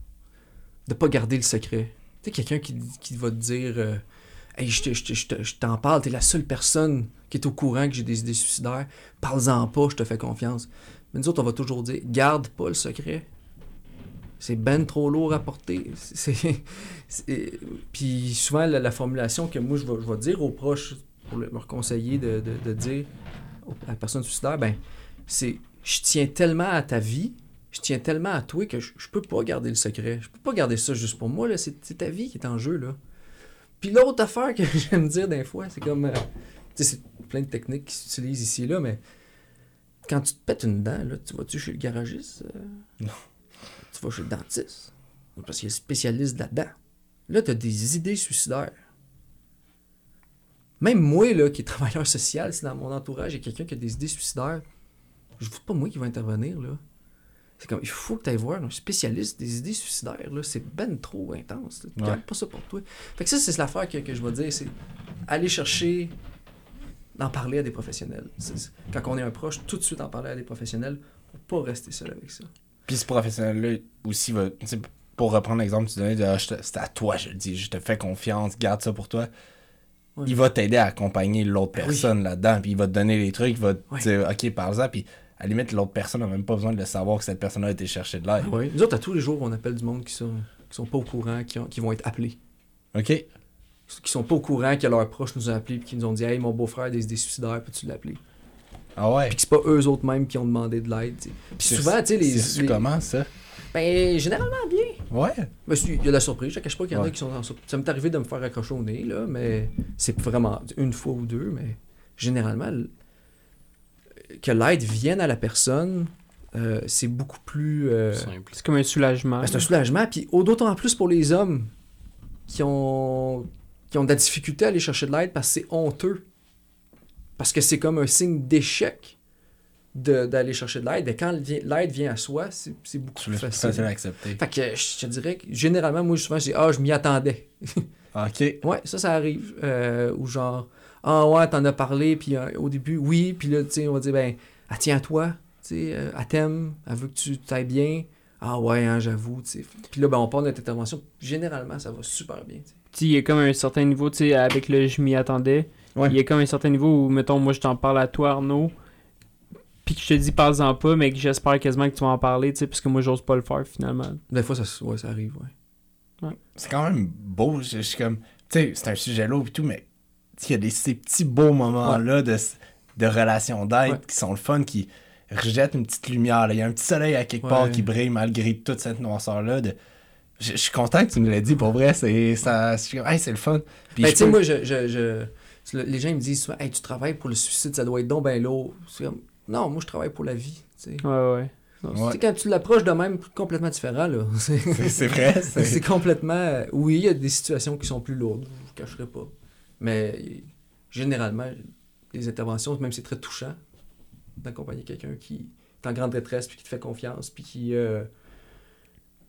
De pas garder le secret. Tu sais, quelqu'un qui, qui va te dire euh, Hey, je, te- je, te- je, te- je t'en parle, t'es la seule personne qui est au courant que j'ai des idées suicidaires. Parle-en pas, je te fais confiance. Mais nous autres, on va toujours dire garde pas le secret. C'est ben trop lourd à porter. C'est, c'est- Puis souvent, la, la formulation que moi, je vais, je vais dire aux proches pour le- leur conseiller de, de, de dire à la personne suicidaire, ben, c'est je tiens tellement à ta vie, je tiens tellement à toi que je, je peux pas garder le secret. Je peux pas garder ça juste pour moi, là. C'est, c'est ta vie qui est en jeu, là. Puis l'autre affaire que j'aime dire des fois, c'est comme... euh, tu sais, c'est plein de techniques qui s'utilisent ici et là, mais quand tu te pètes une dent, là, tu vas-tu chez le garagiste? euh? Non. Tu vas chez le dentiste? Parce qu'il est spécialiste là-dedans. Là, t'as des idées suicidaires. Même moi, là, qui est travailleur social, si dans mon entourage, il y a quelqu'un qui a des idées suicidaires, je ne pas moi qui va intervenir, là. C'est comme, il faut que tu ailles voir un spécialiste des idées suicidaires, là. C'est ben trop intense. Tu Ouais. gardes pas ça pour toi. Fait que ça, c'est l'affaire que, que je vais dire, c'est aller chercher, d'en parler à des professionnels. C'est- c'est- quand on est un proche, tout de suite en parler à des professionnels pour pas rester seul avec ça. Puis ce professionnel-là aussi va. Tu sais, pour reprendre l'exemple que tu donnais de ah, je te- c'est à toi, je le dis, je te fais confiance, garde ça pour toi. Ouais. Il va t'aider à accompagner l'autre Ben personne là-dedans, puis il va te donner les trucs, il va te Ouais. dire ok, parle-en, puis à la limite, l'autre personne n'a même pas besoin de le savoir que cette personne-là a été chercher de l'aide. Ouais. Nous autres, à tous les jours, on appelle du monde qui sont, qui sont pas au courant, qui, ont- qui vont être appelés. Ok? Qui sont pas au courant que leurs proches nous ont appelés et qui nous ont dit « Hey, mon beau-frère a des idées suicidaires, peux-tu l'appeler? » Ah ouais? Puis que c'est pas eux autres mêmes qui ont demandé de l'aide. t'sais. Puis C'est- souvent, tu sais, les... C'est su les- comment ça? Ben, généralement bien. Ouais. Ben, c'est- il y a de la surprise. Je ne cache pas qu'il y en a Ouais. qui sont en surprise. Ça m'est arrivé de me faire accrocher au nez, là, mais c'est vraiment une fois ou deux, mais généralement, l- que l'aide vienne à la personne, euh, c'est beaucoup plus... euh, Simple. C'est comme un soulagement. ben, c'est un soulagement. Puis au- d'autant plus pour les hommes qui ont, qui ont de la difficulté à aller chercher de l'aide parce que c'est honteux. Parce que c'est comme un signe d'échec de- d'aller chercher de l'aide. Et quand le vient- l'aide vient à soi, c'est c'est beaucoup C'est plus plus facile. facile à accepter. Fait que je te dirais que généralement, moi, souvent, je dis « Ah, je m'y attendais. » Ok. Ouais, ça, ça arrive. Euh, ou genre « Ah ouais, t'en as parlé, puis euh, au début, oui. » Puis là, tu sais, on va dire « Ben, elle tient à toi. Tu sais, euh, elle t'aime. Elle veut que tu t'ailles bien. » Ah ouais, hein, j'avoue. Tu sais. Puis là, ben, on part de notre intervention. Généralement, ça va super bien. tu sais. Tu sais, il y a comme un certain niveau, tu sais, avec le je m'y attendais. Ouais. Il y a comme un certain niveau où, mettons, moi je t'en parle à toi, Arnaud, puis que je te dis parle-en pas, mais que j'espère quasiment que tu vas en parler, tu sais, parce que moi j'ose pas le faire finalement. Des fois, ça, s- ouais, ça arrive, ouais. C'est quand même beau. Je, je suis comme. Tu sais, c'est un sujet lourd et tout, mais il y a des, ces petits beaux moments-là de, de relations d'aide Ouais. qui sont le fun, qui rejettent une petite lumière. là. Il y a un petit soleil à quelque part Ouais. qui brille malgré toute cette noirceur-là. De... Je, je suis content que tu nous l'aies dit, pour vrai. C'est, ça, je suis comme, hey, c'est le fun. Puis Ben, je tu sais, peux- moi, je, je, je- tu- les gens ils me disent souvent, hey, tu travailles pour le suicide, ça doit être donc ben lourd. C'est comme, non, moi, je travaille pour la vie. tu sais. Ouais, ouais. Non, Ouais. Tu sais, quand tu l'approches de même, complètement différent, là. C'est c'est, c'est vrai. c'est C'est... complètement. euh, Oui, il y a des situations qui sont plus lourdes, je ne cacherai pas. Mais euh, généralement, les interventions, même c'est très touchant d'accompagner quelqu'un qui est en grande détresse, puis qui te fait confiance, puis qui. euh,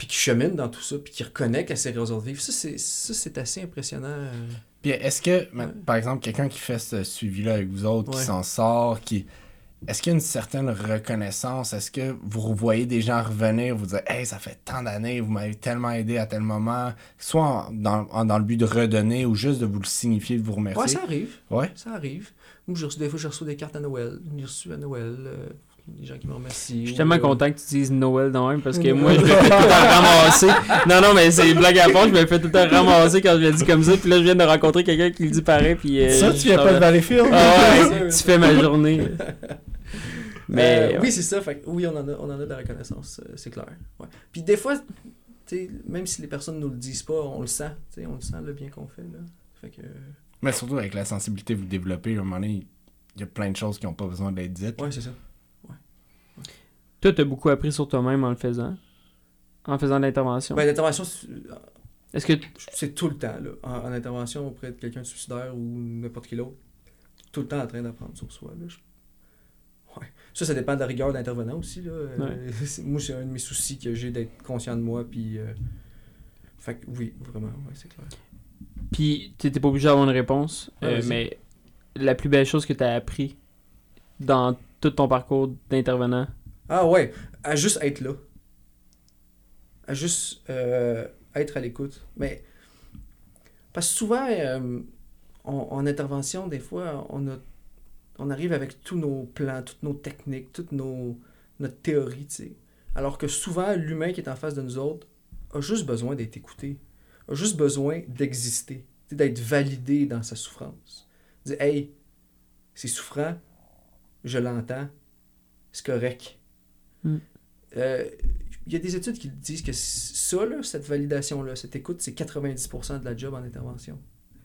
puis qui chemine dans tout ça, puis qui reconnaît qu'elle s'est raisons de vivre. Ça, c'est, ça, c'est assez impressionnant. euh. Puis est-ce que, Ouais. par exemple, quelqu'un qui fait ce suivi-là avec vous autres, Ouais. qui s'en sort, qui... Est-ce qu'il y a une certaine reconnaissance? Est-ce que vous voyez des gens revenir, vous dire « Hey, ça fait tant d'années, vous m'avez tellement aidé à tel moment », soit en- dans, en- dans le but de redonner ou juste de vous le signifier, de vous remercier? Ouais, ça arrive. Ouais. Ça arrive. Moi, j'ai reçu, des fois, j'ai reçu des cartes à Noël. J'ai reçu à Noël euh, des gens qui me remercient. Je suis ou, tellement euh, content que tu dises Noël de même parce que moi, je me fais tout le temps ramasser. Non, non, mais c'est une blague à part. Je me fais tout le temps ramasser quand je le dis comme ça. Puis là, je viens de rencontrer quelqu'un qui le dit pareil. Puis, euh, Ça, tu je viens t'en- pas de Valleyfield? Ah ouais, tu fais ma journée. Mais Euh, oui, c'est ça. Fait, que oui, on en a, on en a de la reconnaissance, euh, c'est clair. Ouais. Puis des fois, t'sais, même si les personnes nous le disent pas, on le sent. T'sais, on le sent le bien qu'on fait. Là. Fait que, Mais surtout avec la sensibilité que vous développez, à un moment donné, il y a plein de choses qui n'ont pas besoin d'être dites. ouais, c'est ça. toi, t'as beaucoup appris sur toi-même en le faisant. En faisant de l'intervention. Ben, l'intervention, c'est- Est-ce que c'est tout le temps. Là. En, en intervention auprès de quelqu'un de suicidaire ou n'importe qui d'autre, tout le temps en train d'apprendre sur soi. Là. Je- Ouais. Ça, ça dépend de la rigueur d'intervenant aussi. Là. Euh, Ouais. c'est- moi, c'est un de mes soucis que j'ai d'être conscient de moi. Puis, euh, fait que oui, vraiment, ouais, c'est clair. Puis, tu n'étais pas obligé d'avoir une réponse, Ouais, euh, vas-y. mais la plus belle chose que tu as appris dans tout ton parcours d'intervenant. Ah ouais, à juste être là. À juste euh, être à l'écoute. Mais, parce que souvent, euh, on- en intervention, des fois, on, a, on arrive avec tous nos plans, toutes nos techniques, toute nos, notre théorie, tu sais. Alors que souvent, l'humain qui est en face de nous autres a juste besoin d'être écouté. A juste besoin d'exister. Tu sais, d'être validé dans sa souffrance. Dire, hey, c'est souffrant, je l'entends, c'est correct. Mm. Euh, Il y a des études qui disent que ça, là, cette validation-là, cette écoute, c'est quatre-vingt-dix pour cent de la job en intervention.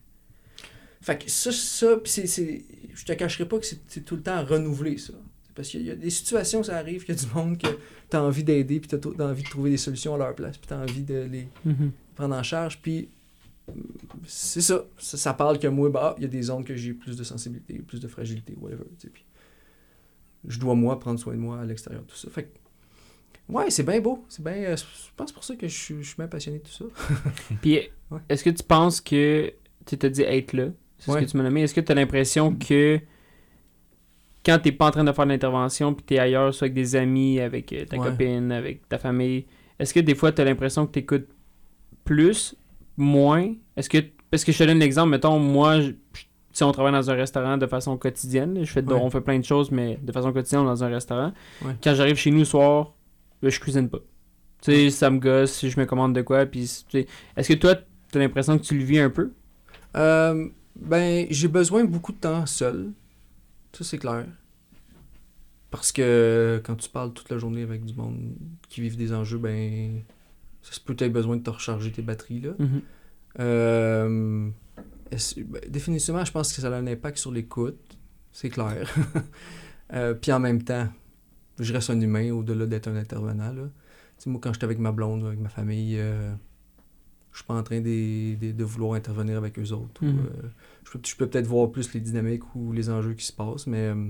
Fait que ça, ça pis c'est, c'est, je te cacherai pas que c'est, c'est tout le temps à renouveler, ça. Parce qu'il y a des situations, ça arrive, qu'il y a du monde que tu as envie d'aider, puis tu as envie de trouver des solutions à leur place, puis tu as envie de les Mhm. prendre en charge, puis c'est ça. ça. Ça parle que moi, bah, il y a des zones que j'ai plus de sensibilité, plus de fragilité, whatever. Tu sais, puis je dois, moi, prendre soin de moi à l'extérieur de tout ça. Fait que, ouais, c'est bien beau. C'est bien, euh, je pense pour ça que je suis, je suis bien passionné de tout ça. Puis, Ouais. est-ce que tu penses que tu t'as dit être là, c'est Ouais. ce que tu m'as nommé, est-ce que tu as l'impression que quand t'es pas en train de faire de l'intervention puis t'es ailleurs, soit avec des amis, avec euh, ta Ouais. copine, avec ta famille, est-ce que des fois t'as l'impression que t'écoutes plus, moins? Est-ce que, parce que je te donne l'exemple, mettons, moi, je- je- si on travaille dans un restaurant de façon quotidienne, là, je fais de- Ouais. on fait plein de choses, mais de façon quotidienne, on est dans un restaurant. Ouais. Quand j'arrive chez nous le soir, là, je cuisine pas. Tu sais, ça me gosse si je me commande de quoi, puis tu sais, est-ce que toi, t'as l'impression que tu le vis un peu? Euh, ben, j'ai besoin de beaucoup de temps seul. Ça, c'est clair. Parce que quand tu parles toute la journée avec du monde qui vivent des enjeux, ben, ça se peut être besoin de te recharger tes batteries, là. Mhm. Euh, est-ce- ben, définitivement, je pense que ça a un impact sur l'écoute. C'est clair. Euh, Puis en même temps, je reste un humain au-delà d'être un intervenant, là. Tu sais, moi, quand j'étais avec ma blonde, avec ma famille, euh, je suis pas en train des- des- de vouloir intervenir avec eux autres. ou, Mhm. euh, je peux, je peux peut-être voir plus les dynamiques ou les enjeux qui se passent, mais euh,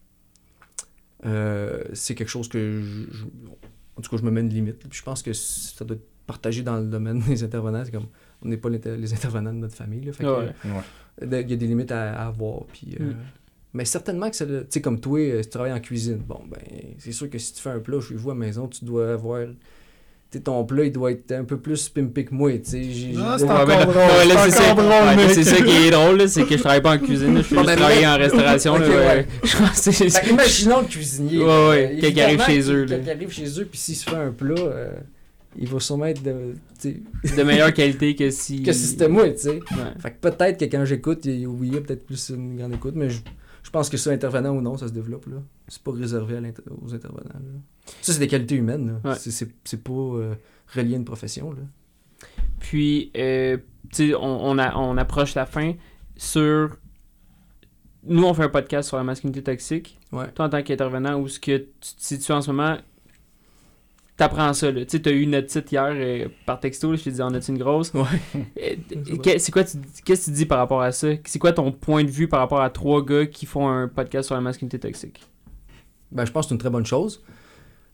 euh, c'est quelque chose que je, je- en tout cas, je me mets une limite. Puis je pense que ça doit être partagé dans le domaine des intervenants. C'est comme, on n'est pas l'inter- les intervenants de notre famille. Là, fait que, Ouais. Ouais. euh, il y a des limites à, à avoir. Puis, euh, Mm. Mais certainement que ça. Tu sais, comme toi, euh, si tu travailles en cuisine, bon, ben, c'est sûr que si tu fais un plat chez vous à la maison, tu dois avoir. Tu sais, ton plat, il doit être un peu plus pimpé que moi. Tu sais, j'ai- j'ai- Ah, c'est Ouais, encore ben là- drôle, ouais, là, c'est c'est ça, encore drôle, ouais, mec. c'est ça qui est drôle, là, c'est que je travaille pas en cuisine, là, je fais Bon, juste ben, travailler mais- en restauration. là, Ok, ouais. ouais. Je pense que c'est- Fait que imaginons le cuisinier. Ouais, là, ouais, euh, quelqu'un arrive évidemment, chez eux, là. Quelqu'un arrive chez eux, puis s'il se fait un plat, euh, il va sûrement être de, tu sais, de meilleure qualité que si... que si c'était moi, tu sais. Ouais. Fait que peut-être que quand j'écoute, il oui, il y a peut-être plus une grande écoute, mais je, je pense que ça, intervenant ou non, ça se développe, là. C'est pas réservé à l'inter- aux intervenants, là. Ça, c'est des qualités humaines, là. Ouais. C'est, c'est, c'est pas euh, relié à une profession, là. Puis, euh, tu sais, on, on, a- on approche la fin sur... Nous, on fait un podcast sur la masculinité toxique. Ouais. Toi, en tant qu'intervenant, où ce que tu te situes en ce moment, t'apprends ça, là. Tu sais, t'as eu notre titre hier euh, par texto, là, je t'ai dit, on a-tu une grosse? Ouais. Euh, C'est que- c'est quoi, tu- qu'est-ce que tu dis par rapport à ça? C'est quoi ton point de vue par rapport à trois gars qui font un podcast sur la masculinité toxique? Ben, je pense que c'est une très bonne chose.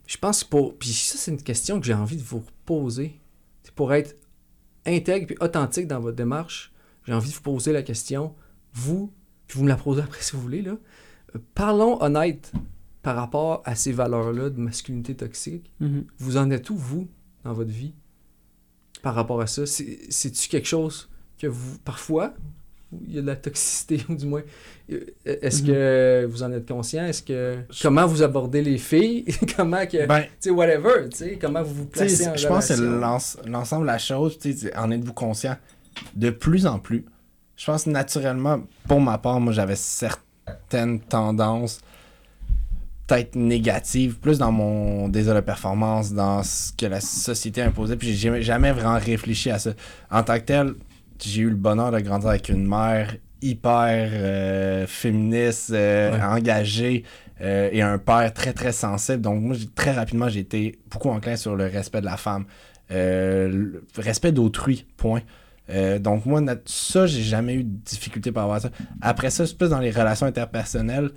je pense pour... Puis ça, c'est une question que j'ai envie de vous poser. C'est pour être intègre et authentique dans votre démarche, j'ai envie de vous poser la question, vous, puis vous me la posez après si vous voulez, là. Euh, parlons honnête par rapport à ces valeurs-là de masculinité toxique. Mm-hmm. Vous en êtes où, vous, dans votre vie, par rapport à ça? C'est, c'est-tu quelque chose que vous, parfois, il y a de la toxicité, ou du moins, est-ce mm-hmm. que vous en êtes conscient? Est-ce que... Je... Comment vous abordez les filles? Comment que... Ben, tu sais, whatever, tu sais, comment vous vous placez en je relation? pense que c'est l'ens- l'ensemble de la chose, tu sais, en êtes-vous conscient? De plus en plus. Je pense naturellement, pour ma part, moi, j'avais certaines tendances peut-être négatives, plus dans mon désir de performance, dans ce que la société imposait, puis j'ai jamais vraiment réfléchi à ça. En tant que tel, j'ai eu le bonheur de grandir avec une mère hyper euh, féministe, euh, ouais. engagée, euh, et un père très, très sensible. Donc, moi, très rapidement, j'ai été beaucoup enclin sur le respect de la femme. Euh, le respect d'autrui, point. Euh, donc, moi, ça, j'ai jamais eu de difficulté par rapport à ça. Après ça, c'est plus dans les relations interpersonnelles,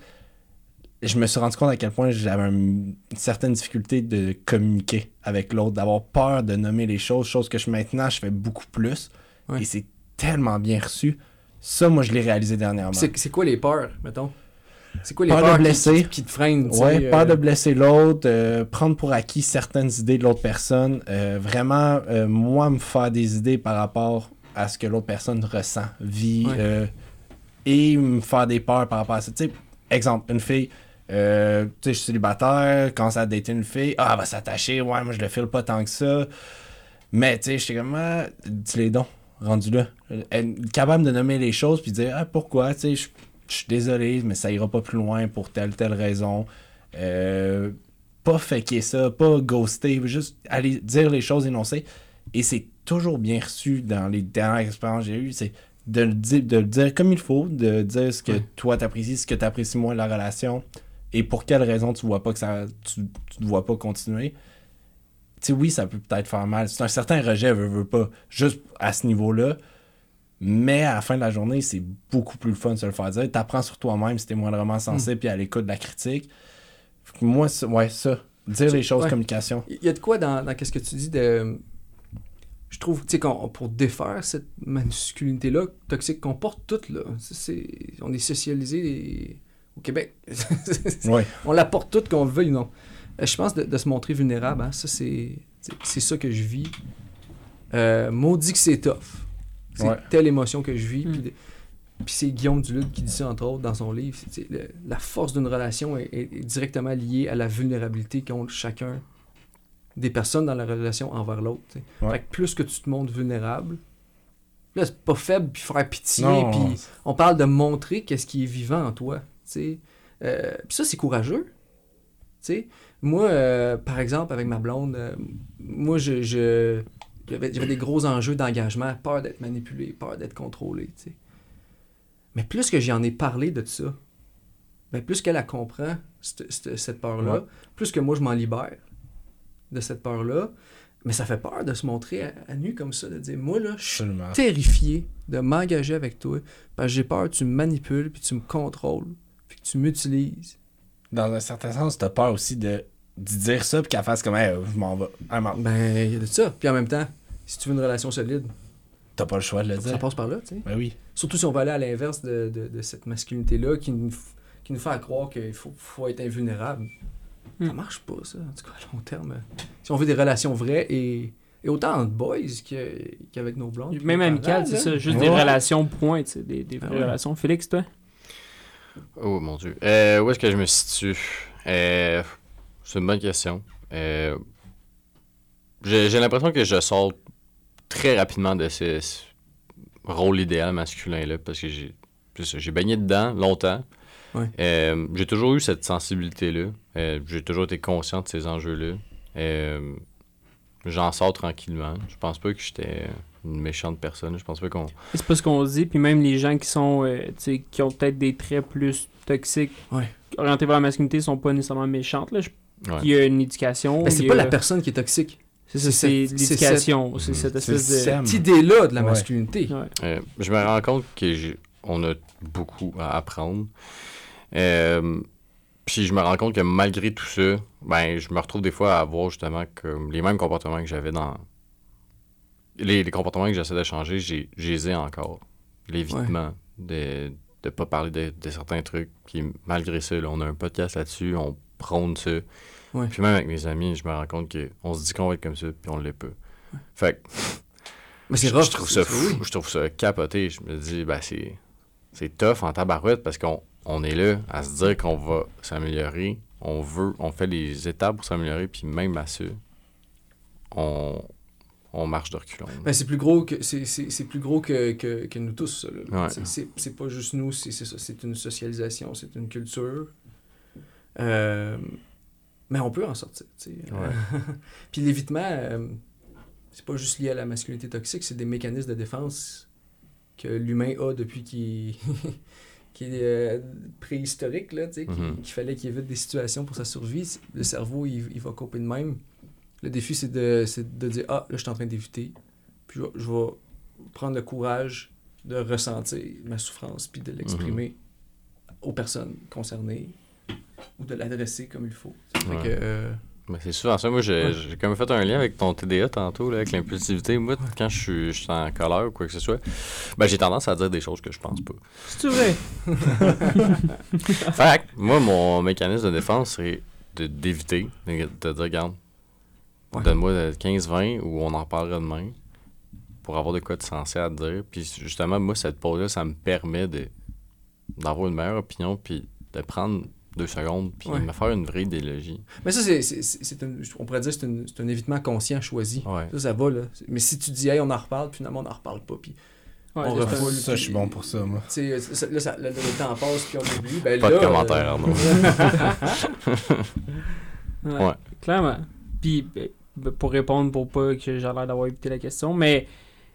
je me suis rendu compte à quel point j'avais un, une certaine difficulté de communiquer avec l'autre, d'avoir peur de nommer les choses, chose que je, maintenant, je fais beaucoup plus. Ouais. Et c'est tellement bien reçu. Ça, moi, je l'ai réalisé dernièrement. C'est, c'est quoi les peurs, mettons? C'est quoi les peur peurs de blesser. Qui, qui, qui te freinent? Ouais, euh... peur de blesser l'autre, euh, prendre pour acquis certaines idées de l'autre personne, euh, vraiment, euh, moi, me faire des idées par rapport à ce que l'autre personne ressent, vit, ouais. euh, et me faire des peurs par rapport à ça. Tu sais, exemple, une fille, euh, tu sais, je suis célibataire, quand ça a daté une fille, ah, elle va s'attacher, ouais, moi, je le file pas tant que ça. Mais, tu sais, je suis comme, ah, dis-les donc, rendu là. Elle est capable de nommer les choses, puis dire, ah, pourquoi, tu sais, je Je suis désolé, mais ça ira pas plus loin pour telle telle raison. Euh, pas faker ça, pas ghoster, juste aller dire les choses énoncées. Et c'est toujours bien reçu dans les dernières expériences que j'ai eues. C'est de le, dire, de le dire comme il faut, de dire ce que ouais. toi t'apprécies, ce que t'apprécies moins de la relation, et pour quelle raison tu vois pas que ça, tu, tu ne vois pas continuer. Tu sais, oui, ça peut peut-être faire mal. C'est un certain rejet, veut, veut pas, juste à ce niveau-là. Mais à la fin de la journée, c'est beaucoup plus le fun de se le faire dire. T'apprends sur toi-même si t'es moindrement sensible puis mmh. à l'écoute de la critique. Moi, ouais, ça. Dire les choses, ouais. communication. Il y a de quoi dans, dans qu'est-ce que tu dis de... Je trouve, tu sais, pour défaire cette masculinité-là toxique qu'on porte toutes, là, c'est, on est socialisés au Québec. Ouais. On la porte toute, qu'on le veuille ou non. Je pense de, de se montrer vulnérable, hein, ça, c'est, c'est ça que je vis. Euh, maudit que c'est tough. C'est ouais. telle émotion que je vis. Mm. Puis, puis c'est Guillaume Duluth qui dit ça, entre autres, dans son livre. C'est, le, la force d'une relation est, est, est directement liée à la vulnérabilité qu'ont chacun des personnes dans la relation envers l'autre. Ouais. Fait que plus que tu te montres vulnérable, là, c'est pas faible, puis faire pitié, puis on parle de montrer qu'est-ce qui est vivant en toi. Euh, puis ça, c'est courageux. T'sais. Moi, euh, par exemple, avec ma blonde, euh, moi, je... je J'avais, j'avais des gros enjeux d'engagement, peur d'être manipulé, peur d'être contrôlé, tu sais. Mais plus que j'en ai parlé de ça, ben plus qu'elle la comprend, cette, cette, cette peur-là, ouais. plus que moi je m'en libère de cette peur-là, mais ça fait peur de se montrer à, à nu comme ça, de dire, moi là, je suis terrifié de m'engager avec toi, parce que j'ai peur que tu me manipules, puis tu me contrôles, puis que tu m'utilises. Dans un certain sens, t'as peur aussi de... de dire ça puis qu'elle fasse comme hey, je m'en vais. Ben, il y a de ça. Puis en même temps, si tu veux une relation solide, t'as pas le choix de le dire. Ça passe par là, tu sais. Ben oui. Surtout si on va aller à l'inverse de, de, de cette masculinité-là qui nous, qui nous fait croire qu'il faut, faut être invulnérable. Mm. Ça marche pas, ça, en tout cas, à long terme. Si on veut des relations vraies et, et autant entre boys que, qu'avec nos blondes. Même amicales, c'est ça. Juste ouais. des relations point, tu sais, des, des vraies ah ouais. relations. Félix, toi? Oh mon Dieu. Euh, où est-ce que je me situe? Euh... C'est une bonne question. Euh, j'ai, j'ai l'impression que je sors très rapidement de ce, ce rôle idéal masculin-là parce que j'ai, j'ai baigné dedans longtemps. Ouais. Euh, j'ai toujours eu cette sensibilité-là. Euh, j'ai toujours été conscient de ces enjeux-là. Euh, j'en sors tranquillement. Je pense pas que j'étais une méchante personne. Je pense pas qu'on... C'est pas ce qu'on dit. Puis même les gens qui sont, euh, tu sais, qui ont peut-être des traits plus toxiques, ouais. orientés vers la masculinité, sont pas nécessairement méchantes. Là. Je... Ouais. Il y a une éducation. Mais c'est il pas a... la personne qui est toxique. C'est ça, c'est, c'est l'éducation. C'est, c'est cette espèce c'est de... Cette idée-là de la ouais. masculinité. Ouais. Euh, je me rends compte qu'on a beaucoup à apprendre. Euh, Puis je me rends compte que malgré tout ça, ben je me retrouve des fois à avoir justement comme les mêmes comportements que j'avais dans... Les, les comportements que j'essaie de changer, j'ai, je les ai encore. L'évitement de ne pas parler de, de certains trucs. Puis malgré ça, là, on a un podcast là-dessus, on prône ça. Ouais. Puis même avec mes amis, je me rends compte qu'on se dit qu'on va être comme ça, puis on l'est pas. Ouais. Fait que... Mais c'est je, rough, je trouve ça fou, oui. je trouve ça capoté. Je me dis, ben c'est, c'est tough en tabarouette parce qu'on on est là à se dire qu'on va s'améliorer. On veut, on fait les étapes pour s'améliorer, puis même à ça, on, on marche de reculons. Ben, c'est plus gros que c'est, c'est, c'est plus gros que, que, que nous tous, ça. Là. Ouais. C'est, c'est, c'est pas juste nous, c'est, c'est ça. C'est une socialisation, c'est une culture. Euh, mais on peut en sortir, tu sais. Ouais. Puis l'évitement, euh, c'est pas juste lié à la masculinité toxique, c'est des mécanismes de défense que l'humain a depuis qu'il, qu'il est euh, préhistorique, là, tu sais, qu'il, Mm-hmm. qu'il fallait qu'il évite des situations pour sa survie. Le cerveau, il, il va couper de même. Le défi, c'est de, c'est de dire « Ah, là, je suis en train d'éviter. » Puis je, je vais prendre le courage de ressentir ma souffrance puis de l'exprimer mm-hmm. aux personnes concernées ou de l'adresser comme il faut. Fait ouais. que... Euh, Mais c'est souvent ça. Moi, j'ai, ouais. j'ai comme fait un lien avec ton T D A tantôt, là, avec l'impulsivité. Moi, quand je suis, je suis en colère ou quoi que ce soit, ben, j'ai tendance à dire des choses que je pense pas. C'est vrai. Fait que, moi, mon mécanisme de défense serait de, d'éviter, de, de dire, regarde, ouais. donne-moi quinze vingt ou on en parlera demain pour avoir de quoi de sensé à te dire. Puis justement, moi, cette pause-là, ça me permet de, d'avoir une meilleure opinion puis de prendre deux secondes, puis ouais. me faire une vraie idéologie. Mais ça, c'est, c'est, c'est, c'est une, on pourrait dire que c'est, une, c'est un évitement conscient, choisi. Ouais. Ça, ça va, là. Mais si tu dis, hey, on en reparle, puis finalement, on n'en reparle pas, puis ouais, on refoule. Ça, puis, je suis bon pour ça, moi. Tu sais, là, ça, le, le temps passe, puis on oublie. Ben, pas là, de commentaires, euh... non. ouais, ouais. Clairement. Puis, pour répondre, pour pas que j'ai l'air d'avoir évité la question, mais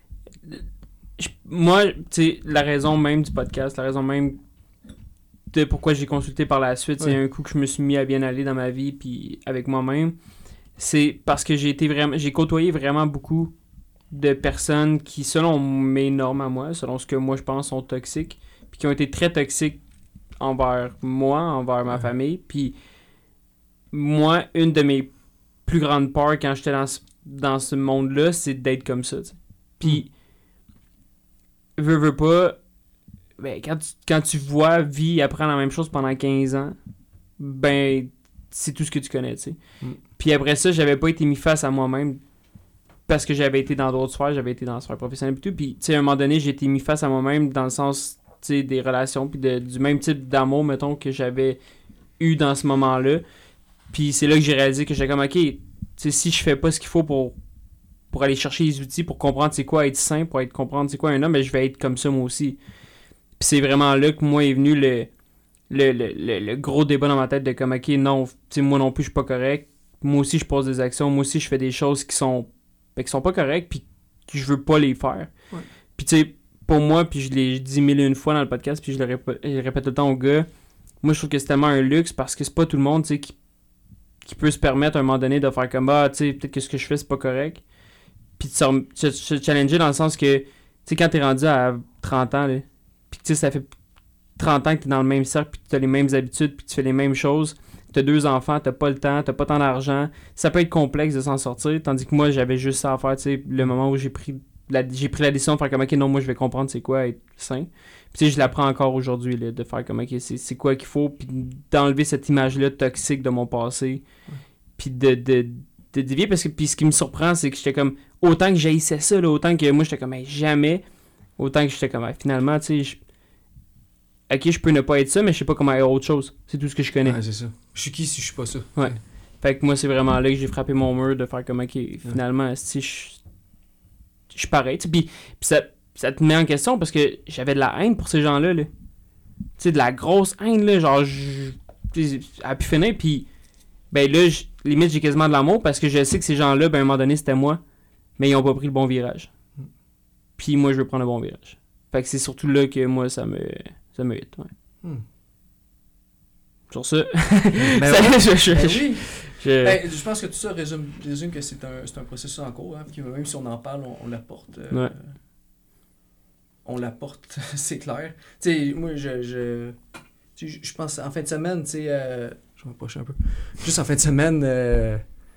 je, moi, tu sais, la raison même du podcast, la raison même de pourquoi j'ai consulté par la suite, ouais. c'est un coup que je me suis mis à bien aller dans ma vie puis avec moi-même, c'est parce que j'ai été vraiment j'ai côtoyé vraiment beaucoup de personnes qui, selon mes normes à moi, selon ce que moi je pense sont toxiques, puis qui ont été très toxiques envers moi, envers ma ouais. famille, puis moi, une de mes plus grandes peurs quand j'étais dans ce, dans ce monde-là, c'est d'être comme ça, t'sais. Puis mm. veux, veux pas, ben, quand, tu, quand tu vois vie apprendre la même chose pendant quinze ans, ben, c'est tout ce que tu connais, tu sais. Mm. Puis après ça, j'avais pas été mis face à moi-même parce que j'avais été dans d'autres sphères, j'avais été dans la sphère professionnelle et tout. Puis, tu sais, à un moment donné, j'ai été mis face à moi-même dans le sens, tu sais, des relations, puis de, du même type d'amour, mettons, que j'avais eu dans ce moment-là. Puis c'est là que j'ai réalisé que j'étais comme, ok, tu sais, si je fais pas ce qu'il faut pour, pour aller chercher les outils, pour comprendre c'est quoi être sain, pour être comprendre c'est quoi un homme, ben je vais être comme ça moi aussi. Puis c'est vraiment là que moi est venu le, le, le, le, le gros débat dans ma tête de comme, ok, non, tu sais, moi non plus, je suis pas correct. Moi aussi, je pose des actions. Moi aussi, je fais des choses qui sont, ben, qui sont pas correctes, puis que je veux pas les faire. Ouais. Puis tu sais, pour moi, puis je l'ai dit mille et une fois dans le podcast, puis je le répète, je le répète tout le temps aux gars, moi, je trouve que c'est tellement un luxe parce que c'est pas tout le monde, tu sais, qui, qui peut se permettre à un moment donné de faire comme, ah, tu sais, peut-être que ce que je fais, c'est pas correct. Puis de se, se challenger dans le sens que, tu sais, quand t'es rendu à trente ans, là, puis tu sais, ça fait trente ans que t'es dans le même cercle, puis tu as les mêmes habitudes, puis tu fais les mêmes choses, t'as deux enfants, t'as pas le temps, t'as pas tant d'argent, ça peut être complexe de s'en sortir, tandis que moi, j'avais juste ça à faire, tu sais, le moment où j'ai pris la, j'ai pris la décision de faire comme, ok, non, moi, je vais comprendre c'est quoi être sain. Puis tu sais, je l'apprends encore aujourd'hui, là, de faire comme, ok, c'est, c'est quoi qu'il faut, puis d'enlever cette image-là toxique de mon passé, puis de, de, de dévier, parce que, puis ce qui me surprend, c'est que j'étais comme, autant que j'haïssais ça, là, autant que moi, j'étais comme, hey, jamais, autant que j'étais comme, hey, finalement, tu sais, ok, je peux ne pas être ça, mais je sais pas comment être autre chose. C'est tout ce que je connais. Ouais, c'est ça. Je suis qui si je suis pas ça? Ouais. Fait que moi, c'est vraiment là que j'ai frappé mon mur de faire comme, ok, finalement, si je je suis pareil. Puis, puis ça, ça te met en question parce que j'avais de la haine pour ces gens-là. Là. Tu sais, de la grosse haine, là, genre, je, à pu finir. Puis, ben là, je, limite, j'ai quasiment de l'amour parce que je sais que ces gens-là, ben à un moment donné, c'était moi, mais ils ont pas pris le bon virage. Puis moi, je veux prendre le bon virage. Fait que c'est surtout là que moi, ça me. Ça me hit, ouais. Hmm. Sur ça. Ben ça ouais. je, je, ben je, oui. je... Ben, je pense que tout ça résume, résume que c'est un, c'est un processus en cours. Hein, puis même si on en parle, on, on l'apporte. Euh, ouais. On l'apporte, c'est clair. Tu sais, moi, je, je, Tu sais, je pense, en fin de semaine, tu sais, euh, je vais m'approcher un peu. Juste en fin de semaine, euh,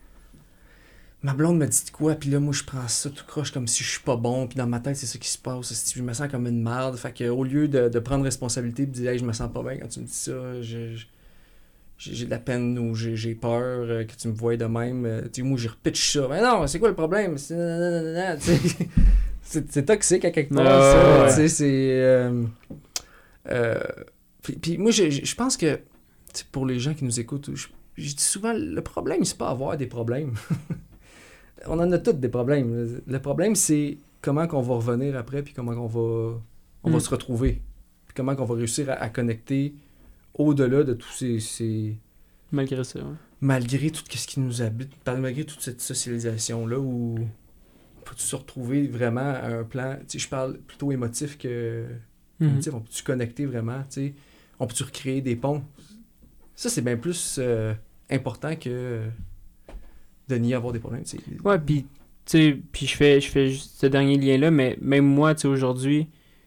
ma blonde me dit de quoi, puis là, moi, je prends ça tout croche comme si je suis pas bon, puis dans ma tête, c'est ça qui se passe. Si je me sens comme une merde. Fait que, au lieu de, de prendre responsabilité et de dire, hey, je me sens pas bien quand tu me dis ça, je, je- j'ai, j'ai de la peine ou j'ai, j'ai peur euh, que tu me voies de même. Euh, tu sais, moi, je repitch ça. Mais non, c'est quoi le problème? C'est, nanana, tu sais. c'est, c'est toxique à quelque part, Ah, ça. ouais. Tu sais, c'est. Euh, euh, puis, puis moi, je, je je pense que, tu sais, pour les gens qui nous écoutent, je, je dis souvent, le problème, c'est pas avoir des problèmes. On en a tous des problèmes. Le problème, c'est comment qu'on va revenir après, puis comment qu'on va, on va Mm. se retrouver. Puis comment qu'on va réussir à, à connecter au-delà de tous ces... ces... Malgré ça, ouais. Malgré tout ce qui nous habite, par- malgré toute cette socialisation-là, où on peut se retrouver vraiment à un plan... Tu sais, je parle plutôt émotif que... Mhm. cognitif. On peut-tu connecter vraiment, tu sais? On peut-tu recréer des ponts? Ça, c'est bien plus euh, important que de nier avoir des problèmes, tu sais. Ouais, puis, tu sais, puis je fais, je fais juste ce dernier lien-là, mais même moi, tu sais, aujourd'hui,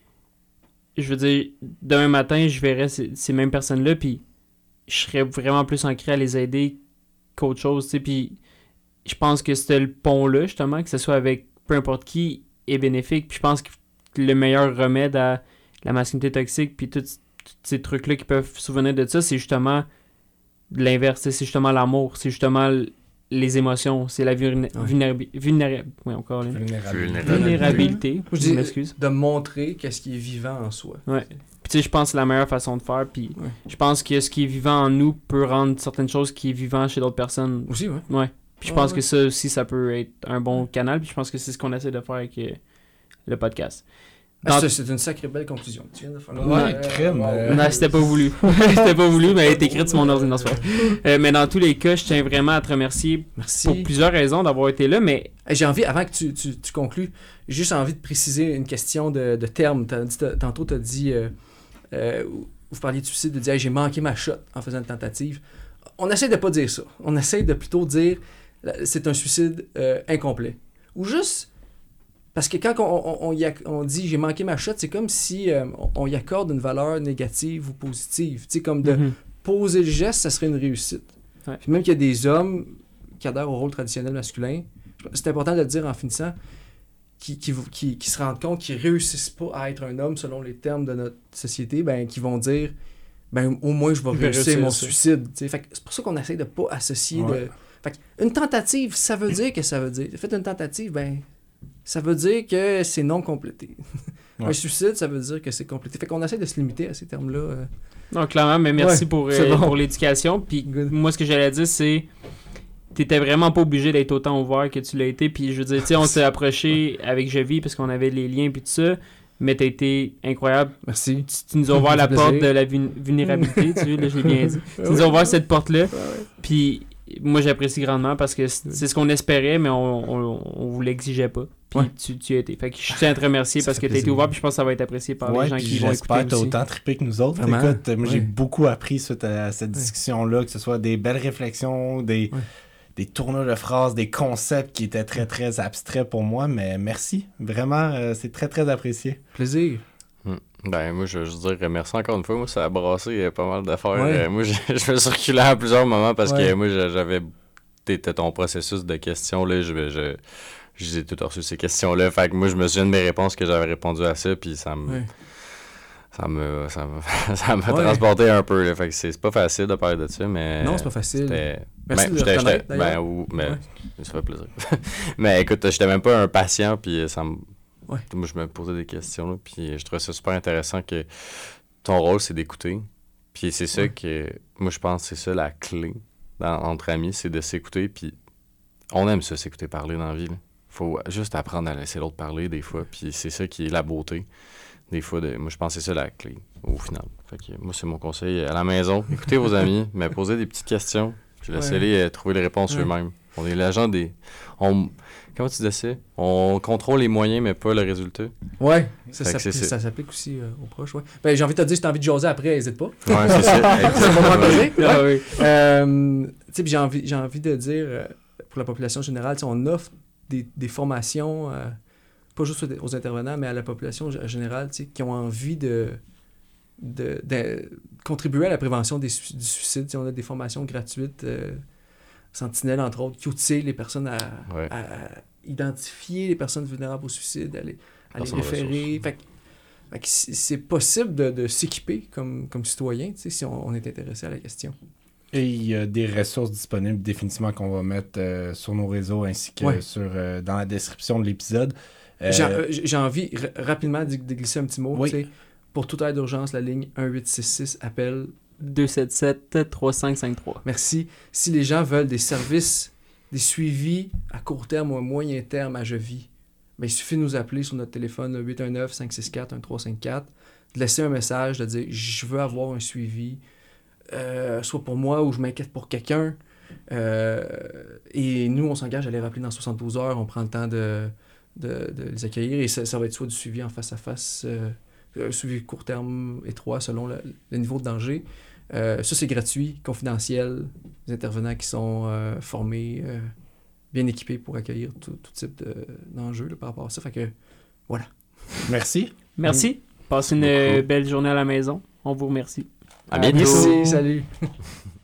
je veux dire, demain matin, je verrais ces, ces mêmes personnes-là, puis je serais vraiment plus ancré à les aider qu'autre chose, tu sais, puis je pense que c'était le pont-là, justement, que ce soit avec peu importe qui, est bénéfique, puis je pense que le meilleur remède à la masculinité toxique, puis tous tous ces trucs-là qui peuvent souvenir de ça, c'est justement l'inverse, tu sais, c'est justement l'amour, c'est justement l- les émotions, c'est la vulné- Ouais. vulnérabi- vulnéra- ouais, encore, là. Vulnérabilité. vulnérabilité, Moi, je je dis m'excuse. de montrer qu'est-ce qui est vivant en soi. Ouais. Puis tu sais, je pense que c'est la meilleure façon de faire, puis Ouais. je pense que ce qui est vivant en nous peut rendre certaines choses qui est vivant chez d'autres personnes. Aussi, ouais. Ouais. Puis je Ouais, pense ouais. que ça aussi, ça peut être un bon canal, puis je pense que c'est ce qu'on essaie de faire avec euh, le podcast. Ah, Dans- c'est, c'est une sacrée belle conclusion. Tu viens de faire Ouais, crème, euh, Non, c'était pas voulu. C'était pas voulu, mais elle est écrite sur mon ordinateur. Euh, mais dans tous les cas, je tiens vraiment à te remercier Merci. pour plusieurs raisons d'avoir été là, mais Hey, j'ai envie, avant que tu, tu, tu conclues, j'ai juste envie de préciser une question de, de terme. T'as dit, t'as- tantôt, tu as dit, euh, euh, vous parliez de suicide, de dire hey, j'ai manqué ma shot en faisant une tentative. On essaie de pas dire ça. On essaie de plutôt dire là, c'est un suicide euh, incomplet. Ou juste, parce que quand on, on, on, y acc- on dit j'ai manqué ma shot, c'est comme si euh, on, on y accorde une valeur négative ou positive. Tu sais, comme de Mhm. poser le geste, ça serait une réussite. Ouais. Puis même qu'il y a des hommes qui adhèrent au rôle traditionnel masculin, c'est important de le dire en finissant, qui, qui, qui, qui se rendent compte qu'ils réussissent pas à être un homme selon les termes de notre société, ben qui vont dire ben au moins je vais Je vais réussir réussir mon ça. suicide. T'sais. Fait que c'est pour ça qu'on essaie de pas associer Ouais. de. Fait que une tentative, ça veut dire que ça veut dire. Faites une tentative, ben ça veut dire que c'est non complété. Ouais. Un suicide, ça veut dire que c'est complété. Fait qu'on essaie de se limiter à ces termes-là. euh. non, clairement, mais merci Ouais, pour, c'est euh, bon. pour l'éducation. Puis Good. moi, ce que j'allais dire, c'est t'étais vraiment pas obligé d'être autant ouvert que tu l'as été. Puis je veux dire, tu sais, on s'est approché avec Jevi parce qu'on avait les liens puis tout ça, mais t'as été incroyable. Merci. Tu, tu nous as ouvert Ça la fait porte plaisir. de la vul- vulnérabilité, tu vois, là, j'ai bien dit. Tu nous as ouvert cette porte-là. Puis moi, j'apprécie grandement parce que c'est c'est ce qu'on espérait, mais on, on, on vous l'exigeait pas. Puis Ouais. tu, tu y as été. Fait que je tiens à te remercier Ça parce fait que tu as été plaisir. ouvert, puis je pense que ça va être apprécié par Ouais, les gens puis qui vont j'espère écouter que t'as aussi. autant trippé que nous autres. Vraiment? Écoute, moi, j'ai Ouais. beaucoup appris suite à cette Ouais. discussion-là, que ce soit des belles réflexions, des, Ouais. des tournures de phrases, des concepts qui étaient très, très abstraits pour moi, mais merci. Vraiment, euh, c'est très, très apprécié. Plaisir. Hmm. Ben, moi, je veux juste dire merci encore une fois. Moi, ça a brassé euh, pas mal d'affaires. Ouais. Euh, moi, je, je me suis reculé à plusieurs moments parce Ouais. que moi, je- j'avais. T'étais ton processus de questions, là. Je, je, j'ai tout reçu ces questions-là. Fait que moi, je me souviens de mes réponses que j'avais répondu à ça, puis ça me. Ouais. Ça me. Ça m'a ça m'a Ouais. transporté un peu, là. Fait que c'est c'est pas facile de parler de ça, mais. Non, c'est pas facile. C'était- Merci ben, de le j'étais- reconnaître, j'étais- d'ailleurs. Ben, ou- mais Ouais. ça fait plaisir. Mais écoute, j'étais même pas un patient, puis ça me. Ouais. Moi, je me posais des questions, là, puis je trouvais ça super intéressant que ton rôle, c'est d'écouter. Puis c'est ça Ouais. que. Moi, je pense que c'est ça la clé dans- entre amis, c'est de s'écouter, puis on aime ça, s'écouter parler dans la vie, là. Faut juste apprendre à laisser l'autre parler des fois, puis c'est ça qui est la beauté. Des fois, de, moi, je pense que c'est ça la clé, au final. Fait que moi, c'est mon conseil à la maison. Écoutez vos amis, mais posez des petites questions, puis laissez-les euh, trouver les réponses Ouais. eux-mêmes. On est l'agent des... On, comment tu disais ça? On contrôle les moyens, mais pas le résultat. Ouais, ça, Fait que s'applique, c'est ça. ça s'applique aussi euh, aux proches. Ouais. Ben, j'ai envie de te dire, si t'as envie de jaser après, n'hésite pas. Ouais, c'est ça. C'est le moment de jaser. Ah oui. Euh, tu sais, puis j'ai envie, j'ai envie de dire, euh, pour la population générale, tu sais, on offre des, des formations, euh, pas juste aux, aux intervenants, mais à la population g- générale, tu sais, qui ont envie de, de, de contribuer à la prévention des, du suicide. Si on a des formations gratuites, euh, Sentinelle entre autres, qui outillent les personnes à, Ouais. à, à identifier les personnes vulnérables au suicide, à les, à les Personnes référer. Fait que, fait que c'est c'est possible de, de s'équiper comme, comme citoyen, tu sais, si on, on est intéressé à la question. Et il y a des ressources disponibles définitivement qu'on va mettre euh, sur nos réseaux ainsi que Ouais. sur, euh, dans la description de l'épisode. Euh, J'ai euh, j'ai envie r- rapidement de, de glisser un petit mot. Oui. tu sais. Pour toute aide d'urgence, la ligne un huit six six appelle. deux sept sept trois cinq cinq trois. Merci. Si les gens veulent des services, des suivis à court terme ou à moyen terme à je vis, ben, il suffit de nous appeler sur notre téléphone le huit un neuf cinq six quatre un trois cinq quatre, de laisser un message, de dire je veux avoir un suivi, euh, soit pour moi ou je m'inquiète pour quelqu'un. Euh, et nous, on s'engage à les rappeler dans soixante-douze heures. On prend le temps de, de, de les accueillir et ça, ça va être soit du suivi en face à face, euh, un suivi court terme étroit selon le, le niveau de danger. Euh, ça, c'est gratuit, confidentiel. Des intervenants qui sont euh, formés, euh, bien équipés pour accueillir tout, tout type de, d'enjeux là, par rapport à ça. Fait que, voilà. Merci. Merci. Passez une Beaucoup. euh, belle journée à la maison. On vous remercie. À bientôt! Merci, salut!